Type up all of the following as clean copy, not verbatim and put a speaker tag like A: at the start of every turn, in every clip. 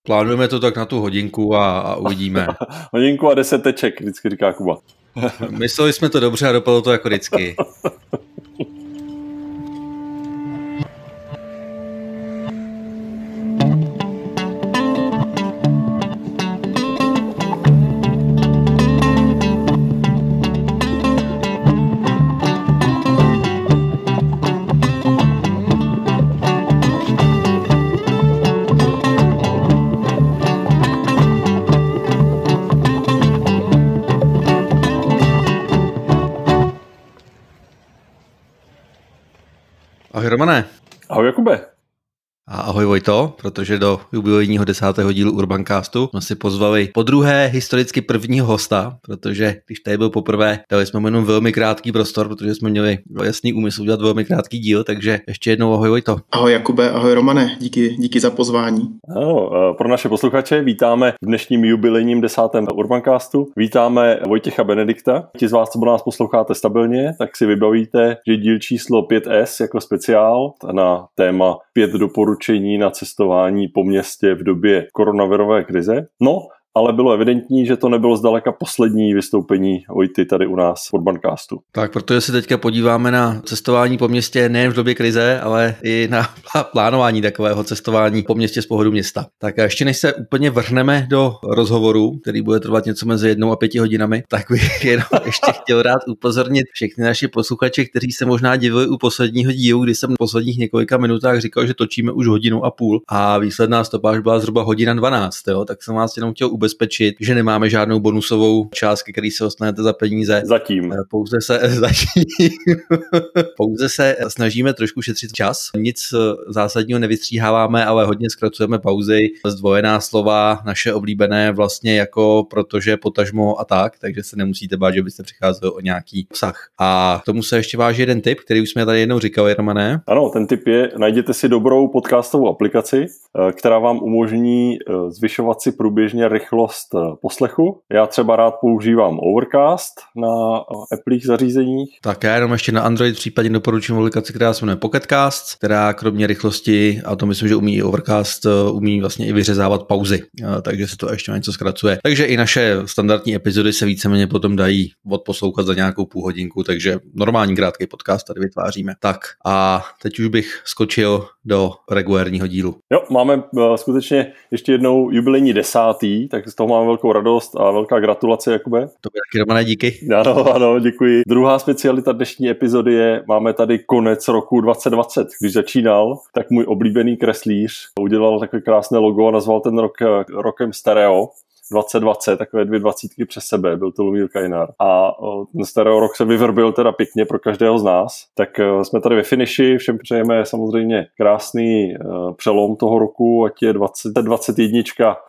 A: Plánujeme to tak na tu hodinku a uvidíme.
B: Hodinku a 10 teček, vždycky říká Kuba.
A: Mysleli jsme to dobře a dopadlo to jako vždycky. Ahoj Romane.
B: Ahoj Jakube.
A: A ahoj Vojto, protože do jubilejního 10. dílu Urbancastu jsme si pozvali podruhé historicky prvního hosta, protože když tady byl poprvé, dali jsme mu jenom velmi krátký prostor, protože jsme měli jasný úmysl udělat velmi krátký díl, takže ještě jednou ahoj Vojto.
C: Ahoj Jakube, ahoj Romane, díky za pozvání.
B: Ano, pro naše posluchače vítáme v dnešním jubilejním 10. Urbancastu. Vítáme Vojtěcha Benedikta. Ti z vás, co nás posloucháte stabilně, tak si vybavíte, že díl číslo 5S jako speciál na téma 5 doporučení na cestování po městě v době koronavirové krize. No, ale bylo evidentní, že to nebylo zdaleka poslední vystoupení Vojty tady u nás v Urbancastu.
A: Tak, protože se teďka podíváme na cestování po městě nejen v době krize, ale i na plánování takového cestování po městě z pohledu města. Tak a ještě než se úplně vrhneme do rozhovoru, který bude trvat něco mezi 1 a 5 hodinami, tak bych jenom ještě chtěl rád upozornit všechny naši posluchače, kteří se možná divili u posledního dílu, kdy jsem v posledních několika minutách říkal, že točíme už 1,5 hodiny a výsledná stopáž byla zhruba 1:12, jo? Tak jsem vás jenom chtěl ubezpečit, že nemáme žádnou bonusovou část, který se dostanete za peníze.
B: Zatím.
A: Pouze se snažíme trošku šetřit čas. Nic zásadního nevystříháváme, ale hodně zkracujeme pauzy, zdvojená slova, naše oblíbené vlastně jako protože, potažmo a tak, takže se nemusíte bát, že byste přicházeli o nějaký obsah. A k tomu se ještě váží jeden tip, který už jsme tady jednou říkali, Romane.
B: Ano, ten tip je, najděte si dobrou podcastovou aplikaci, která vám umožní zvyšovat si průběžně rychlost poslechu. Já třeba rád používám Overcast na Appleích zařízeních.
A: Tak já jenom ještě na Android případně doporučím aplikaci, která se jmenuje Pocketcast, která kromě rychlosti, a to myslím, že umí i Overcast, umí vlastně i vyřezávat pauzy, takže se to ještě něco zkracuje. Takže i naše standardní epizody se víceméně potom dají odposlouchat za nějakou půl hodinku, takže normální krátký podcast tady vytváříme. Tak a teď už bych skočil do regulérního dílu.
B: Jo, máme skutečně ještě jednou jubilejní 10. tak z toho máme velkou radost a velká gratulace, Jakube.
A: To by taky, Romane, díky.
B: Ano, děkuji. Druhá specialita dnešní epizody je, máme tady konec roku 2020. Když začínal, tak můj oblíbený kreslíř udělal takové krásné logo a nazval ten rok rokem stereo. 2020, takové 2 dvacítky přes sebe, byl to Lumír Kajnar. A ten stereo rok se vyvrbil teda pěkně pro každého z nás. Tak jsme tady ve finiši, všem přejeme samozřejmě krásný přelom toho roku, ať je 2021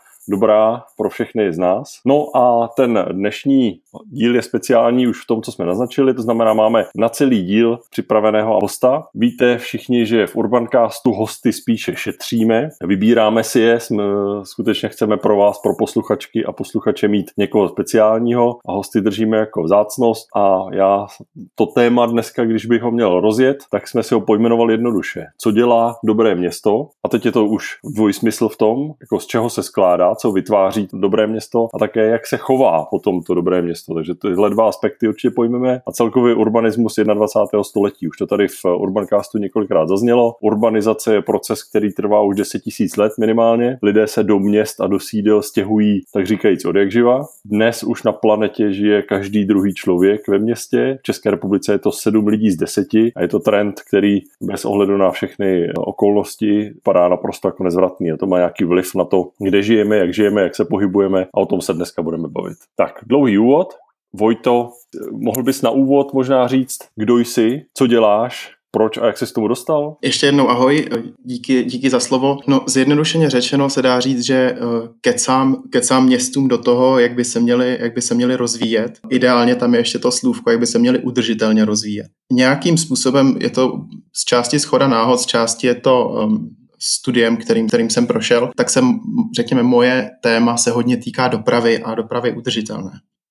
B: dobrá pro všechny z nás. No a ten dnešní díl je speciální už v tom, co jsme naznačili, to znamená, máme na celý díl připraveného hosta. Víte všichni, že v Urbancastu hosty spíše šetříme, vybíráme si je, skutečně chceme pro vás, pro posluchačky a posluchače mít někoho speciálního a hosty držíme jako vzácnost a já to téma dneska, když bych ho měl rozjet, tak jsme si ho pojmenovali jednoduše. Co dělá dobré město? A teď je to už dvojsmysl v tom, jako z čeho se skládá, co vytváří to dobré město a také jak se chová potom to dobré město. Takže tyhle 2 aspekty určitě pojmeme a celkově urbanismus 21. století. Už to tady v Urbancastu několikrát zaznělo. Urbanizace je proces, který trvá už 10 000 let minimálně. Lidé se do měst a do sídel stěhují, tak říkajíc, od jak živa. Dnes už na planetě žije každý druhý člověk ve městě. V České republice je to 7 lidí z 10 a je to trend, který bez ohledu na všechny okolnosti padá naprosto jako nezvratný. A to má nějaký vliv na to, kde žijeme, jak se pohybujeme a o tom se dneska budeme bavit. Tak, dlouhý úvod. Vojto, mohl bys na úvod možná říct, kdo jsi, co děláš, proč a jak jsi s tomu dostal?
C: Ještě jednou ahoj, díky za slovo. No, zjednodušeně řečeno se dá říct, že kecám městům do toho, jak by se měly rozvíjet. Ideálně tam je ještě to slůvko, jak by se měly udržitelně rozvíjet. Nějakým způsobem je to z části shoda náhod, z části je to studiem, kterým jsem prošel, tak řekněme, moje téma se hodně týká dopravy a dopravy udržitelné.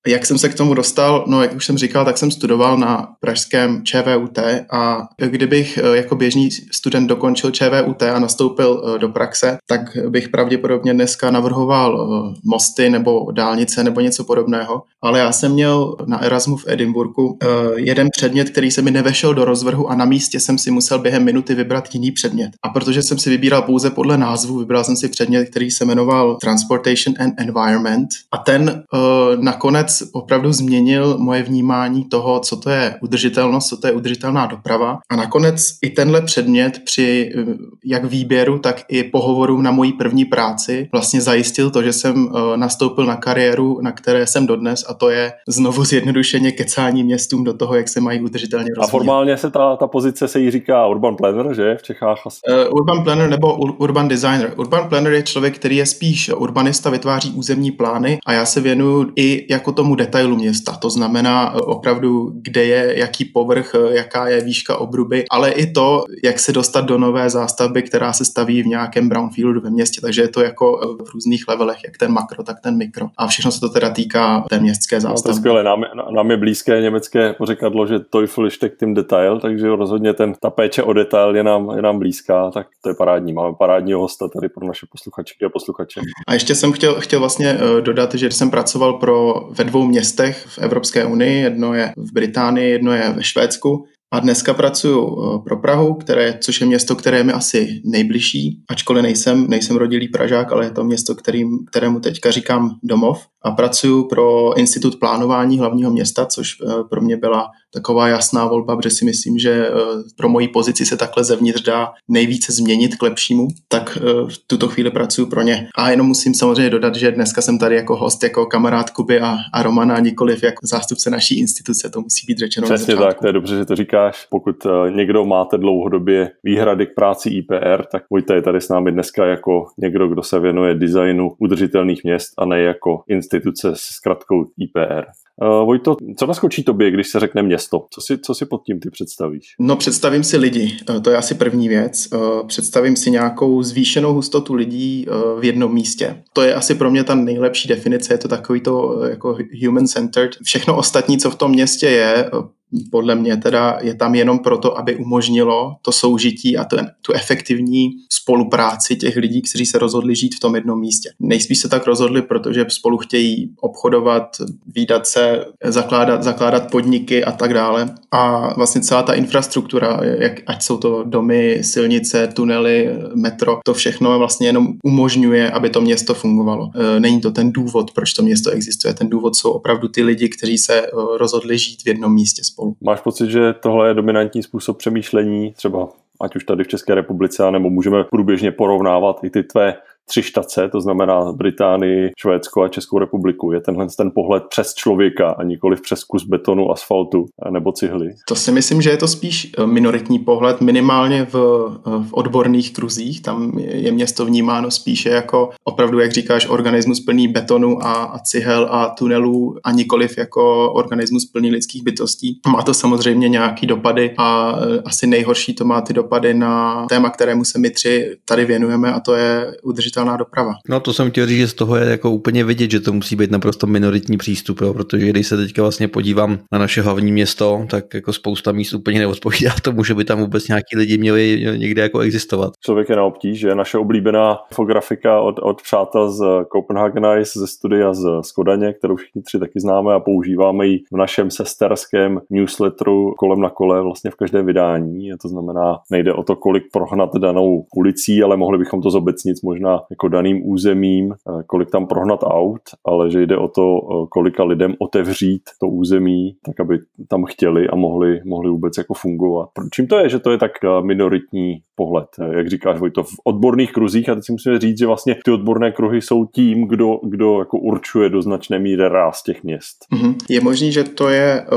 C: Jak jsem se k tomu dostal? No, jak už jsem říkal, tak jsem studoval na pražském ČVUT a kdybych jako běžný student dokončil ČVUT a nastoupil do praxe, tak bych pravděpodobně dneska navrhoval mosty nebo dálnice nebo něco podobného. Ale já jsem měl na Erasmu v Edinburghu jeden předmět, který se mi nevešel do rozvrhu a na místě jsem si musel během minuty vybrat jiný předmět. A protože jsem si vybíral pouze podle názvu, vybral jsem si předmět, který se jmenoval Transportation and Environment a ten nakonec opravdu změnil moje vnímání toho, co to je udržitelnost, co to je udržitelná doprava. A nakonec i tenhle předmět při jak výběru, tak i pohovoru na mojí první práci vlastně zajistil to, že jsem nastoupil na kariéru, na které jsem dodnes, a to je znovu zjednodušeně kecání městům do toho, jak se mají udržitelně rozvíjet.
B: A formálně se ta pozice se jí říká urban planner, že? V Čechách asi.
C: Urban planner nebo urban designer. Urban planner je člověk, který je spíš urbanista, vytváří územní plány a já se věnuju i jako tomu detailu města. To znamená opravdu, kde je jaký povrch, jaká je výška obruby, ale i to, jak se dostat do nové zástavby, která se staví v nějakém brownfieldu ve městě. Takže je to jako v různých levelech, jak ten makro, tak ten mikro. A všechno se to teda týká té městské zástavby.
B: No, to je skvělé. Nám je blízké německé pořekadlo, že Teufel steckt im Detail, takže rozhodně ta péče o detail je nám blízká, tak to je parádní. Máme parádního hosta tady pro naše posluchačky a posluchače.
C: A ještě jsem chtěl vlastně dodat, že jsem pracoval ve 2 městech v Evropské unii, jedno je v Británii, jedno je ve Švédsku. A dneska pracuji pro Prahu, což je město, které je mi asi nejbližší, ačkoliv nejsem rodilý Pražák, ale je to město, kterému teďka říkám domov. A pracuji pro Institut plánování hlavního města, což pro mě byla taková jasná volba, protože si myslím, že pro moji pozici se takhle zevnitř dá nejvíce změnit k lepšímu, tak v tuto chvíli pracuji pro ně. A jenom musím samozřejmě dodat, že dneska jsem tady jako host, jako kamarád Kuby a Romana, nikoliv jako zástupce naší instituce, to musí být řečeno.
B: Přesně tak, to je dobře, že to říkáš. Pokud někdo máte dlouhodobě výhrady k práci IPR, tak Vojta je tady s námi dneska jako někdo, kdo se věnuje designu udržitelných měst a ne jako instituce s zkratkou IPR. Vojto, co naskočí tobě, když se řekne město? Co si pod tím ty představíš?
C: No, představím si lidi, to je asi první věc. Představím si nějakou zvýšenou hustotu lidí v jednom místě. To je asi pro mě ta nejlepší definice, je to takový to jako human-centered. Všechno ostatní, co v tom městě je, podle mě teda je tam jenom proto, aby umožnilo to soužití a tu efektivní spolupráci těch lidí, kteří se rozhodli žít v tom jednom místě. Nejspíš se tak rozhodli, protože spolu chtějí obchodovat, vídat se, zakládat podniky a tak dále. A vlastně celá ta infrastruktura, ať jsou to domy, silnice, tunely, metro, to všechno vlastně jenom umožňuje, aby to město fungovalo. Není to ten důvod, proč to město existuje. Ten důvod jsou opravdu ty lidi, kteří se rozhodli žít v jednom místě spolu.
B: Máš pocit, že tohle je dominantní způsob přemýšlení, třeba ať už tady v České republice, nebo můžeme průběžně porovnávat i ty tvé 3 štace, to znamená Británii, Švédsko a Českou republiku. Je ten pohled přes člověka a nikoliv přes kus betonu, asfaltu nebo cihly?
C: To si myslím, že je to spíš minoritní pohled, minimálně v odborných kruzích. Tam je město vnímáno spíše jako opravdu, jak říkáš, organismus plný betonu a cihel a tunelů a nikoliv jako organismus plný lidských bytostí. Má to samozřejmě nějaký dopady a asi nejhorší to má ty dopady na téma, kterému se my 3 tady věnujeme, a to je udržitelná doprava.
A: No, to jsem chtěl říct, že z toho je jako úplně vidět, že to musí být naprosto minoritní přístup, jo, protože když se teďka vlastně podívám na naše hlavní město, tak jako spousta míst úplně neodpovídá tomu, že by tam vůbec nějaký lidi měli někde jako existovat.
B: Člověk je na obtíž, že naše oblíbená infografika od přátel z Copenhagenize, ze studia z Kodaně, kterou všichni 3 taky známe a používáme ji v našem sesterském newsletteru Kolem na kole vlastně v každém vydání. A to znamená, nejde o to, kolik prohnat danou ulicí, ale mohli bychom to zobecnit možná jako daným územím, kolik tam prohnat aut, ale že jde o to, kolika lidem otevřít to území, tak aby tam chtěli a mohli vůbec jako fungovat. Čím to je, že to je tak minoritní pohled? Jak říkáš, Vojto, v odborných kruzích, a teď si musíme říct, že vlastně ty odborné kruhy jsou tím, kdo jako určuje do značné míry ráz těch měst.
C: Je možný, že to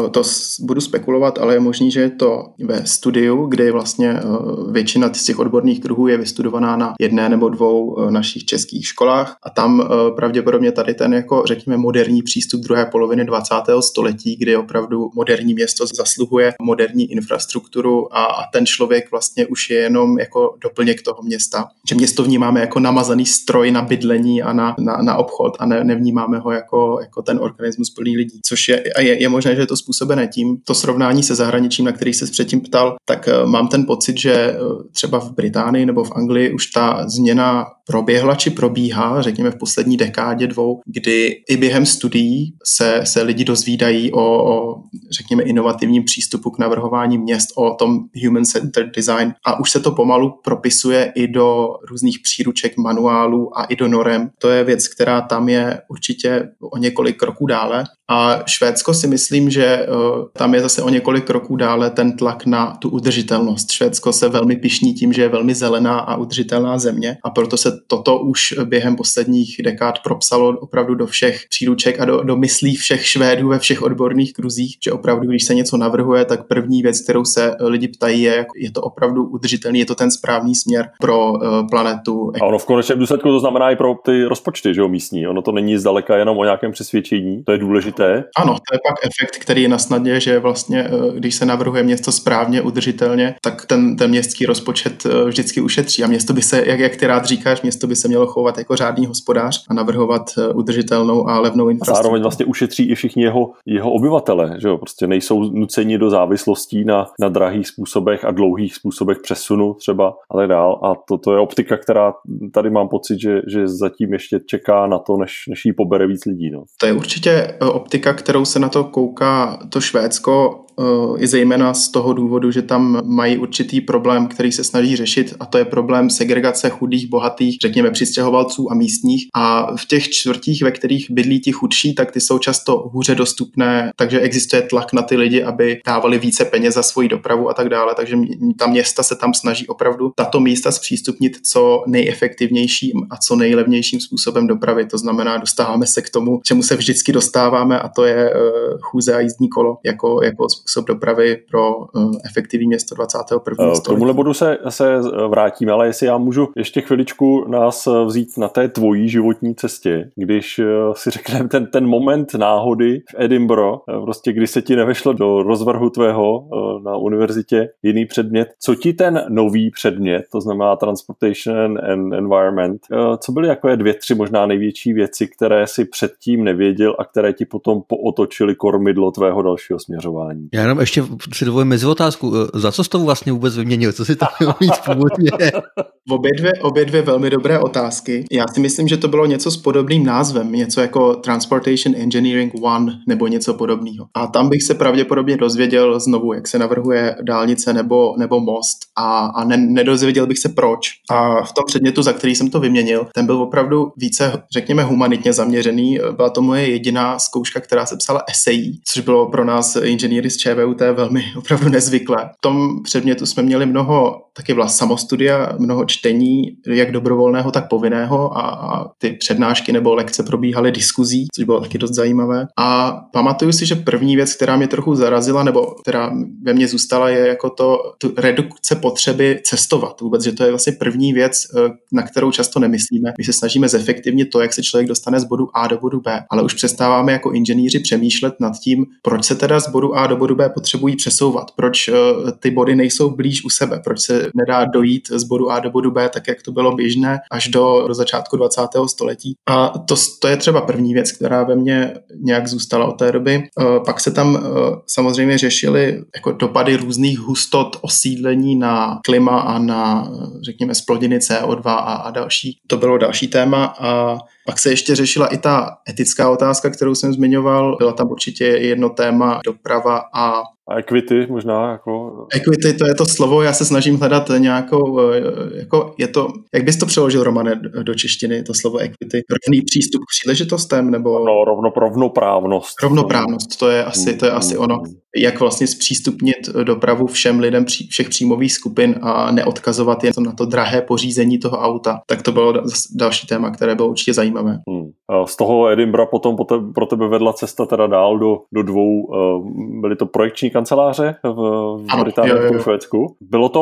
C: budu spekulovat, ale je možný, že je to ve studiu, kde vlastně většina z těch odborných kruhů je vystudovaná na 1 nebo 2 našich českých školách a tam pravděpodobně tady ten jako řekněme moderní přístup druhé poloviny 20. století, kdy opravdu moderní město zasluhuje moderní infrastrukturu a ten člověk vlastně už je jenom jako doplněk toho města. Že město vnímáme jako namazaný stroj na bydlení a na obchod a nevnímáme ho jako ten organismus plný lidí, což je možné, že je to způsobené tím. To srovnání se zahraničím, na který se předtím ptal, tak mám ten pocit, že třeba v Británii nebo v Anglii už ta změna proběhla či probíhá, řekněme v poslední dekádě, dvou, kdy i během studií se lidi dozvídají o řekněme inovativním přístupu k navrhování měst, o tom human-centered design a už se to pomalu propisuje i do různých příruček, manuálů a i do norem. To je věc, která tam je určitě o několik kroků dále. A Švédsko si myslím, že tam je zase o několik kroků dále ten tlak na tu udržitelnost. Švédsko se velmi pyšní tím, že je velmi zelená a udržitelná země a proto se toto už během posledních dekád propsalo opravdu do všech příruček a do myslí všech Švédů ve všech odborných kruzích, že opravdu, když se něco navrhuje, tak první věc, kterou se lidi ptají, je to opravdu udržitelný, je to ten správný směr pro planetu.
B: A ono v konečném důsledku to znamená i pro ty rozpočty, že jo, místní. Ono to není zdaleka jenom o nějakém přesvědčení, to je důležité.
C: Ano, to je pak efekt, který je na snadě, že vlastně, když se navrhuje město správně, udržitelně, tak ten městský rozpočet vždycky ušetří. A město by se, jak ty rád říkáš, město by se mělo chovat jako řádný hospodář a navrhovat udržitelnou a levnou infrastrukturu.
B: A zároveň vlastně ušetří i všichni jeho obyvatele, že jo, prostě nejsou nuceni do závislostí na drahých způsobech a dlouhých způsobech přesunu třeba a tak dál. A toto je optika, která tady mám pocit, že zatím ještě čeká na to, než jí pobere víc lidí. No.
C: To je určitě optika, kterou se na to kouká to Švédsko, i zejména z toho důvodu, že tam mají určitý problém, který se snaží řešit, a to je problém segregace chudých, bohatých, řekněme přistěhovalců a místních. A v těch čtvrtích, ve kterých bydlí ti chudší, tak ty jsou často hůře dostupné, takže existuje tlak na ty lidi, aby dávali více peněz za svoji dopravu a tak dále. Takže ta města se tam snaží opravdu tato místa zpřístupnit co nejefektivnějším a co nejlevnějším způsobem dopravy. To znamená, dostáváme se k tomu, čemu se vždycky dostáváme, a to je chůze a jízdní kolo jako způsob dopravy pro efektivní město 21. století.
B: K tomuhle bodu se vrátíme, ale jestli já můžu ještě chviličku nás vzít na té tvojí životní cestě, když si řekneme ten moment náhody v Edinburgh, prostě když se ti nevešlo do rozvrhu tvého na univerzitě jiný předmět, co ti ten nový předmět, to znamená Transportation and Environment, co byly jako 2-3 možná největší věci, které si předtím nevěděl a které ti potom pootočily kormidlo tvého dalšího směřování?
A: Já jenom ještě si dovolím mezi otázku. Za co jsi to vlastně vůbec vyměnil? Co si tam měl mít původně?
C: Obě dvě velmi dobré otázky. Já si myslím, že to bylo něco s podobným názvem, něco jako Transportation Engineering 1 nebo něco podobného. A tam bych se pravděpodobně dozvěděl znovu, jak se navrhuje dálnice nebo most a nedozvěděl bych se proč. A v tom předmětu, za který jsem to vyměnil, ten byl opravdu více, řekněme, humanitně zaměřený. Byla to moje jediná zkouška, která se psala esejí, což bylo pro nás inženýry z ČVUT velmi opravdu nezvyklé. V tom předmětu jsme měli mnoho taky samostudia, mnoho čtení, jak dobrovolného, tak povinného, a ty přednášky nebo lekce probíhaly diskuzí, což bylo taky dost zajímavé. A pamatuju si, že první věc, která mě trochu zarazila, nebo která ve mně zůstala, je jako tu redukce potřeby cestovat. Vůbec, že to je vlastně první věc, na kterou často nemyslíme. My se snažíme zefektivnit to, jak se člověk dostane z bodu A do bodu B, ale už přestáváme jako inženýři přemýšlet nad tím, proč se teda z bodu A do bodu B potřebují přesouvat, proč ty body nejsou blíž u sebe, proč se nedá dojít z bodu A do bodu B, tak jak to bylo běžné až do začátku 20. století. A to je třeba první věc, která ve mně nějak zůstala od té doby. Pak se tam samozřejmě řešily jako dopady různých hustot osídlení na klima a na, řekněme, zplodiny CO2 a další. To bylo další téma. A pak se ještě řešila i ta etická otázka, kterou jsem zmiňoval. Byla tam určitě jedno téma doprava a
B: equity možná jako...
C: Equity, to je to slovo, já se snažím hledat nějakou, jako je to, jak bys to přeložil, Romane, do češtiny, to slovo equity? Rovný přístup k příležitostem, nebo...
B: No, rovnoprávnost.
C: Rovnoprávnost, to je asi ono. Jak vlastně zpřístupnit dopravu všem lidem všech příjmových skupin a neodkazovat jen na to drahé pořízení toho auta. Tak to bylo další téma, které bylo určitě zajímavé.
B: Z toho Edinburgh potom pro tebe vedla cesta teda dál do dvou, byly to projekční kanceláře v Británii a v Švédsku. Bylo to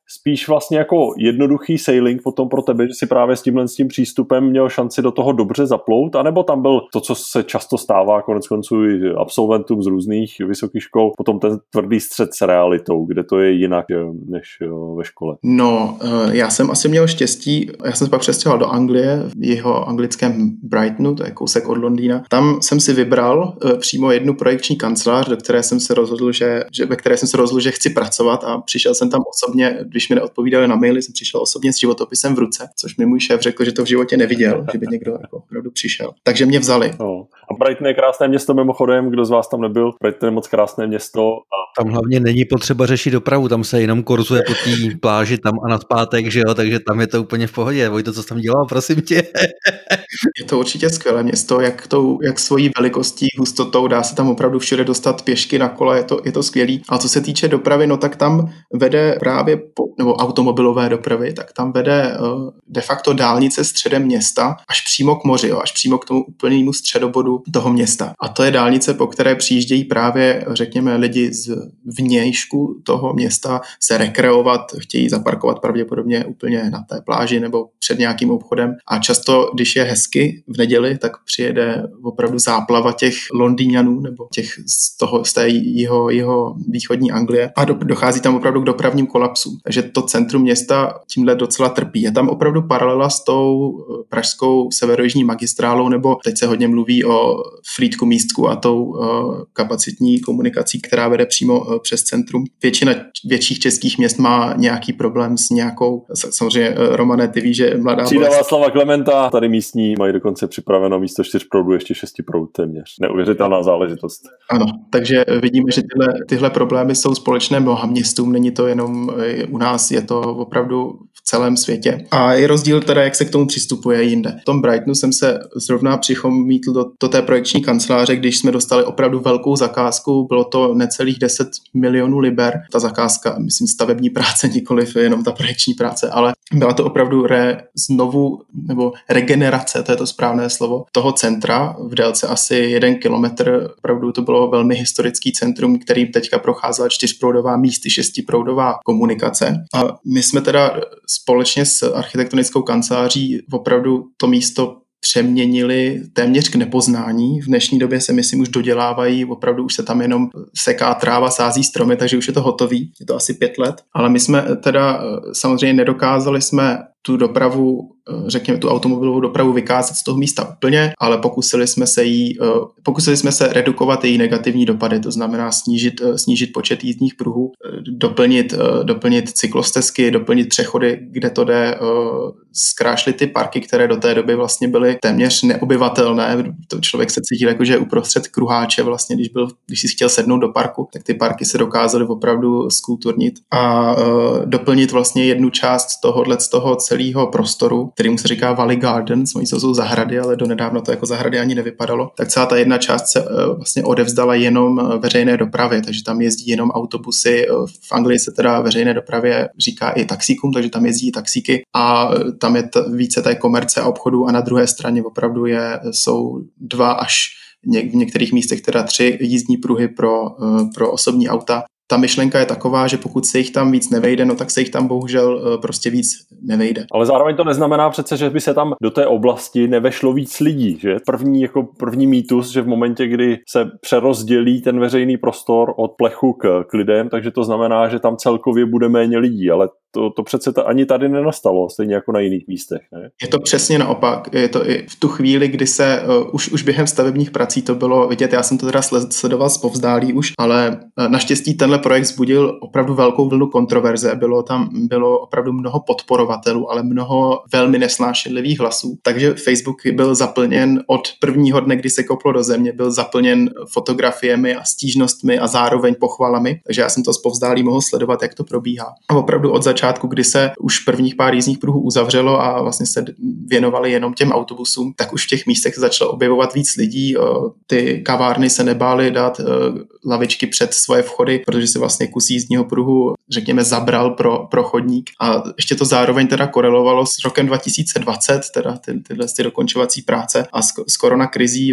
B: spíš vlastně jako jednoduchý sailing potom pro tebe, že si právě s tím přístupem měl šanci do toho dobře zaplout, anebo tam byl to, co se často stává koneckonců i absolventům z různých vysokých škol, potom ten tvrdý střed s realitou, kde to je jinak než ve škole?
C: No, já jsem asi měl štěstí, já jsem se pak přestěhoval do Anglie, v jeho anglickém Brightonu, to je kousek od Londýna. Tam jsem si vybral přímo jednu projekční kancelář, ve které jsem se rozhodl, že chci pracovat, a přišel jsem tam osobně, když mi neodpovídali na maily, jsem přišel osobně s životopisem v ruce, což mi můj šéf řekl, že to v životě neviděl, že by někdo jako opravdu přišel. Takže mě vzali.
B: No. A Brighton je krásné město mimochodem, kdo z vás tam nebyl, Brighton je moc krásné město.
A: Tam hlavně není potřeba řešit dopravu, tam se jenom korzuje po té pláži tam a nazpátek, že jo, takže tam je to úplně v pohodě. Vojto, co jsi tam dělal, prosím tě?
C: Je to určitě skvělé město, jak svojí velikostí, hustotou, dá se tam opravdu všude dostat pěšky, na kole, je to skvělý. A co se týče dopravy, no tak tam vede právě, nebo automobilové dopravy, tak tam vede de facto dálnice středem města až přímo k moři, až přímo k tomu úplnému středobodu toho města. A to je dálnice, po které přijíždějí právě, řekněme, lidi z vnějšku toho města se rekreovat, chtějí zaparkovat pravděpodobně úplně na té pláži nebo před nějakým obchodem. A často, když je hezky v neděli, tak přijede opravdu záplava těch Londýňanů nebo těch z té jeho východní Anglie a dochází tam opravdu k dopravním kolapsům. Takže to centrum města tímhle docela trpí. Je tam opravdu paralela s tou pražskou severojižní magistrálou, nebo teď se hodně mluví o Frýdku Místku a tou kapacitní komunikací, která vede přímo přes centrum. Většina větších českých měst má nějaký problém s nějakou, samozřejmě Romane, ty víš, že mladá
B: Třída Václava Klementa, tady místní mají dokonce připraveno místo 4 proudů ještě 6 proud téměř. Neuvěřitelná záležitost.
C: Ano, takže vidíme, že tyhle problémy jsou společné mnoha městům, není to jenom u nás, je to opravdu v celém světě. A je rozdíl teda, jak se k tomu přistupuje jinde. V tom Brightonu jsem se zrovna přichomítl do té projekční kanceláře, když jsme dostali opravdu velkou zakázku, bylo to necelých 10 milionů liber. Ta zakázka, myslím, stavební práce, nikoliv jenom ta projekční práce, ale byla to opravdu regenerace, to je to správné slovo, toho centra v délce asi 1 kilometr. Opravdu to bylo velmi historický centrum, kterým teďka procházela 4proudová místy 6proudová komunikace. A my jsme teda společně s architektonickou kanceláří opravdu to místo přeměnili téměř k nepoznání. V dnešní době se, myslím, už dodělávají, opravdu už se tam jenom seká tráva, sází stromy, takže už je to hotový. Je to asi 5 let. Ale my jsme teda samozřejmě nedokázali jsme tu dopravu, řekněme tu automobilovou dopravu vykázat z toho místa úplně, ale pokusili jsme se redukovat její negativní dopady, to znamená snížit počet jízdních pruhů, doplnit cyklostezky, doplnit přechody, kde to jde, zkrášlit ty parky, které do té doby vlastně byly téměř neobyvatelné. To člověk se cítil jako, že je uprostřed kruháče vlastně, když si chtěl sednout do parku, tak ty parky se dokázaly opravdu zkulturnit a doplnit vlastně jednu část z toho celého prostoru, kterému se říká Valley Gardens, oni jsou zahrady, ale donedávna to jako zahrady ani nevypadalo, tak celá ta jedna část se vlastně odevzdala jenom veřejné dopravě, takže tam jezdí jenom autobusy. V Anglii se teda veřejné dopravě říká i taxíkům, takže tam jezdí taxíky a tam je více té komerce a obchodu a na druhé straně opravdu jsou 2 až v některých místech teda 3 jízdní pruhy pro osobní auta. Ta myšlenka je taková, že pokud se jich tam víc nevejde, no tak se jich tam bohužel prostě víc nevejde.
B: Ale zároveň to neznamená přece, že by se tam do té oblasti nevešlo víc lidí, že? První mýtus, že v momentě, kdy se přerozdělí ten veřejný prostor od plechu k lidem, takže to znamená, že tam celkově bude méně lidí, ale to přece ani tady nenastalo, stejně jako na jiných místech, ne?
C: Je to přesně naopak. Je to i v tu chvíli, kdy se už během stavebních prací to bylo vidět, já jsem to teda sledoval zpovzdálí už, ale naštěstí tenhle projekt vzbudil opravdu velkou vlnu kontroverze. Bylo opravdu mnoho podporovatelů, ale mnoho velmi nesnášenlivých hlasů. Takže Facebook byl zaplněn od prvního dne, kdy se koplo do země, byl zaplněn fotografiemi a stížnostmi a zároveň pochvalami. Takže já jsem to zpovzdálí mohl sledovat, jak to probíhá. A opravdu od začátku, kdy se už prvních pár jízdních pruhů uzavřelo a vlastně se věnovali jenom těm autobusům, tak už v těch místech začalo objevovat víc lidí. Ty kavárny se nebály dát lavičky před svoje vchody, protože se vlastně kus jízdního pruhu, řekněme, zabral pro chodník. A ještě to zároveň teda korelovalo s rokem 2020, teda tyhle dokončovací práce a s koronakrizí,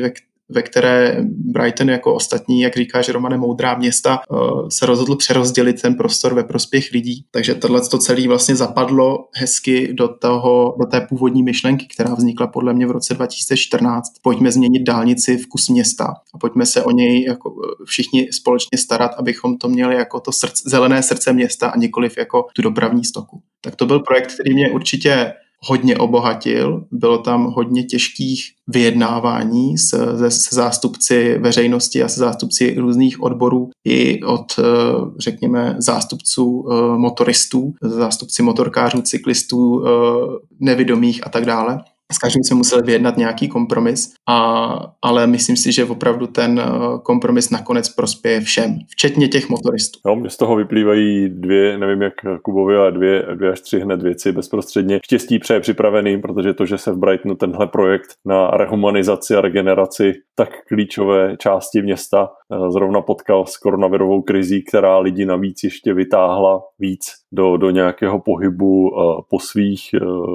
C: ve které Brighton jako ostatní, jak říkáš, Romane, moudrá města, se rozhodl přerozdělit ten prostor ve prospěch lidí. Takže tohleto celé vlastně zapadlo hezky do té původní myšlenky, která vznikla podle mě v roce 2014. Pojďme změnit dálnici v kus města a pojďme se o něj jako všichni společně starat, abychom to měli jako to zelené srdce města a nikoliv jako tu dopravní stoku. Tak to byl projekt, který mě určitě hodně obohatil. Bylo tam hodně těžkých vyjednávání se zástupci veřejnosti a se zástupci různých odborů i od, řekněme, zástupců motoristů, zástupci motorkářů, cyklistů, nevidomých a tak dále. S každým jsme museli vyjednat nějaký kompromis, ale myslím si, že opravdu ten kompromis nakonec prospěje všem, včetně těch motoristů.
B: No, mě z toho vyplývají dvě, nevím jak Kubovi, ale dvě až tři hned věci bezprostředně. Štěstí přeje připraveným, protože to, že se v Brightonu tenhle projekt na rehumanizaci a regeneraci tak klíčové části města zrovna potkal s koronavirovou krizí, která lidi navíc ještě vytáhla víc do nějakého pohybu po svých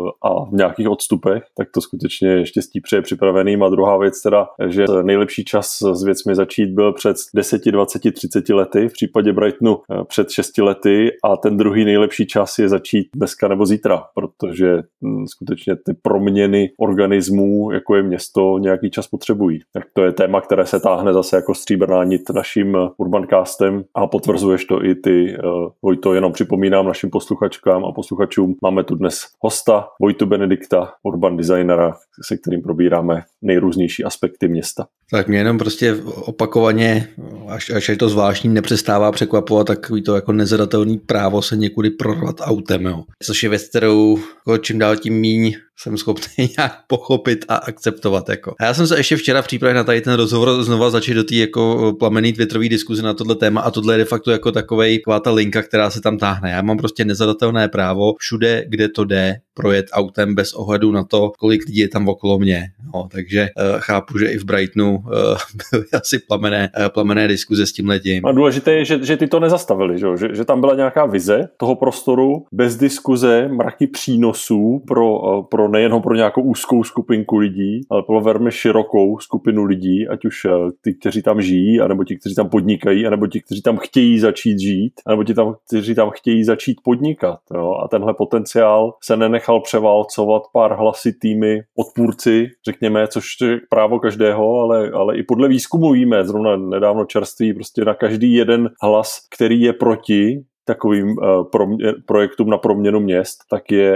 B: a v nějakých odstupech, tak to skutečně štěstí přeje připraveným. A druhá věc teda, že nejlepší čas s věcmi začít byl před 10, 20, 30 lety, v případě Brightonu před 6 lety a ten druhý nejlepší čas je začít dneska nebo zítra, protože skutečně ty proměny organismů, jako je město, nějaký čas potřebují. Tak to je téma, které se táhne zase jako stříbrná nit naším Urbancastem a potvrzuješ to i ty, Vojto, jenom připomínám našim posluchačkám a posluchačům, máme tu dnes hosta Vojtu Benedikta, urban designera, se kterým probíráme nejrůznější aspekty města.
A: Tak mě jenom prostě opakovaně, až je to zvláštní, nepřestává překvapovat takový to jako nezadatelný právo se někudy prorvat autem, jo. Což je věc, kterou čím dál tím míň jsem schopný nějak pochopit a akceptovat. Jako. A já jsem se ještě včera v přípravě na tady ten rozhovor znova začal do té jako plamenný twitterový diskuze na tohle téma a tohle je de facto jako taková ta linka, která se tam táhne. Já mám prostě nezadatelné právo všude, kde to jde, projet autem bez ohledu na to, kolik lidí je tam okolo mě. No, takže chápu, že i v Brightonu byly asi plamenné diskuze s tímhletím.
B: A důležité je, že ty to nezastavili, že tam byla nějaká vize toho prostoru bez diskuze, mraky přínosů pro nejenom pro nějakou úzkou skupinku lidí, ale pro velmi širokou skupinu lidí, ať už ty, kteří tam žijí, anebo ti, kteří tam podnikají, anebo ti, kteří tam chtějí začít žít, anebo ti, kteří tam chtějí začít podnikat. Jo? A tenhle potenciál se nenechal převálcovat pár hlasitými odpůrci, řekněme, což je právo každého, ale i podle výzkumu víme, zrovna nedávno čerství, prostě na každý jeden hlas, který je proti takovým projektům na proměnu měst, tak je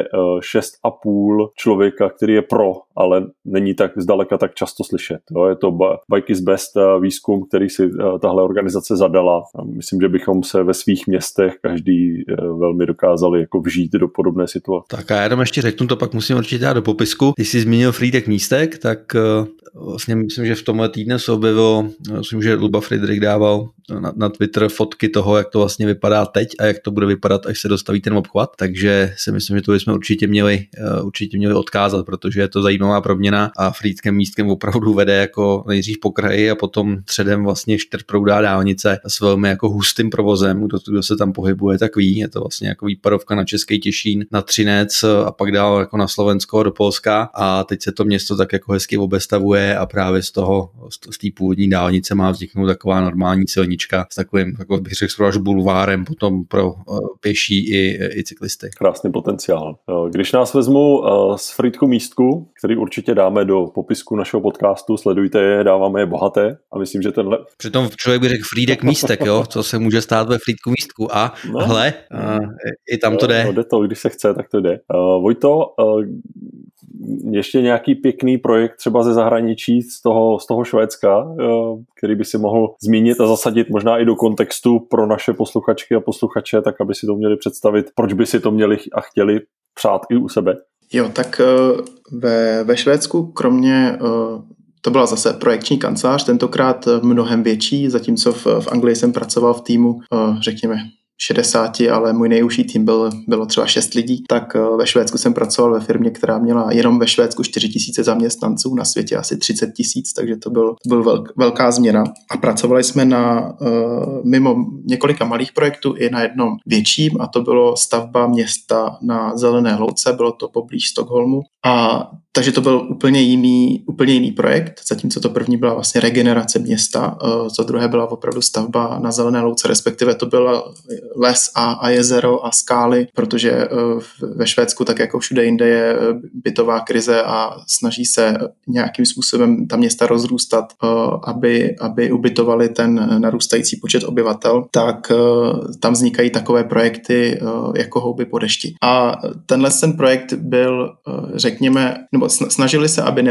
B: 6,5 člověka, který je pro, ale není tak zdaleka tak často slyšet. Jo, je to Bike is Best výzkum, který si tahle organizace zadala. A myslím, že bychom se ve svých městech každý velmi dokázali jako vžít do podobné situace.
A: Tak a já jenom ještě řeknu, to pak musím určitě dát do popisku. Když jsi zmínil Frýdek Místek, tak vlastně myslím, že v tomhle týdne se objevilo, myslím, že Luba Friedrich dával na Twitter fotky toho, jak to vlastně vypadá teď a jak to bude vypadat, až se dostaví ten obchvat, takže si myslím, že to bychom určitě měli odkázat, protože je to zajímavá proměna a Frýdkem Místkem opravdu vede jako nejdřív po kraji a potom středem vlastně čtyřproudá dálnice s velmi jako hustým provozem, kdo se tam pohybuje, tak ví, je to vlastně jako výpadovka na Český Těšín, na Třinec a pak dál jako na Slovensko do Polska a teď se to město tak jako hezky obestavuje a právě z té původní dálnice má vzniknout taková normální silnička s takovým, jako bych řekl, až bulvárem potom pro pěší i cyklisty.
B: Krásný potenciál. Když nás vezmu z Frýdku Místku, který určitě dáme do popisku našeho podcastu, sledujte je, dáváme je bohaté a myslím, že tenhle...
A: Přitom člověk by řekl Frýdek Místek, jo? Co se může stát ve Frýdku Místku a hle, i tam to jde.
B: No, jde to, když se chce, tak to jde. Vojto, ještě nějaký pěkný projekt třeba ze zahraničí z toho Švédska, který by si mohl zmínit a zasadit možná i do kontextu pro naše posluchačky a posluchače, tak aby si to měli představit, proč by si to měli a chtěli přát i u sebe.
C: Jo, tak ve Švédsku kromě to byla zase projekční kancelář, tentokrát mnohem větší, zatímco v Anglii jsem pracoval v týmu, řekněme, 60, ale můj nejužší tým bylo třeba 6 lidí, tak ve Švédsku jsem pracoval ve firmě, která měla jenom ve Švédsku 4 000 zaměstnanců, na světě asi 30 000, takže to byl velká změna. A pracovali jsme mimo několika malých projektů i na jednom větším, a to bylo stavba města na Zelené louce, bylo to poblíž Stockholmu. A Takže to byl úplně jiný projekt, zatímco to první byla vlastně regenerace města, to druhé byla opravdu stavba na zelené louce, respektive to byl les a jezero a skály, protože ve Švédsku, tak jako všude jinde, je bytová krize a snaží se nějakým způsobem ta města rozrůstat, aby ubytovali ten narůstající počet obyvatel, tak tam vznikají takové projekty jako houby po dešti. A ten projekt byl, řekněme, nebo snažili se, aby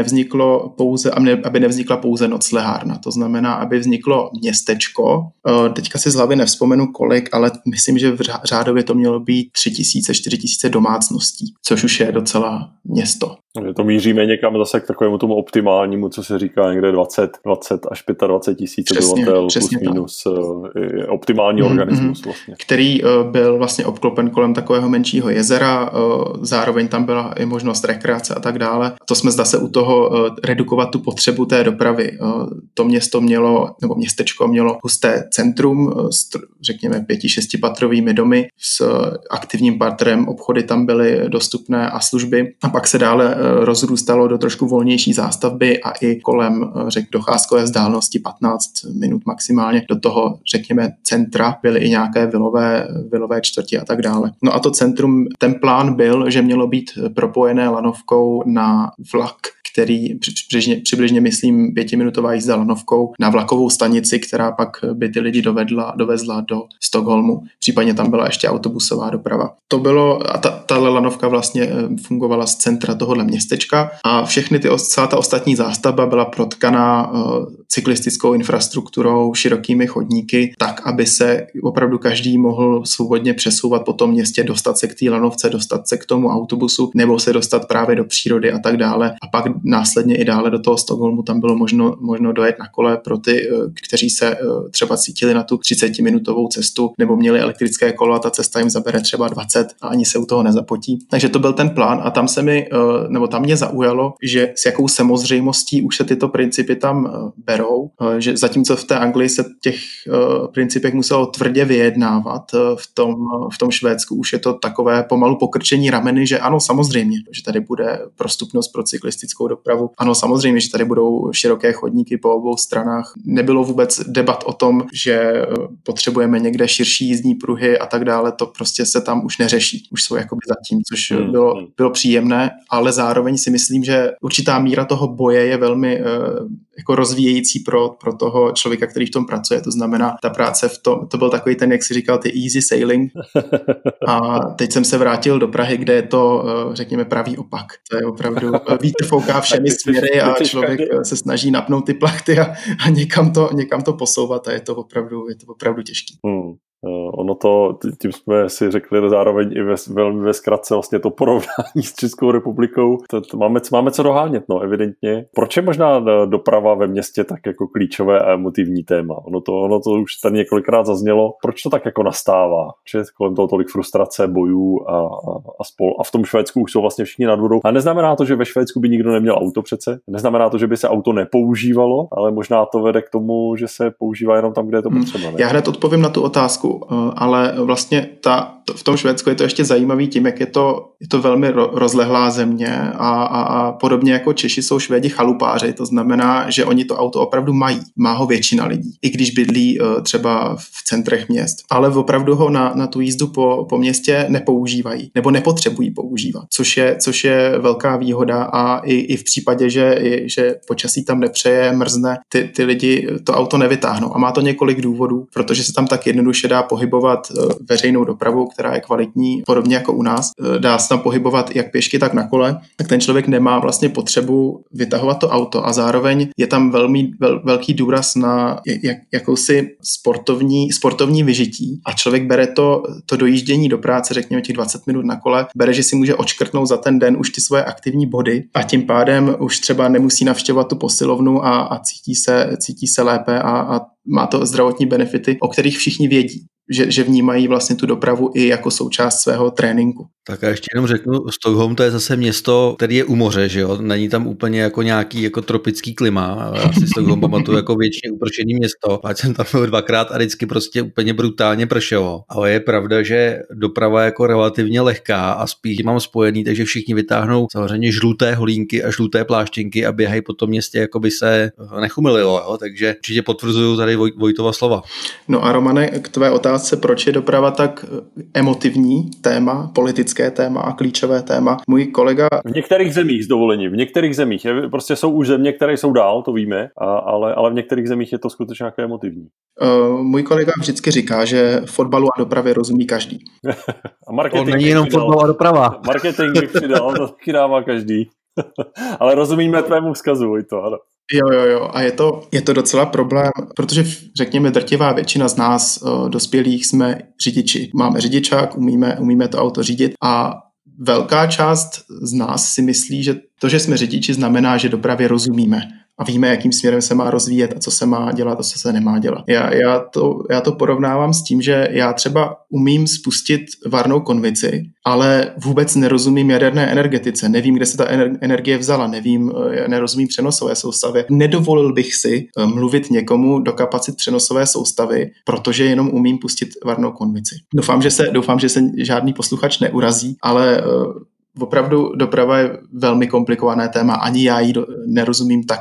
C: nevznikla pouze noclehárna. To znamená, aby vzniklo městečko. Teďka si z hlavy nevzpomenu kolik, ale myslím, že v řádově to mělo být 3000-4000 domácností, což už je docela město.
B: To míříme někam zase k takovému tomu optimálnímu, co se říká někde 20 až 25 tisíc obyvatel plus minus optimální organismus vlastně.
C: Který byl vlastně obklopen kolem takového menšího jezera, zároveň tam byla i možnost rekreace a tak dále. To jsme zase u toho redukovat tu potřebu té dopravy. To město mělo, nebo městečko mělo husté centrum s řekněme 5-6 patrovými domy s aktivním parterem, obchody tam byly dostupné a služby. A pak se dále rozrůstalo do trošku volnější zástavby a i kolem docházkové vzdálenosti 15 minut maximálně do toho, řekněme, centra byly i nějaké vilové čtvrti a tak dále. No a to centrum, ten plán byl, že mělo být propojené lanovkou na vlak, který přibližně myslím 5minutová jízda lanovkou na vlakovou stanici, která pak by ty lidi dovezla do Stockholmu. Případně tam byla ještě autobusová doprava. To bylo, a ta lanovka vlastně fungovala z centra tohohle městečka a celá ta ostatní zástavba byla protkaná cyklistickou infrastrukturou, širokými chodníky, tak, aby se opravdu každý mohl svobodně přesouvat po tom městě, dostat se k té lanovce, dostat se k tomu autobusu, nebo se dostat právě do přírody a tak dále. A pak následně i dále do toho Stockholmu tam bylo možno dojet na kole pro ty, kteří se třeba cítili na tu 30-minutovou cestu nebo měli elektrické kolo a ta cesta jim zabere třeba 20 a ani se u toho nezapotí. Takže to byl ten plán a tam tam mě zaujalo, že s jakou samozřejmostí už se tyto principy tam berou, že zatímco v té Anglii se těch principech muselo tvrdě vyjednávat, v tom Švédsku už je to takové pomalu pokrčení rameny, že ano, samozřejmě, že tady bude prostupnost pro cyklistickou dopravu. Ano, samozřejmě, že tady budou široké chodníky po obou stranách. Nebylo vůbec debat o tom, že potřebujeme někde širší jízdní pruhy a tak dále, to prostě se tam už neřeší. Už jsou jakoby zatím, což bylo příjemné, ale zároveň si myslím, že určitá míra toho boje je velmi jako rozvíjející pro toho člověka, který v tom pracuje. To znamená, ta práce to byl takový ten, jak si říkal, ty easy sailing. A teď jsem se vrátil do Prahy, kde je to, řekněme, pravý opak. To je opravdu vítr fouká všemi směry a člověk se snaží napnout ty plachty a někam to posouvat a je to opravdu těžký.
B: Ono to, tím jsme si řekli zároveň i velmi ve zkratce vlastně to porovnání s Českou republikou. Máme co dohánět, evidentně. Proč je možná doprava ve městě tak jako klíčové a emotivní téma? Ono to už tady několikrát zaznělo. Proč to tak jako nastává? Že kolem toho tolik frustrace, bojů a spol. A v tom Švédsku už jsou vlastně všichni nad vodou. A neznamená to, že ve Švédsku by nikdo neměl auto přece. Neznamená to, že by se auto nepoužívalo, ale možná to vede k tomu, že se používá jenom tam, kde je to potřeba.
C: Já hned odpovím na tu otázku. Ale vlastně v tom Švédsku je to ještě zajímavý tím, jak je to velmi rozlehlá země a podobně jako Češi jsou Švédi chalupáři, to znamená, že oni to auto opravdu mají. Má ho většina lidí, i když bydlí třeba v centrech měst. Ale opravdu ho na tu jízdu po městě nepoužívají nebo nepotřebují používat, což je velká výhoda a i v případě, že počasí tam nepřeje, mrzne, ty lidi to auto nevytáhnou. A má to několik důvodů, protože se tam tak jednoduše dá pohybovat veřejnou dopravou, která je kvalitní, podobně jako u nás. Dá se tam pohybovat jak pěšky, tak na kole, tak ten člověk nemá vlastně potřebu vytahovat to auto a zároveň je tam velký důraz na jakousi sportovní vyžití a člověk bere to dojíždění do práce, řekněme těch 20 minut na kole, bere, že si může odškrtnout za ten den už ty svoje aktivní body a tím pádem už třeba nemusí navštěvovat tu posilovnu a cítí se lépe a má to zdravotní benefity, o kterých všichni vědí, že vnímají vlastně tu dopravu i jako součást svého tréninku.
A: Tak a ještě jenom řeknu, Stockholm to je zase město, který je u moře, že jo? Není tam úplně jako nějaký jako tropický klima. Já si Stockholm pamatuju jako většině upršený město. Ať jsem tam byl dvakrát a vždycky prostě úplně brutálně pršelo. Ale je pravda, že doprava je jako relativně lehká a spíš mám spojený, takže všichni vytáhnou samozřejmě žluté holínky a žluté pláštěnky a běhají po tom městě, jako by se nechumililo. Jo? Takže určitě potvrzuju tady Vojtova slova.
C: No a Romane, k tvé otázce, proč je doprava tak emotivní téma, politické téma a klíčové téma. Můj kolega...
B: V některých zemích s dovolením, v některých zemích. Prostě jsou už země, které jsou dál, to víme, ale v některých zemích je to skutečně nějaké emotivní.
C: Můj kolega vždycky říká, že fotbalu a dopravě rozumí každý.
B: A marketing
A: to není jenom fotbal a doprava.
B: Marketing bych přidal, to taky dává každý. Ale rozumíme tvému vzkazu, to ano.
C: Jo. A je to docela problém, protože řekněme drtivá většina z nás dospělých jsme řidiči. Máme řidičák, umíme to auto řídit a velká část z nás si myslí, že to, že jsme řidiči, znamená, že dopravě rozumíme a víme, jakým směrem se má rozvíjet a co se má dělat a co se nemá dělat. Já to porovnávám s tím, že já třeba umím spustit varnou konvici, ale vůbec nerozumím jaderné energetice, nevím, kde se ta energie vzala, nerozumím přenosové soustavě. Nedovolil bych si mluvit někomu do kapacit přenosové soustavy, protože jenom umím pustit varnou konvici. Doufám, že se žádný posluchač neurazí, ale opravdu doprava je velmi komplikované téma, ani já jí nerozumím tak,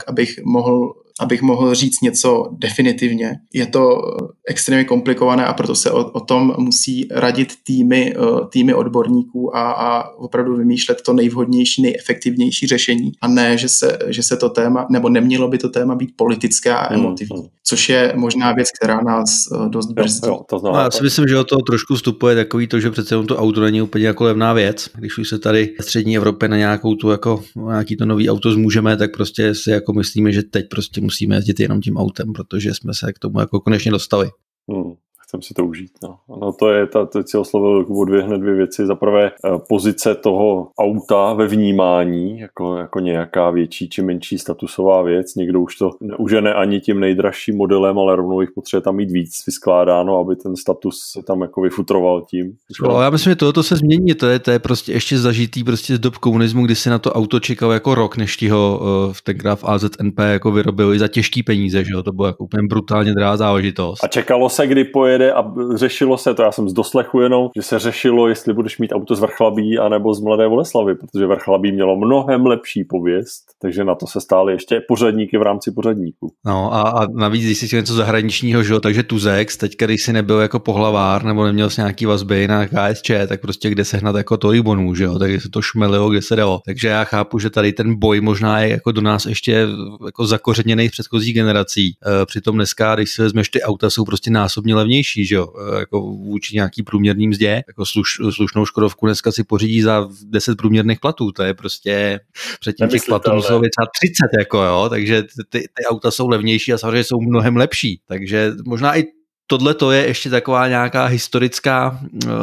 C: abych mohl říct něco definitivně. Je to extrémně komplikované a proto se o tom musí radit týmy odborníků a opravdu vymýšlet to nejvhodnější, nejefektivnější řešení a ne, že se to téma, nebo nemělo by to téma být politické a emotivní, což je možná věc, která nás dost brzdí.
A: Já si myslím, že o to trošku vstupuje takový to, že přece to auto není úplně jako levná věc. Když už se tady v střední Evropě na nějakou tu jako nějaký to nový auto zmůžeme, tak prostě si jako myslíme, že teď prostě musíme jezdit jenom tím autem, protože jsme se k tomu jako konečně dostali.
B: Chcem si to užít. No to je, teď si oslovil hned dvě věci. Za prvé pozice toho auta ve vnímání, jako nějaká větší či menší statusová věc. Někdo už to neužene ani tím nejdražším modelem, ale rovnou jich potřebuje tam mít víc vyskládáno, aby ten status se tam jako vyfutroval tím.
A: No, já myslím, že tohoto se změní. To je prostě ještě zažitý prostě z dob komunismu, kdy si na to auto čekal jako rok, než ti ho tenkrát v AZNP jako vyrobili za těžký peníze, že jo? To bylo jako úplně brutálně drahá záležitost.
B: A čekalo se, kdy pojede a řešilo se, to já jsem z doslechu jenom, že se řešilo, jestli budeš mít auto z Vrchlabí anebo z Mladé Boleslavi, protože Vrchlabí mělo mnohem lepší pověst, takže na to se stály ještě pořadníky v rámci pořadníků.
A: No a navíc, když jsi chtěl něco zahraničního, že jo, takže Tuzex, teďka když jsi nebyl jako pohlavár nebo neměl jsi nějaký vazby na KSČ, tak prostě kde sehnat jako tolik bonů, že jo, takže se to šmelilo, kde se dalo. Takže já chápu, že tady ten boj možná je jako do nás ještě jako zakořeněný z předchozích generací. Přitom dneska, když si vezmeš, ty auta jsou prostě násobně levnější, že jo, jako vůči nějaký průměrný mzdě, jako slušnou Škodovku dneska si pořídí za 10 průměrných platů, to je prostě předtím těch platů muselo být třeba 30, jako jo, takže ty auta jsou levnější a samozřejmě jsou mnohem lepší, takže možná i tohle to je ještě taková nějaká historická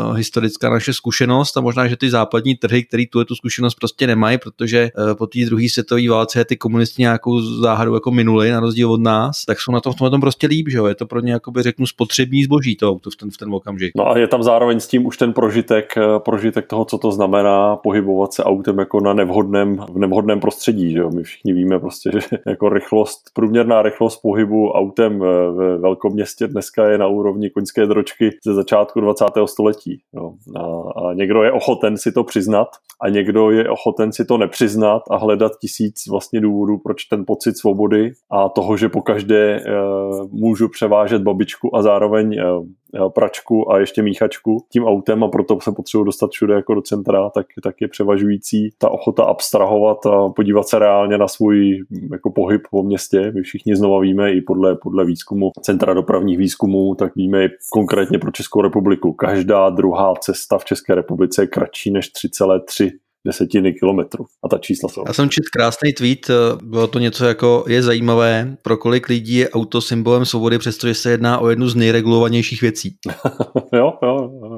A: naše zkušenost a možná, že ty západní trhy, který tu zkušenost prostě nemají, protože po té druhé světové válce ty komunisti nějakou záhadu jako minuli na rozdíl od nás, tak jsou na tom v tomhle prostě líp, že jo? Je to pro ně, jakoby řeknu, spotřební zboží to auto v ten okamžik.
B: No a je tam zároveň s tím už ten prožitek toho, co to znamená pohybovat se autem jako v nevhodném prostředí, že jo? My všichni víme prostě, že jako průměrná rychlost pohybu autem ve velkoměstě dneska je na úrovni koňské dročky ze začátku 20. století. Jo. A někdo je ochoten si to přiznat a někdo je ochoten si to nepřiznat a hledat 1000 vlastně důvodů, proč ten pocit svobody a toho, že pokaždé můžu převážet babičku a zároveň pračku a ještě míchačku tím autem a proto se potřebuji dostat všude jako do centra, tak je převažující ta ochota abstrahovat a podívat se reálně na svůj jako pohyb po městě. My všichni znova víme i podle výzkumu Centra dopravních výzkumů, tak víme konkrétně pro Českou republiku. Každá druhá cesta v České republice je kratší než 3,3 desetiny kilometru. A ta čísla jsou.
A: Já jsem četl krásný tweet, bylo to něco jako, je zajímavé, pro kolik lidí je auto symbolem svobody, přestože se jedná o jednu z nejregulovanějších věcí.
B: Jo.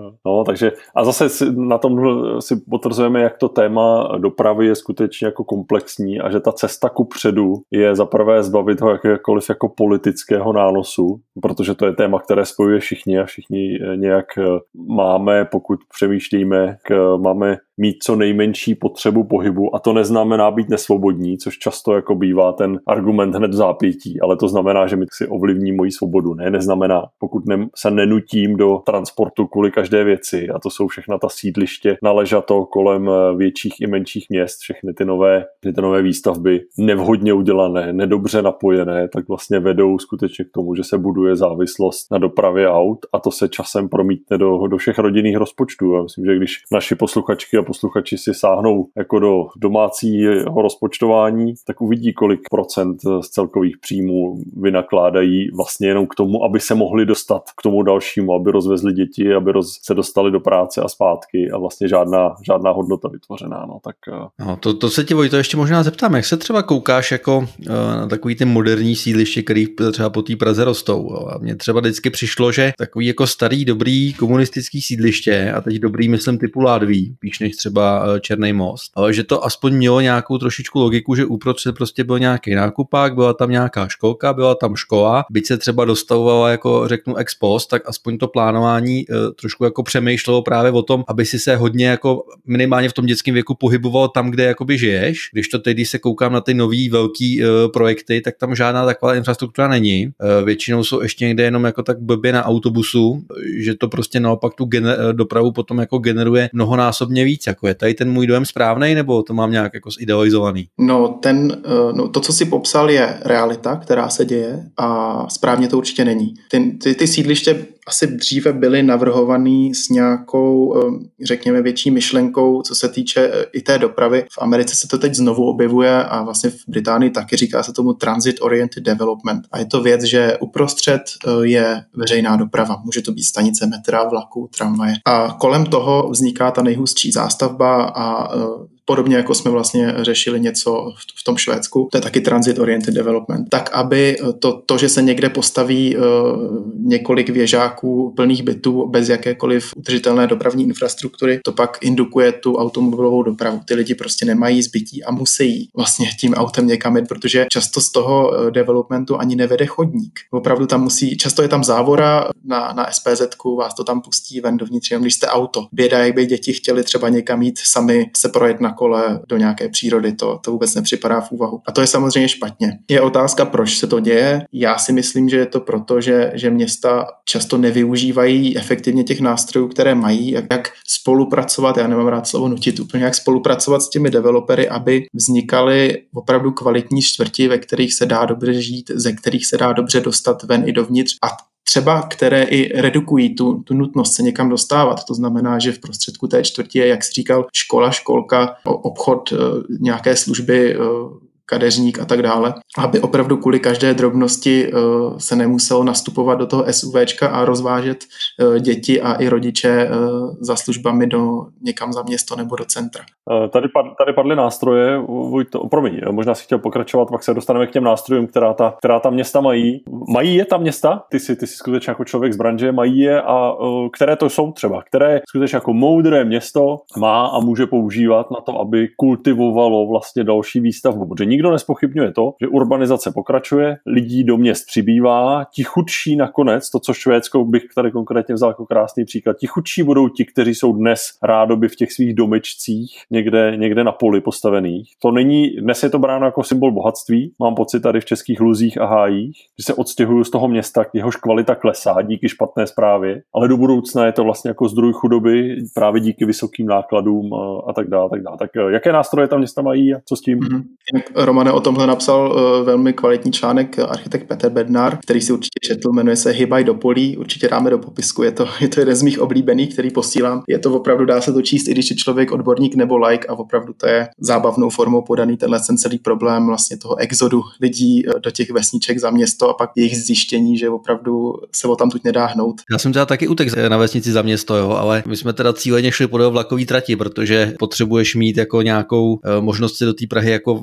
B: No, takže a zase na tom si potvrzujeme, jak to téma dopravy je skutečně jako komplexní a že ta cesta kupředu je zaprvé zbavit ho jakékoliv jako politického nánosu, protože to je téma, které spojuje všichni a všichni nějak máme, pokud přemýšlíme, máme mít co nejmenší potřebu pohybu a to neznamená být nesvobodní, což často jako bývá ten argument hned v zápětí, ale to znamená, že mi si ovlivní moji svobodu. Ne, neznamená, pokud se nenutím do transportu kvůli každé věci a to jsou všechna ta sídliště naležato kolem větších i menších měst, všechny ty nové výstavby nevhodně udělané, nedobře napojené, tak vlastně vedou skutečně k tomu, že se buduje závislost na dopravě aut a to se časem promítne do všech rodinných rozpočtů. Já myslím, že když naši posluchačky a posluchači si sáhnou jako do domácího rozpočtování, tak uvidí, kolik procent z celkových příjmů vynakládají vlastně jenom k tomu, aby se mohli dostat k tomu dalšímu, aby rozvezli děti, aby se dostali do práce a zpátky a vlastně žádná hodnota vytvořená. No, tak...
A: No, to se ti, Vojto, ještě možná zeptám, jak se třeba koukáš jako na takový ty moderní sídliště, který třeba po té Praze rostou. A mně třeba vždycky přišlo, že takový jako starý, dobrý komunistický sídliště, a teď dobrý, myslím, typu Ládví, píš než třeba Černý most, ale že to aspoň mělo nějakou trošičku logiku, že uprostřed prostě byl nějaký nákupák, byla tam nějaká školka, byla tam škola, byť se třeba dostavovala jako řeknu ex post, tak aspoň to plánování trošku jako přemýšlelo právě o tom, aby si se hodně jako minimálně v tom dětském věku pohyboval tam, kde jakoby žiješ. Když to teď, když se koukám na ty nový velký projekty, tak tam žádná taková infrastruktura není. Většinou jsou ještě někde jenom jako tak blbě na autobusu, že to prostě naopak tu dopravu potom jako generuje mnohonásobně víc. Jako je tady ten můj dojem správnej, nebo to mám nějak jako zidealizovaný?
C: No, to, co si popsal, je realita, která se děje a správně to určitě není. Ty sídliště asi dříve byly navrhovaný s nějakou, řekněme, větší myšlenkou, co se týče i té dopravy. V Americe se to teď znovu objevuje a vlastně v Británii taky říká se tomu Transit Oriented Development. A je to věc, že uprostřed je veřejná doprava. Může to být stanice metra, vlaku, tramvaje. A kolem toho vzniká ta nejhustší zástavba a podobně jako jsme vlastně řešili něco v tom Švédsku, to je taky Transit Oriented Development, tak aby to že se někde postaví několik věžáků plných bytů bez jakékoliv udržitelné dopravní infrastruktury, to pak indukuje tu automobilovou dopravu. Ty lidi prostě nemají zbytí a musí vlastně tím autem někam jít, protože často z toho developmentu ani nevede chodník. Opravdu tam často je tam závora na SPZ-ku, vás to tam pustí ven dovnitř, jenom když jste auto. Běda, jak by děti chtěli třeba někam jít sami se projet na kole do nějaké přírody, to vůbec nepřipadá v úvahu. A to je samozřejmě špatně. Je otázka, proč se to děje. Já si myslím, že je to proto, že města často nevyužívají efektivně těch nástrojů, které mají, jak spolupracovat, já nemám rád slovo nutit úplně, jak spolupracovat s těmi developery, aby vznikaly opravdu kvalitní čtvrti, ve kterých se dá dobře žít, ze kterých se dá dobře dostat ven i dovnitř a třeba které i redukují tu nutnost se někam dostávat. To znamená, že v prostředku té čtvrti je, jak jsi říkal, škola, školka, obchod, nějaké služby, kadeřník a tak dále, aby opravdu kvůli každé drobnosti se nemuselo nastupovat do toho SUVčka a rozvážet děti a i rodiče za službami někam za město nebo do centra.
B: Tady padly nástroje, promiň, možná si chtěl pokračovat, pak se dostaneme k těm nástrojům, která ta města mají. Mají je ta města? Ty jsi skutečně jako člověk z branže, mají je a které to jsou třeba? Které skutečně jako moudré město má a může používat na to, aby kultivovalo vlastně další výstavbu? Protože nikdo nespochybňuje to, že urbanizace pokračuje, lidí do měst přibývá, ti chudší nakonec, to, co Švédsko bych tady konkrétně vzal jako krásný příklad, ti chudší budou ti, kteří jsou dnes rádoby v těch svých domečcích někde na poli postavených. To není, dnes je to bráno jako symbol bohatství, mám pocit tady v Českých Luzích a Hájích, že se odstěhuju z toho města, jehož kvalita klesá díky špatné správě, ale do budoucna je to vlastně jako zdroj chudoby právě díky vysokým nákladům a tak dále. Tak jaké nástroje tam města mají a co s tím?
C: Romane o tomhle napsal velmi kvalitní článek architekt Petr Bednar, který si určitě četl, jmenuje se Hybaj do polí, určitě dáme do popisku, je to jeden z mých oblíbených, který posílám. Je to opravdu, dá se to číst, i když je člověk odborník nebo laik a opravdu to je zábavnou formou podaný ten celý problém vlastně toho exodu lidí do těch vesniček za město a pak jejich zjištění, že opravdu se o tam tuď nedá hnout.
A: Já jsem teda taky utek na vesnici za město, jo, ale my jsme teda cíleně šli podél vlakové trati, protože potřebuješ mít jako nějakou možnost si do té Prahy jako velmi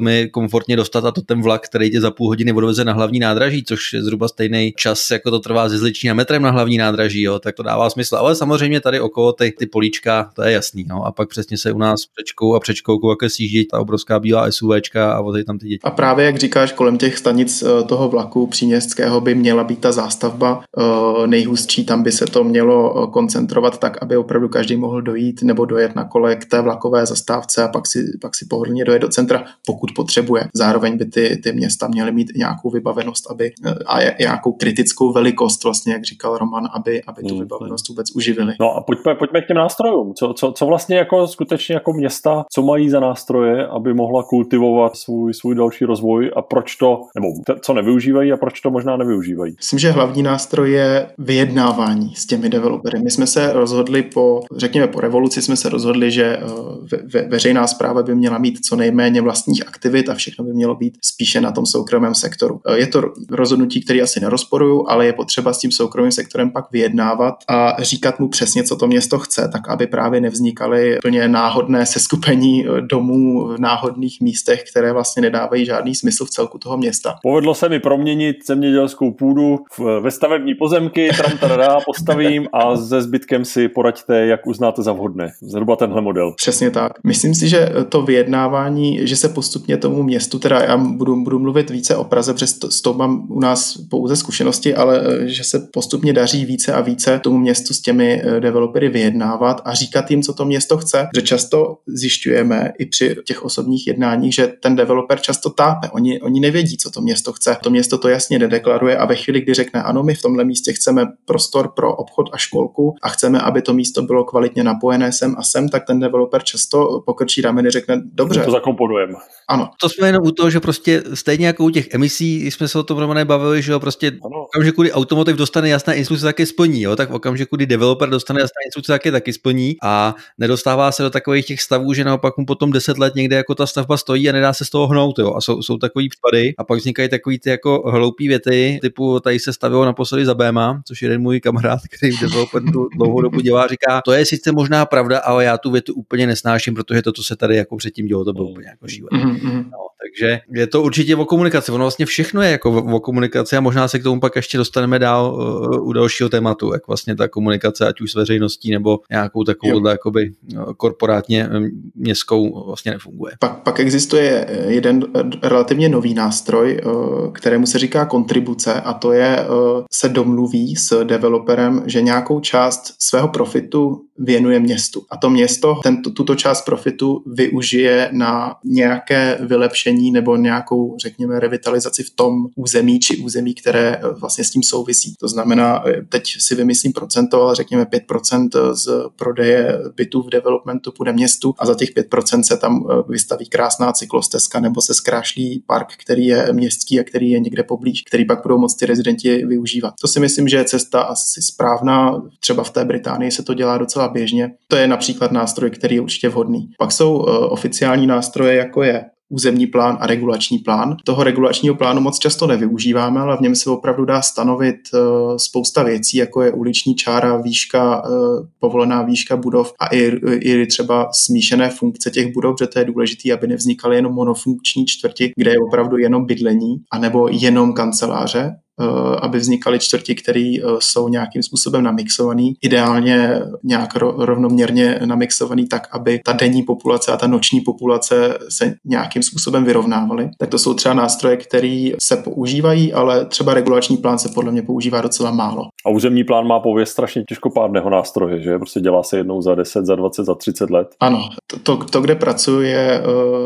A: velmi komfortně dostat, a to ten vlak, který tě za půl hodiny odveze na hlavní nádraží, což je zhruba stejný čas, jako to trvá ze Zličína metrem na hlavní nádraží, jo, tak to dává smysl. Ale samozřejmě tady okolo ty políčka, to je jasný, no. A pak přesně se u nás přečkou a přečkou, jak sjíždí ta obrovská bílá SUVčka a vozejí tam ty děti.
C: A právě jak říkáš, kolem těch stanic toho vlaku příměstského by měla být ta zástavba nejhustší, tam by se to mělo koncentrovat tak, aby opravdu každý mohl dojít nebo dojet na kole k té vlakové zastávce a pak si pohodlně dojet do centra, pokud potřebuje. Zároveň by ty města měly mít nějakou vybavenost a nějakou kritickou velikost, vlastně, jak říkal Roman, aby tu vybavenost vůbec uživili.
B: No a pojďme k těm nástrojům. Co vlastně jako skutečně jako města, co mají za nástroje, aby mohla kultivovat svůj další rozvoj a proč to, nebo co nevyužívají a proč to možná nevyužívají?
C: Myslím, že hlavní nástroj je vyjednávání s těmi developery. My jsme se rozhodli po revoluci jsme se rozhodli, že veřejná správa by měla mít co nejméně vlastních aktivit a všechno by mělo být spíše na tom soukromém sektoru. Je to rozhodnutí, které asi nerozporuju, ale je potřeba s tím soukromým sektorem pak vyjednávat a říkat mu přesně, co to město chce, tak aby právě nevznikaly plně náhodné seskupení domů v náhodných místech, které vlastně nedávají žádný smysl v celku toho města.
B: Povedlo se mi proměnit zemědělskou půdu ve stavební pozemky, postavím a se zbytkem si poraďte, jak uznáte za vhodné. Zhruba tenhle model.
C: Přesně tak. Myslím si, že to vyjednávání, že se postupně tomu městu, teda já budu mluvit více o Praze, protože s tou mám u nás pouze zkušenosti, ale že se postupně daří více a více tomu městu s těmi developery vyjednávat a říkat jim, co to město chce, že často zjišťujeme i při těch osobních jednáních, že ten developer často tápe. Oni nevědí, co to město chce. To město to jasně nedeklaruje a ve chvíli, kdy řekne, ano, my v tomhle místě chceme prostor pro obchod a školku a chceme, aby to místo bylo kvalitně napojené sem a sem, tak ten developer často pokrčí rameny, řekne, dobře.
B: To zakomponujeme.
C: Ano.
A: To jsme jenom u toho, že prostě stejně jako u těch emisí, když jsme se o tom Romane bavili, že jo, prostě v okamžiku, kdy automotiv dostane jasné instrukce, taky splní, jo, tak v okamžiku, kdy developer dostane jasné instrukce, taky splní a nedostává se do takových těch stavů, že naopak mu potom 10 let někde jako ta stavba stojí a nedá se z toho hnout, jo. A jsou takový případy a pak vznikají takový ty jako hloupý věty, typu tady se stavilo naposledy za Béma, což jeden můj kamarád, který v developeru dlouhou dobu dělá, říká, to je sice možná pravda, ale já tu větu úplně nesnáším, protože to, co se tady jako předtím dělo, to bylo úplně jako šílené. No, takže je to určitě o komunikaci. Ono vlastně všechno je jako o komunikaci a možná se k tomu pak ještě dostaneme dál u dalšího tématu, jak vlastně ta komunikace, ať už s veřejností nebo nějakou takovou jakoby korporátně městskou vlastně nefunguje.
C: Pak existuje jeden relativně nový nástroj, kterému se říká kontribuce a to je se domluví s developerem, že nějakou část svého profitu věnuje městu. A to město tuto část profitu využije na nějaké vylepšení nebo nějakou, řekněme, revitalizaci v tom území či území, které vlastně s tím souvisí. To znamená, teď si vymyslím procento, ale řekněme 5% z prodeje bytů v developmentu půjde městu a za těch 5% se tam vystaví krásná cyklostezka nebo se zkrášlí park, který je městský a který je někde poblíž, který pak budou moct ty rezidenti využívat. To si myslím, že je cesta asi správná. Třeba v té Británii se to dělá docela běžně. To je například nástroj, který je určitě vhodný. Pak jsou oficiální nástroje, jako je územní plán a regulační plán. Toho regulačního plánu moc často nevyužíváme, ale v něm se opravdu dá stanovit spousta věcí, jako je uliční čára, výška, povolená výška budov a i třeba smíšené funkce těch budov, protože to je důležité, aby nevznikaly jenom monofunkční čtvrti, kde je opravdu jenom bydlení, anebo jenom kanceláře, aby vznikaly čtvrti, které jsou nějakým způsobem namixovaný, ideálně nějak rovnoměrně namixovaný tak, aby ta denní populace a ta noční populace se nějakým způsobem vyrovnávaly. Tak to jsou třeba nástroje, které se používají, ale třeba regulační plán se podle mě používá docela málo.
B: A územní plán má pověst strašně těžkopádného nástroje, že? Prostě dělá se jednou za 10, za 20, za 30 let.
C: Ano, to kde pracuji, je,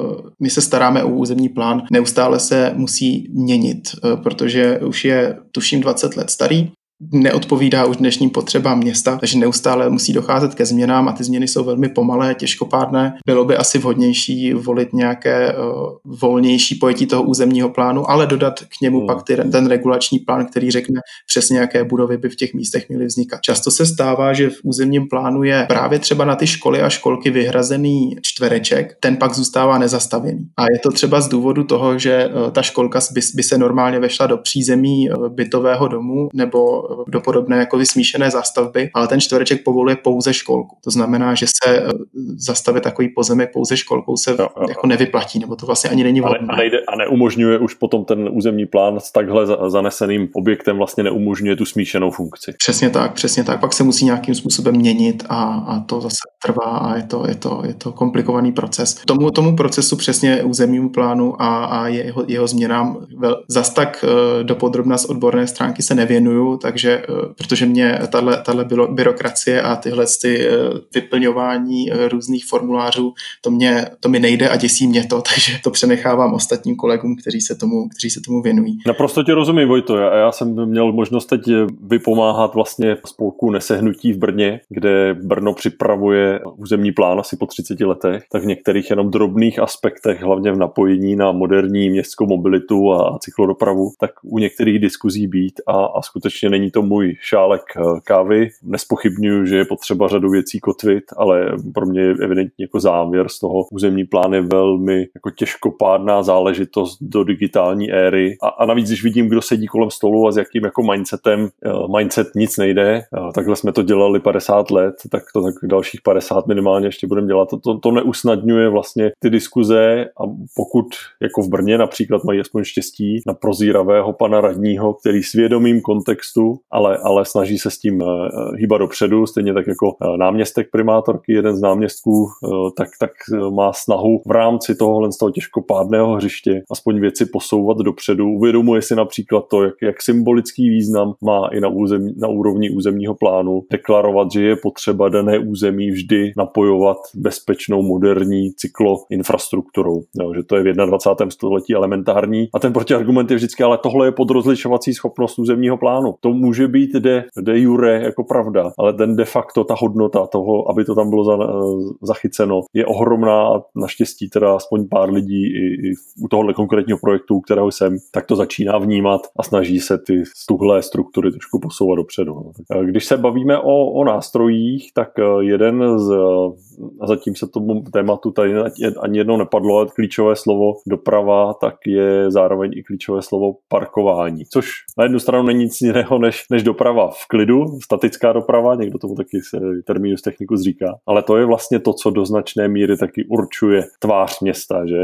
C: my se staráme o územní plán, neustále se musí měnit, protože už je tuším 20 let starý, neodpovídá už dnešním potřebám města, takže neustále musí docházet ke změnám a ty změny jsou velmi pomalé, těžkopádné. Bylo by asi vhodnější volit nějaké volnější pojetí toho územního plánu, ale dodat k němu pak ten regulační plán, který řekne přesně, jaké budovy by v těch místech měly vznikat. Často se stává, že v územním plánu je právě třeba na ty školy a školky vyhrazený čtvereček, ten pak zůstává nezastavěný. A je to třeba z důvodu toho, že ta školka by se normálně vešla do přízemí bytového domu nebo do podobné jako smíšené zástavby, ale ten čtvereček povoluje pouze školku. To znamená, že se zastavit takový pozemek pouze školkou se jako nevyplatí, nebo to vlastně ani není vhodné.
B: A neumožňuje už potom ten územní plán s takhle zaneseným objektem vlastně neumožňuje tu smíšenou funkci.
C: Přesně tak. Pak se musí nějakým způsobem měnit a to zase trvá a je to komplikovaný proces. Tomu procesu přesně územnímu plánu a jeho změnám zas tak dopodrobna z odborné stránky se nevěnuju, takže protože mě tahle byrokracie a tyhle vyplňování různých formulářů, to mi nejde a děsí mě to, takže to přenechávám ostatním kolegům, kteří se tomu věnují.
B: Naprosto tě rozumím, Vojto. Já jsem měl možnost teď vypomáhat vlastně spolku Nesehnutí v Brně, kde Brno připravuje územní plán asi po 30 letech, tak v některých jenom drobných aspektech, hlavně v napojení na moderní městskou mobilitu a cyklodopravu, tak u některých diskuzí být a skutečně není to můj šálek kávy. Nespochybňuji, že je potřeba řadu věcí kotvit, ale pro mě je evidentně jako závěr z toho územní plán je velmi jako těžkopádná záležitost do digitální éry a navíc, když vidím, kdo sedí kolem stolu a s jakým jako mindset nic nejde, takhle jsme to dělali 50 let, tak to tak dalších 50 minimálně ještě budeme dělat. To neusnadňuje vlastně ty diskuze a pokud jako v Brně například mají aspoň štěstí na prozíravého pana radního, který s vědomím kontextu, ale snaží se s tím hýbat dopředu, stejně tak jako náměstek primátorky, jeden z náměstků, tak má snahu v rámci tohohle z toho těžkopádného hřiště aspoň věci posouvat dopředu. Uvědomuje si například to, jak symbolický význam má i na úrovni územního plánu deklarovat, že je potřeba dané území vždy napojovat bezpečnou moderní cykloinfrastrukturou. Že to je v 21. století elementární. A ten protiargument je vždycky, ale tohle je podrozlišovací schopnost územního plánu. To může být de jure jako pravda, ale ten de facto, ta hodnota toho, aby to tam bylo zachyceno, je ohromná a naštěstí teda aspoň pár lidí i u tohohle konkrétního projektu, u kterého jsem, tak to začíná vnímat a snaží se tuhle struktury trošku posouvat dopředu. Když se bavíme o nástrojích, tak a zatím se tomu tématu tady ani jednou nepadlo, ale klíčové slovo doprava, tak je zároveň i klíčové slovo parkování, což na jednu stranu není nic jiného než doprava v klidu, statická doprava, někdo tomu taky terminus technicus říká, ale to je vlastně to, co do značné míry taky určuje tvář města, že?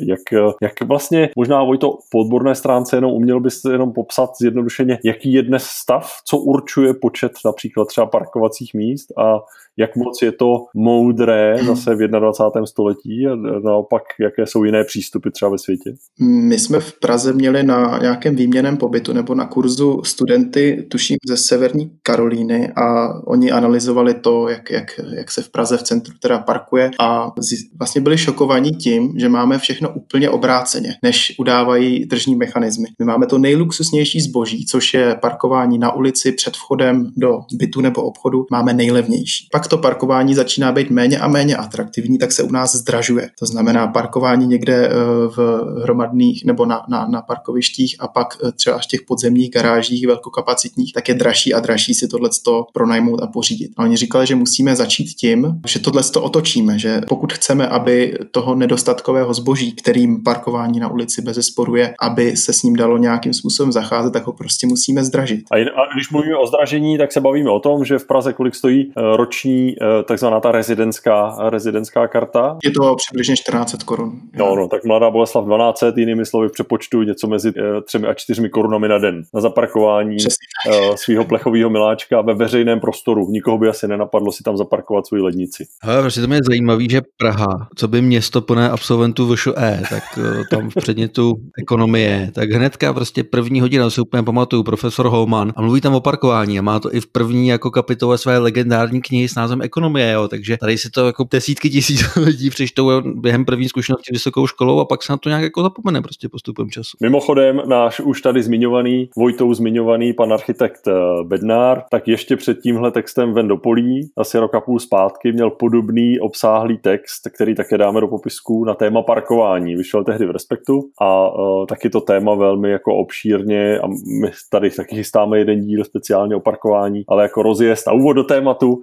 B: Jak vlastně, možná Vojto, po odborné stránce uměl byste jenom popsat zjednodušeně, jaký je dnes stav, co určuje počet například třeba parkovacích míst a jak moc je to moudré zase v 21. století a naopak, jaké jsou jiné přístupy třeba ve světě?
C: My jsme v Praze měli na nějakém výměnném pobytu nebo na kurzu studenty, tuším ze Severní Karolíny a oni analyzovali to, jak se v Praze v centru teda parkuje a vlastně byli šokovaní tím, že máme všechno úplně obráceně, než udávají tržní mechanismy. My máme to nejluxusnější zboží, což je parkování na ulici před vchodem do bytu nebo obchodu, máme nejlevnější. Pak to parkování začíná být méně a méně atraktivní, tak se u nás zdražuje. To znamená parkování někde v hromadných nebo na parkovištích a pak třeba v těch podzemních garážích velkokapacitních, tak je dražší a dražší si tohleto pronajmout a pořídit. A oni říkali, že musíme začít tím, že tohleto otočíme, že pokud chceme, aby toho nedostatkového zboží, kterým parkování na ulici bezesporu je, aby se s ním dalo nějakým způsobem zacházet, tak ho prostě musíme zdražit.
B: A když mluvíme o zdražení, tak se bavíme o tom, že v Praze kolik stojí roční takzvaná ta rezidentská karta.
C: Je to přibližně 1400 korun.
B: No, tak Mladá Boleslav 1200, jinými slovy v přepočtu něco mezi 3 a 4 korunami na den na zaparkování svého plechového miláčka ve veřejném prostoru. Nikoho by asi nenapadlo si tam zaparkovat svou lednici.
A: Ale prostě to mě je zajímavý, že Praha, co by město plné absolventů VŠE, tak tam v předmětu ekonomie, tak hnedka prostě první hodina, si úplně pamatuju, profesor Holman a mluví tam o parkování a má to i v první jako kapitole své legendární knihy s názvem Ekonomie, jo, takže tady si to jako desítky tisíc lidí přečtou během první zkušenosti vysokou školou a pak se na to nějak jako zapomene prostě postupem času.
B: Mimochodem, náš už tady Vojtou zmiňovaný pan architekt Bednár, tak ještě před tímhle textem Ven do polí, asi rok a půl zpátky, měl podobný obsáhlý text, který také dáme do popisku na téma parkování. Vyšel tehdy v Respektu a taky to téma velmi jako obšírně a my tady taky chystáme jeden díl speciálně o parkování, ale jako rozjezd a úvod do tématu, tak rozhodně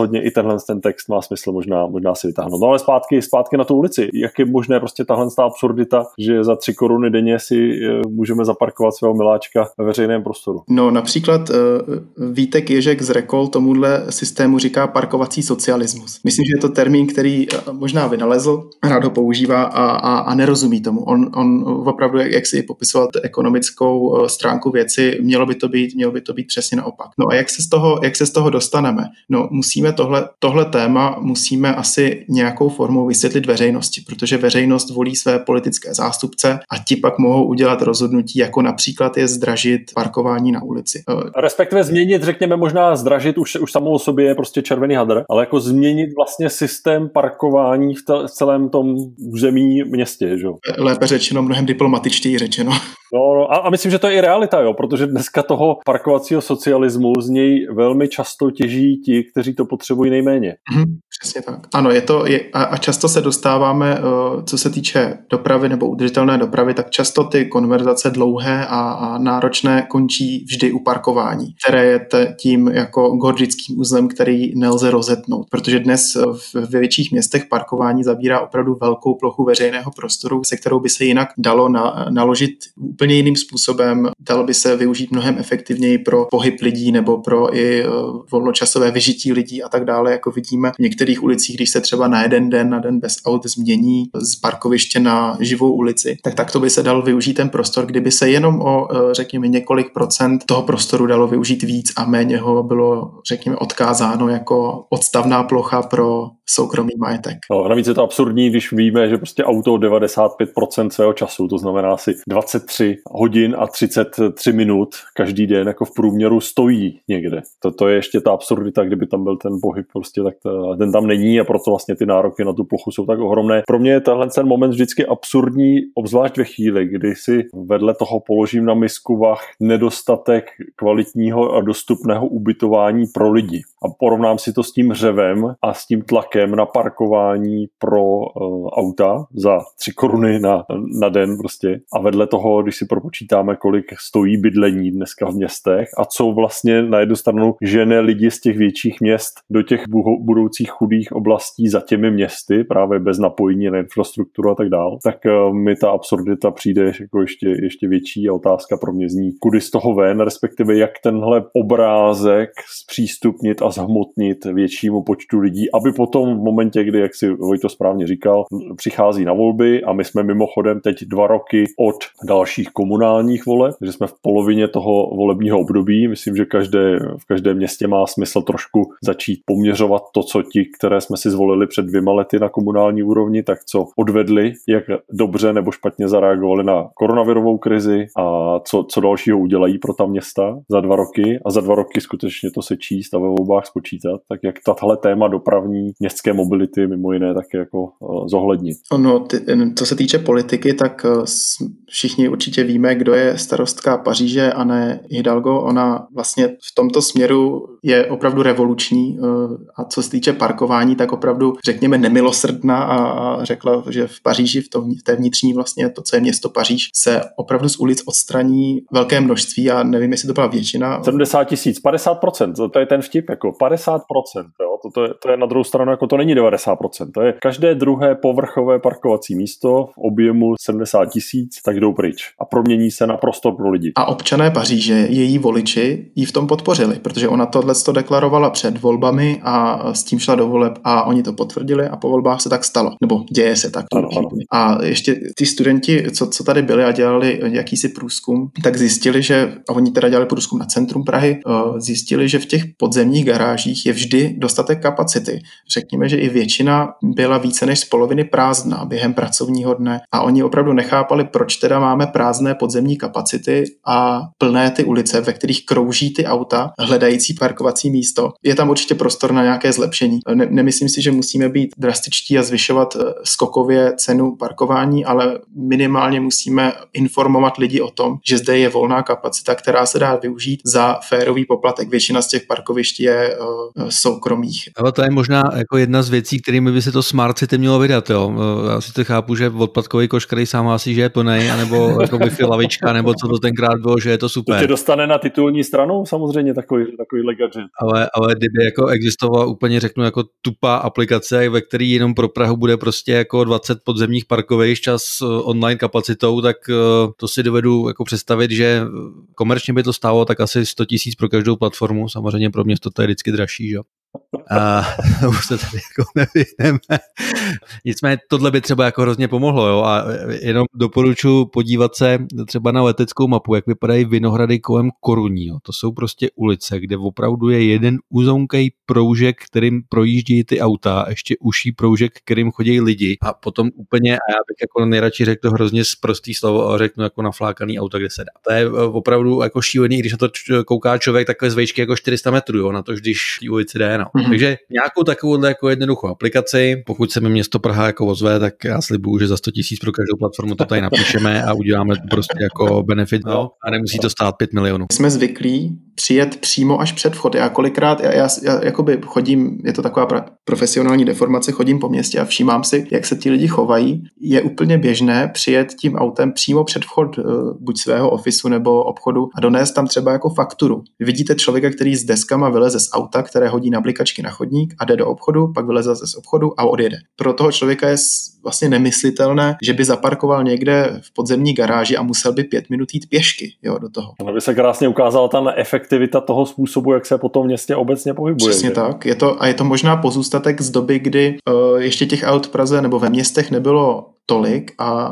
B: rozhodně i ten text má smysl možná si vytáhnout. No ale zpátky na tu ulici. Jak je možné prostě tahle absurdita, že za 3 koruny denně si můžeme zaparkovat svého miláčka ve veřejném prostoru?
C: No například Vítek Ježek z Rekol tomuhle systému říká parkovací socialismus. Myslím, že je to termín, který možná vynalezl, rád ho používá a nerozumí tomu. On opravdu, jak si popisoval ekonomickou stránku věci, mělo by to být přesně naopak. No a jak se z toho dostaneme? No musíme tohle téma musíme asi nějakou formou vysvětlit veřejnosti, protože veřejnost volí své politické zástupce a ti pak mohou udělat rozhodnutí, jako například je zdražit parkování na ulici.
B: Respektive změnit, řekněme, možná zdražit už samou o sobě je prostě červený hadr, ale jako změnit vlastně systém parkování v celém tom území městě, že jo?
C: Lépe řečeno, mnohem diplomatičtěji řečeno.
B: No, a myslím, že to je i realita, jo, protože dneska toho parkovacího socialismu z něj velmi často těží ti, kteří to potřebují nejméně.
C: Přesně tak. Ano, a často se dostáváme, co se týče dopravy nebo udržitelné dopravy, tak často ty konverzace dlouhé a náročné končí vždy u parkování, které je tím jako gordickým uzlem, který nelze rozetnout, protože dnes ve větších městech parkování zabírá opravdu velkou plochu veřejného prostoru, se kterou by se jinak dalo naložit úplně jiným způsobem, dalo by se využít mnohem efektivněji pro pohyb lidí nebo pro i volnočasové vyžití lidí a tak dále, jako vidíme v některých ulicích, když se třeba na den bez aut změní z parkoviště na živou ulici, tak to by se dalo využít ten prostor, kdyby se jenom o, řekněme, několik procent toho prostoru dalo využít víc a méně ho bylo, řekněme, odkázáno jako odstavná plocha pro soukromý majetek.
B: No, a navíc je to absurdní, když víme, že prostě auto 95% svého času, to znamená asi 23 hodin a 33 minut každý den jako v průměru stojí někde. To je ještě ta absurdita, kdyby tam byl ten pohyb prostě, tak ten tam není a proto vlastně ty nároky na tu plochu jsou tak ohromné. Pro mě je tenhle ten moment vždycky absurdní, obzvlášť ve chvíli, kdy si vedle toho položím na misku vah nedostatek kvalitního a dostupného ubytování pro lidi. A porovnám si to s tím hřevem a s tím tlakem na parkování pro auta za 3 koruny na den prostě. A vedle toho, když si propočítáme, kolik stojí bydlení dneska v městech a co vlastně na jednu stranu žene lidi z těch větších měst do těch budoucích chudých oblastí za těmi městy, právě bez napojení na infrastrukturu a tak dál, tak mi ta absurdita přijde jako ještě větší a otázka pro mě zní, kudy z toho ven, respektive jak tenhle obrázek zpřístupnit a zhmotnit většímu počtu lidí, aby potom v momentě, kdy, jak si Vojto správně říkal, přichází na volby a my jsme mimochodem teď 2 roky od dalších komunálních voleb, že jsme v polovině toho volebního období. Myslím, že v každém městě má smysl trošku začít poměřovat to, co ti, které jsme si zvolili před 2 lety na komunální úrovni, tak co odvedli, jak dobře nebo špatně zareagovali na koronavirovou krizi a co dalšího udělají pro ta města za 2 roky a za 2 roky skutečně to se číst a ve volbách spočítat, tak jak tahle téma dopravní městské mobility mimo jiné také jako zohlednit.
C: Ono, co se týče politiky, tak všichni určitě víme, kdo je starostka Paříže a ne Hidalgo. Ona vlastně v tomto směru je opravdu revoluční a co se týče parkování, tak opravdu řekněme nemilosrdná a řekla, že v Paříži, v té vnitřní vlastně to, co je město Paříž, se opravdu z ulic odstraní velké množství a nevím, jestli to byla většina.
B: 70 000, 50%, to je ten vtip, jako 50%, jo, to je na druhou stranu, jako to není 90%, to je každé druhé povrchové parkovací místo v objemu 70 000, tak jdou pryč a promění se na prostor pro lidi.
C: A občané Paříže, její voliči, ji v tom podpořili, protože ona tohleto deklarovala před volbami a s tím šla do voleb a oni to potvrdili a po volbách se tak stalo, nebo děje se tak.
B: Ano.
C: A ještě ty studenti, co tady byli a dělali jakýsi průzkum, tak zjistili, že, a oni teda dělali průzkum na centrum Prahy, zjistili, že v těch podzemních garážích je vždy dostatek kapacity. Řekněme, že i většina byla více než z poloviny prázdná během pracovního dne a oni opravdu nechápali, proč teda máme prázdné podzemní kapacity a plné ty ulice, ve kterých krouží ty auta, hledající parkovací místo. Je tam určitě prostor na nějaké zlepšení. Nemyslím si, že musíme být drastičtí a zvyšovat skokově cenu parkování, ale minimálně musíme informovat lidi o tom, že zde je volná kapacita, která se dá využít za férový poplatek. Většina z těch parkovišť je soukromých.
A: Ale to je možná jako jedna z věcí, kterými by se to Smart City mělo vydat. Jo. Já si to chápu, že odpadkový koš, který sám hlásí, že je plnej, anebo jako Wi-Fi lavička, nebo co to tenkrát bylo, že je to super.
B: To tě dostane na titulní stranu samozřejmě takový gadget.
A: Ale kdyby jako existovala úplně, řeknu, jako tupá aplikace, ve který jenom pro Prahu bude prostě jako 20 podzemních parkovišť s online kapacitou, tak to si dovedu jako představit, že komerčně by to stálo tak asi 100 000 pro každou platformu. Samozřejmě pro město to je vždycky dražší, že? A už se tady jako nevyhneme. Nicméně tohle by třeba jako hrozně pomohlo, jo? A jenom doporučuji podívat se třeba na leteckou mapu, jak vypadají Vinohrady kolem Koruní. Jo? To jsou prostě ulice, kde opravdu je jeden uzonkej proužek, kterým projíždějí ty auta, a ještě uší proužek, kterým chodí lidi, a potom úplně, a já bych jako nejradši řekl to hrozně sprostý slovo, a řeknu jako naflákaný auta, kde se dá. To je opravdu jako šílený, když na to kouká člověk takhle z vejšky jako 400 metrů, jo? Na to, když v ulici jde. No. Takže nějakou takovouhle jako jednoduchou aplikaci, pokud se mi město Praha jako ozve, tak já slibuju, že za 100 000 pro každou platformu to tady napíšeme a uděláme to prostě jako benefit, no, a nemusí to stát 5 milionů.
C: Jsme zvyklí přijet přímo až před vchod. Já kolikrát, já jakoby chodím, je to taková profesionální deformace, chodím po městě a všímám si, jak se ti lidi chovají. Je úplně běžné přijet tím autem přímo před vchod buď svého ofisu nebo obchodu a donést tam třeba jako fakturu. Vidíte člověka, který s deskama vyleze z auta, které hodí na blikačky na chodník a jde do obchodu, pak vyleze z obchodu a odjede. Pro toho člověka je vlastně nemyslitelné, že by zaparkoval někde v podzemní garáži a musel by 5 minut jít pěšky, jo, do toho.
B: Aby se krásně ukázala ta neefektivita toho způsobu, jak se po tom městě obecně pohybuje.
C: Přesně tak. Je to možná pozůstatek z doby, kdy ještě těch aut v Praze nebo ve městech nebylo tolik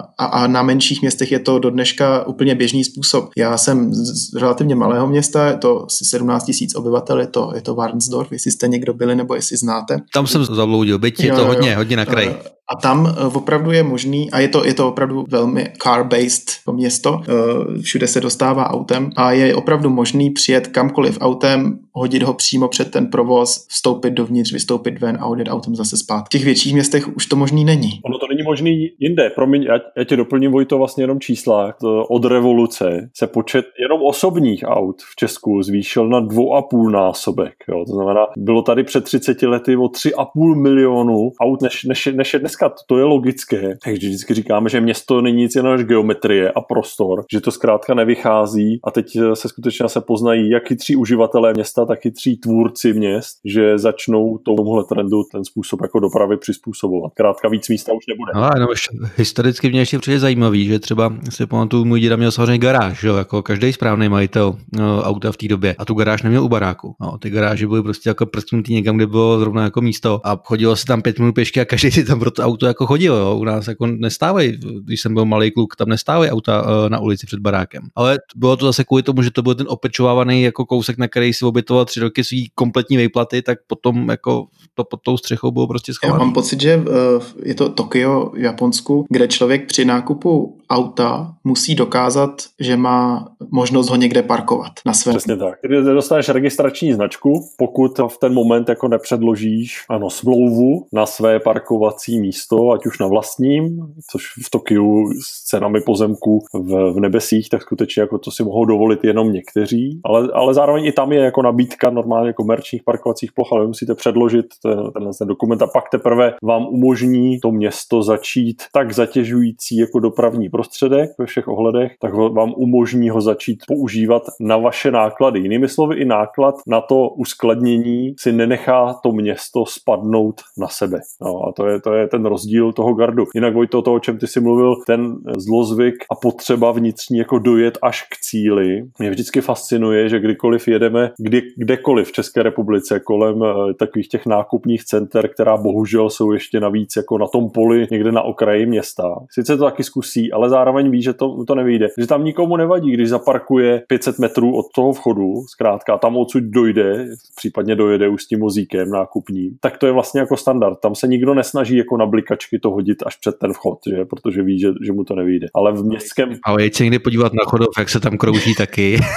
C: a na menších městech je to do dneška úplně běžný způsob. Já jsem z relativně malého města, je to asi 17 000 obyvatel, je to Varnsdorf, jestli jste někdo byli nebo jestli znáte.
A: Tam jsem zabloudil, byť je to hodně na kraji.
C: A tam opravdu je možný, a je to opravdu velmi car-based město, všude se dostává autem a je opravdu možný přijet kamkoliv autem, hodit ho přímo před ten provoz, vstoupit dovnitř, vystoupit ven a odjet autem zase zpátky. V těch větších městech už to možný není.
B: Ono to není možný jinde. Promiň, já tě doplním, Vojto, vlastně jenom čísla. Od revoluce se počet jenom osobních aut v Česku zvýšil na 2,5 násobek. Jo. To znamená, bylo tady před 30 lety o 3,5 milionu aut, než je dneska. To je logické. Takže vždycky říkáme, že město není nic jiného než geometrie a prostor, že to zkrátka nevychází a teď se skutečně poznají jak chytří uživatelé města, tak chytří tvůrci měst, že začnou tomuhle trendu ten způsob jako dopravy přizpůsobovat. Krátka víc místa už nebude.
A: No, jenom historicky mě ještě přijde zajímavý, že třeba si pamatuju, můj děda měl samozřejmě garáž, jo, jako každý správný majitel auta v té době, a tu garáž neměl u baráku. No, ty garáže byly prostě jako prsknutý někam, kde bylo zrovna jako místo, a chodilo se tam 5 minut pěšky a každý si tam pro to auto jako chodil, jo. U nás jako nestávají, když jsem byl malý kluk, tam nestávají auta na ulici před barákem. Ale bylo to zase kvůli tomu, že to byl ten opečovávaný jako kousek, na který si obětoval 3 roky svý kompletní výplaty, tak potom jako to pod tou střechou bylo prostě schované.
C: Já mám pocit, že je to Tokio v Japonsku, kde člověk při nákupu auta musí dokázat, že má možnost ho někde parkovat na svém.
B: Přesně tak. Když dostaneš registrační značku, pokud v ten moment jako nepředložíš smlouvu na své parkovací místo, ať už na vlastním, což v Tokiu s cenami pozemku v nebesích, tak skutečně jako to si mohou dovolit jenom někteří, ale zároveň i tam je jako nabídka normálně komerčních parkovacích ploch, ale musíte předložit ten dokument a pak teprve vám umožní to město začít tak zatěžující jako dopravní prostředek ve všech ohledech, tak vám umožní ho začít používat na vaše náklady. Jinými slovy, i náklad na to uskladnění si nenechá to město spadnout na sebe. No, a to je ten rozdíl toho gardu. Jinak Vojto, to, o čem ty si mluvil, ten zlozvyk a potřeba vnitřní jako dojet až k cíli. Mě vždycky fascinuje, že kdykoliv jedeme kdekoliv v České republice kolem takových těch nákupních center, která bohužel jsou ještě navíc jako na tom poli někde na okraji města. Sice to taky zkusí, ale zároveň ví, že to nevyjde. Že tam nikomu nevadí, když zaparkuje 500 metrů od toho vchodu, zkrátka tam odsud dojde, případně dojede už s tím vozíkem nákupním, tak to je vlastně jako standard. Tam se nikdo nesnaží jako na blikačky to hodit až před ten vchod, že? Protože ví, že mu to nevyjde. Ale v městském...
A: Ale jeď se někdy podívat na Chodov, jak se tam krouží taky.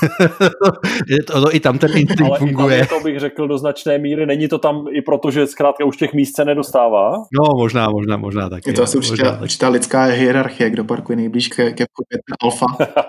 A: to i tam ten instinkt funguje.
B: Ale i tam je to, bych řekl, do značné míry. Není to tam i proto, že zkrátka už těch míst se nedostává?
A: No, možná taky.
C: Je to asi určitá lidská hierarchie, kdo parkuje nejblíž ke alfa.